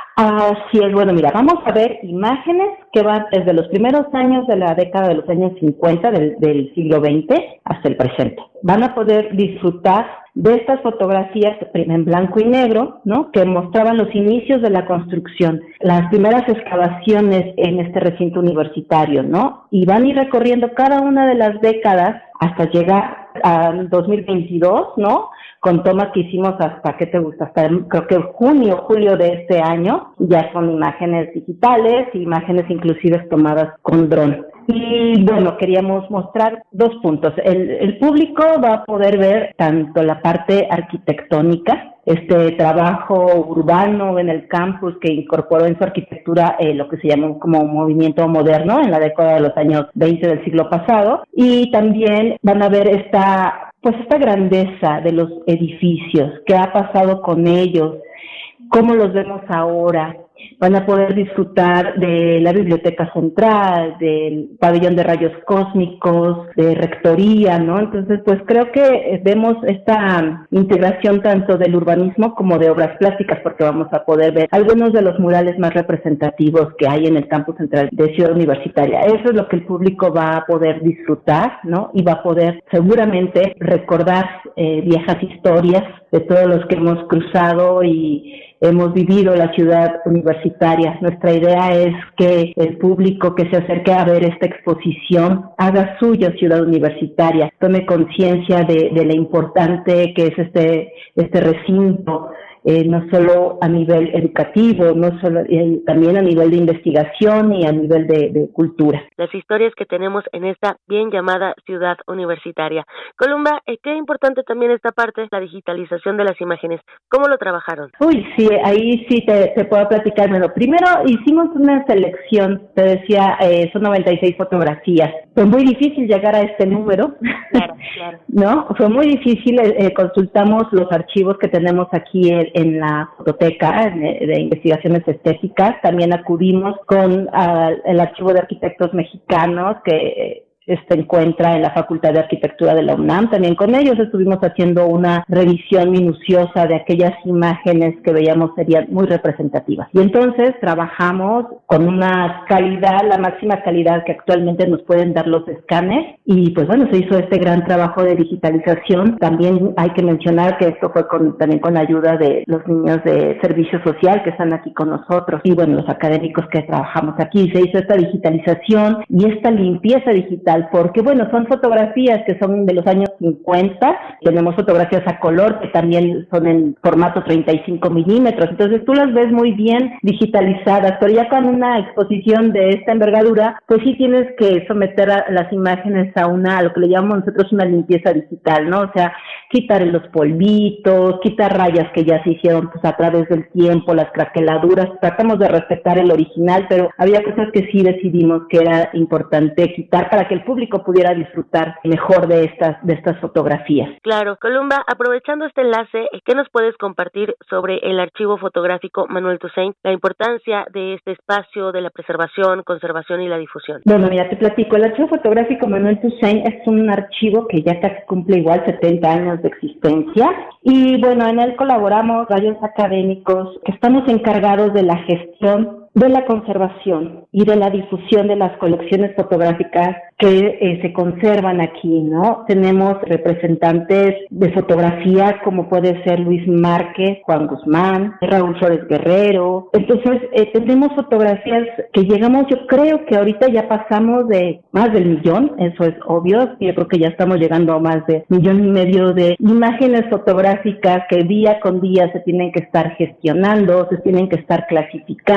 Así es, bueno, mira, vamos a ver imágenes que van desde los primeros años de la década de los años 50 del siglo XX hasta el presente. Van a poder disfrutar de estas fotografías en blanco y negro, ¿no?, que mostraban los inicios de la construcción, las primeras excavaciones en este recinto universitario, ¿no? Y van a ir recorriendo cada una de las décadas hasta llegar a 2022, ¿no?, con tomas que hicimos hasta, ¿qué te gusta?, hasta creo que julio de este año. Ya son imágenes digitales, imágenes inclusive tomadas con dron. Y bueno, queríamos mostrar 2 puntos. El público va a poder ver tanto la parte arquitectónica, este trabajo urbano en el campus que incorporó en su arquitectura lo que se llamó como movimiento moderno en la década de los años 20 del siglo pasado, y también van a ver esta grandeza de los edificios, qué ha pasado con ellos, cómo los vemos ahora. Van a poder disfrutar de la biblioteca central, del pabellón de rayos cósmicos, de rectoría, ¿no? Entonces, pues creo que vemos esta integración tanto del urbanismo como de obras plásticas, porque vamos a poder ver algunos de los murales más representativos que hay en el campus central de Ciudad Universitaria. Eso es lo que el público va a poder disfrutar, ¿no? Y va a poder seguramente recordar viejas historias de todos los que hemos cruzado y hemos vivido la ciudad universitaria. Nuestra idea es que el público que se acerque a ver esta exposición haga suya Ciudad Universitaria, tome conciencia de lo importante que es este recinto, no solo a nivel educativo, no solo también a nivel de investigación y a nivel de cultura. Las historias que tenemos en esta bien llamada Ciudad Universitaria. Columba, qué importante también esta parte, la digitalización de las imágenes. ¿Cómo lo trabajaron? Uy, sí, ahí sí te puedo platicar. Bueno, primero hicimos una selección, te decía, son 96 fotografías. Fue muy difícil llegar a este número, claro. ¿No? Fue muy difícil, consultamos los archivos que tenemos aquí en la fototeca de investigaciones estéticas. También acudimos con el Archivo de Arquitectos Mexicanos, que se encuentra en la Facultad de Arquitectura de la UNAM. También con ellos estuvimos haciendo una revisión minuciosa de aquellas imágenes que veíamos serían muy representativas. Y entonces trabajamos con una calidad, la máxima calidad que actualmente nos pueden dar los escáneres. Y pues bueno, se hizo este gran trabajo de digitalización. También hay que mencionar que esto fue también con ayuda de los niños de servicio social que están aquí con nosotros y bueno, los académicos que trabajamos aquí. Se hizo esta digitalización y esta limpieza digital, porque bueno, son fotografías que son de los años 50, tenemos fotografías a color que también son en formato 35 milímetros, entonces tú las ves muy bien digitalizadas, pero ya con una exposición de esta envergadura, pues sí tienes que someter a las imágenes a lo que le llamamos nosotros una limpieza digital, ¿no? O sea, quitar los polvitos, quitar rayas que ya se hicieron pues a través del tiempo, las craqueladuras. Tratamos de respetar el original, pero había cosas que sí decidimos que era importante quitar para que el público pudiera disfrutar mejor de estas fotografías. Claro. Columba, aprovechando este enlace, ¿qué nos puedes compartir sobre el archivo fotográfico Manuel Toussaint, la importancia de este espacio, de la preservación, conservación y la difusión? Bueno, mira, te platico. El archivo fotográfico Manuel Toussaint es un archivo que ya casi cumple igual 70 años de existencia y bueno, en él colaboramos varios académicos que estamos encargados de la gestión, de la conservación y de la difusión de las colecciones fotográficas que se conservan aquí, ¿no? Tenemos representantes de fotografía como puede ser Luis Márquez, Juan Guzmán, Raúl Flores Guerrero. Entonces, tenemos fotografías que llegamos, yo creo que ahorita ya pasamos de más del 1,000,000, eso es obvio. Yo creo que ya estamos llegando a más de 1,5 millones de imágenes fotográficas que día con día se tienen que estar gestionando, se tienen que estar clasificando, se tienen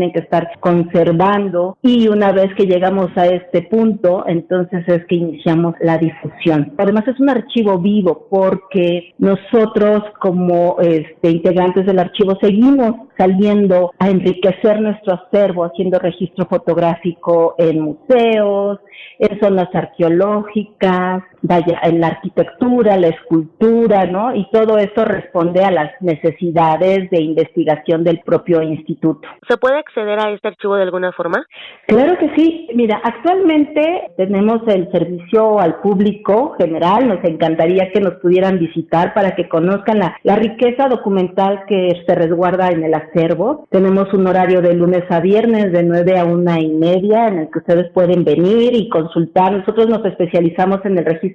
tienen que estar conservando, y una vez que llegamos a este punto, entonces es que iniciamos la difusión. Además es un archivo vivo porque nosotros como integrantes del archivo seguimos saliendo a enriquecer nuestro acervo, haciendo registro fotográfico en museos, en zonas arqueológicas, en la arquitectura, la escultura, ¿no? Y todo eso responde a las necesidades de investigación del propio instituto. ¿Se puede acceder a este archivo de alguna forma? Claro que sí. Mira, actualmente tenemos el servicio al público general. Nos encantaría que nos pudieran visitar para que conozcan la riqueza documental que se resguarda en el acervo. Tenemos un horario de lunes a viernes de 9 a 1:30 en el que ustedes pueden venir y consultar. Nosotros nos especializamos en el registro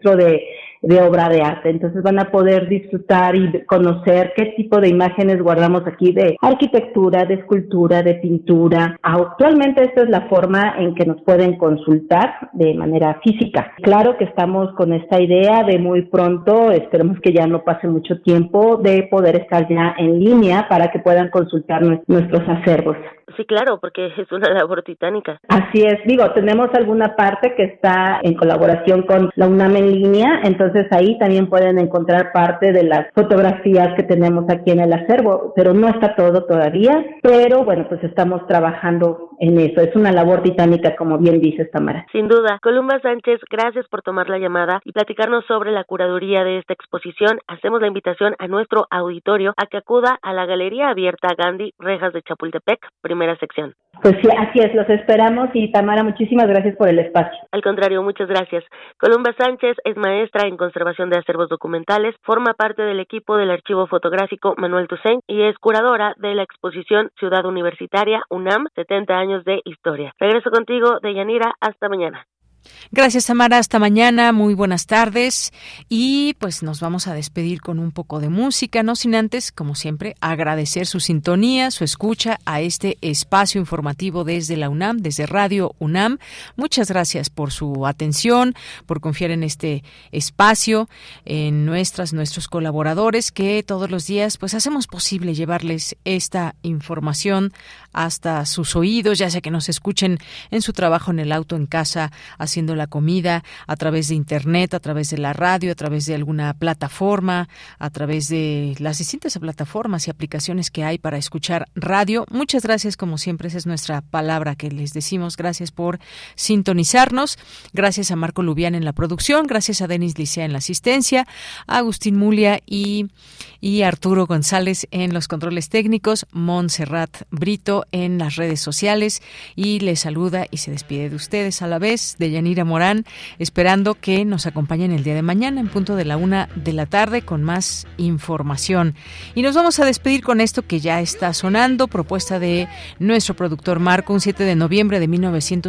de obra de arte, entonces van a poder disfrutar y conocer qué tipo de imágenes guardamos aquí de arquitectura, de escultura, de pintura. Actualmente esta es la forma en que nos pueden consultar de manera física. Claro que estamos con esta idea de muy pronto, esperemos que ya no pase mucho tiempo, de poder estar ya en línea para que puedan consultar nuestros acervos. Sí, claro, porque es una labor titánica. Así es, tenemos alguna parte que está en colaboración con la UNAM en línea, entonces ahí también pueden encontrar parte de las fotografías que tenemos aquí en el acervo, pero no está todo todavía, pero bueno, pues estamos trabajando en eso. Es una labor titánica, como bien dices, Tamara. Sin duda. Columba Sánchez, gracias por tomar la llamada y platicarnos sobre la curaduría de esta exposición. Hacemos la invitación a nuestro auditorio a que acuda a la Galería Abierta Gandhi, Rejas de Chapultepec, primera sección. Pues sí, así es, los esperamos, y Tamara, muchísimas gracias por el espacio. Al contrario, muchas gracias. Columba Sánchez es maestra en conservación de acervos documentales, forma parte del equipo del Archivo Fotográfico Manuel Toussaint y es curadora de la exposición Ciudad Universitaria UNAM, 70 años de historia. Regreso contigo, Deyanira, hasta mañana. Gracias, Tamara, hasta mañana, muy buenas tardes, y pues nos vamos a despedir con un poco de música, no sin antes, como siempre, agradecer su sintonía, su escucha a este espacio informativo desde la UNAM, desde Radio UNAM. Muchas gracias por su atención, por confiar en este espacio, en nuestros colaboradores que todos los días pues hacemos posible llevarles esta información hasta sus oídos, ya sea que nos escuchen en su trabajo, en el auto, en casa, haciendo la comida, a través de internet, a través de la radio, a través de alguna plataforma, a través de las distintas plataformas y aplicaciones que hay para escuchar radio. Muchas gracias, como siempre, esa es nuestra palabra que les decimos. Gracias por sintonizarnos. Gracias a Marco Lubián en la producción, gracias a Denis Licea en la asistencia, a Agustín Mulia y Arturo González en los controles técnicos, Montserrat Brito en las redes sociales, y les saluda y se despide de ustedes a la vez de Yanira Morán, esperando que nos acompañen el día de mañana en punto de la 1:00 p.m. con más información. Y nos vamos a despedir con esto que ya está sonando, propuesta de nuestro productor Marco. Un 7 de noviembre de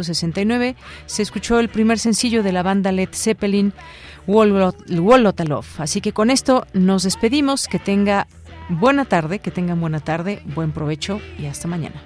1969 se escuchó el primer sencillo de la banda Led Zeppelin, Wall-Lotta Love. Así que con esto nos despedimos. Que tengan buena tarde, buen provecho y hasta mañana.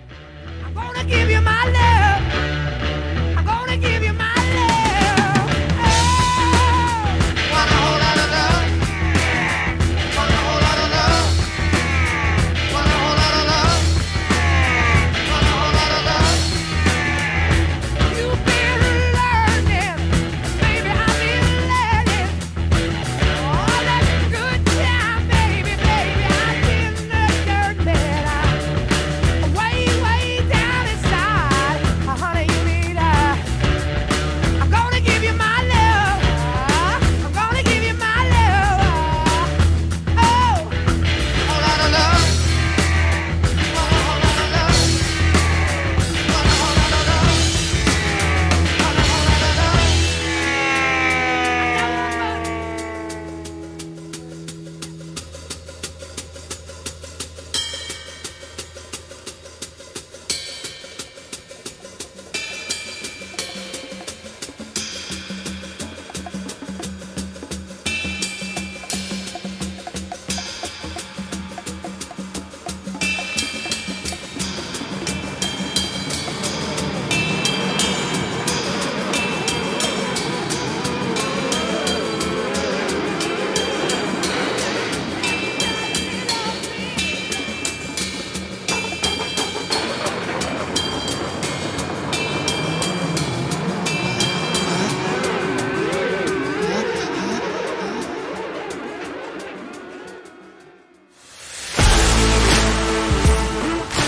Honey, you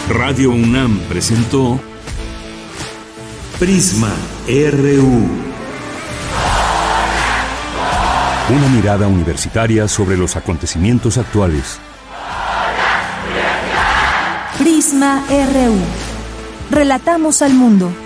Radio UNAM presentó Prisma RU. Una mirada universitaria sobre los acontecimientos actuales. Prisma RU. Relatamos al mundo.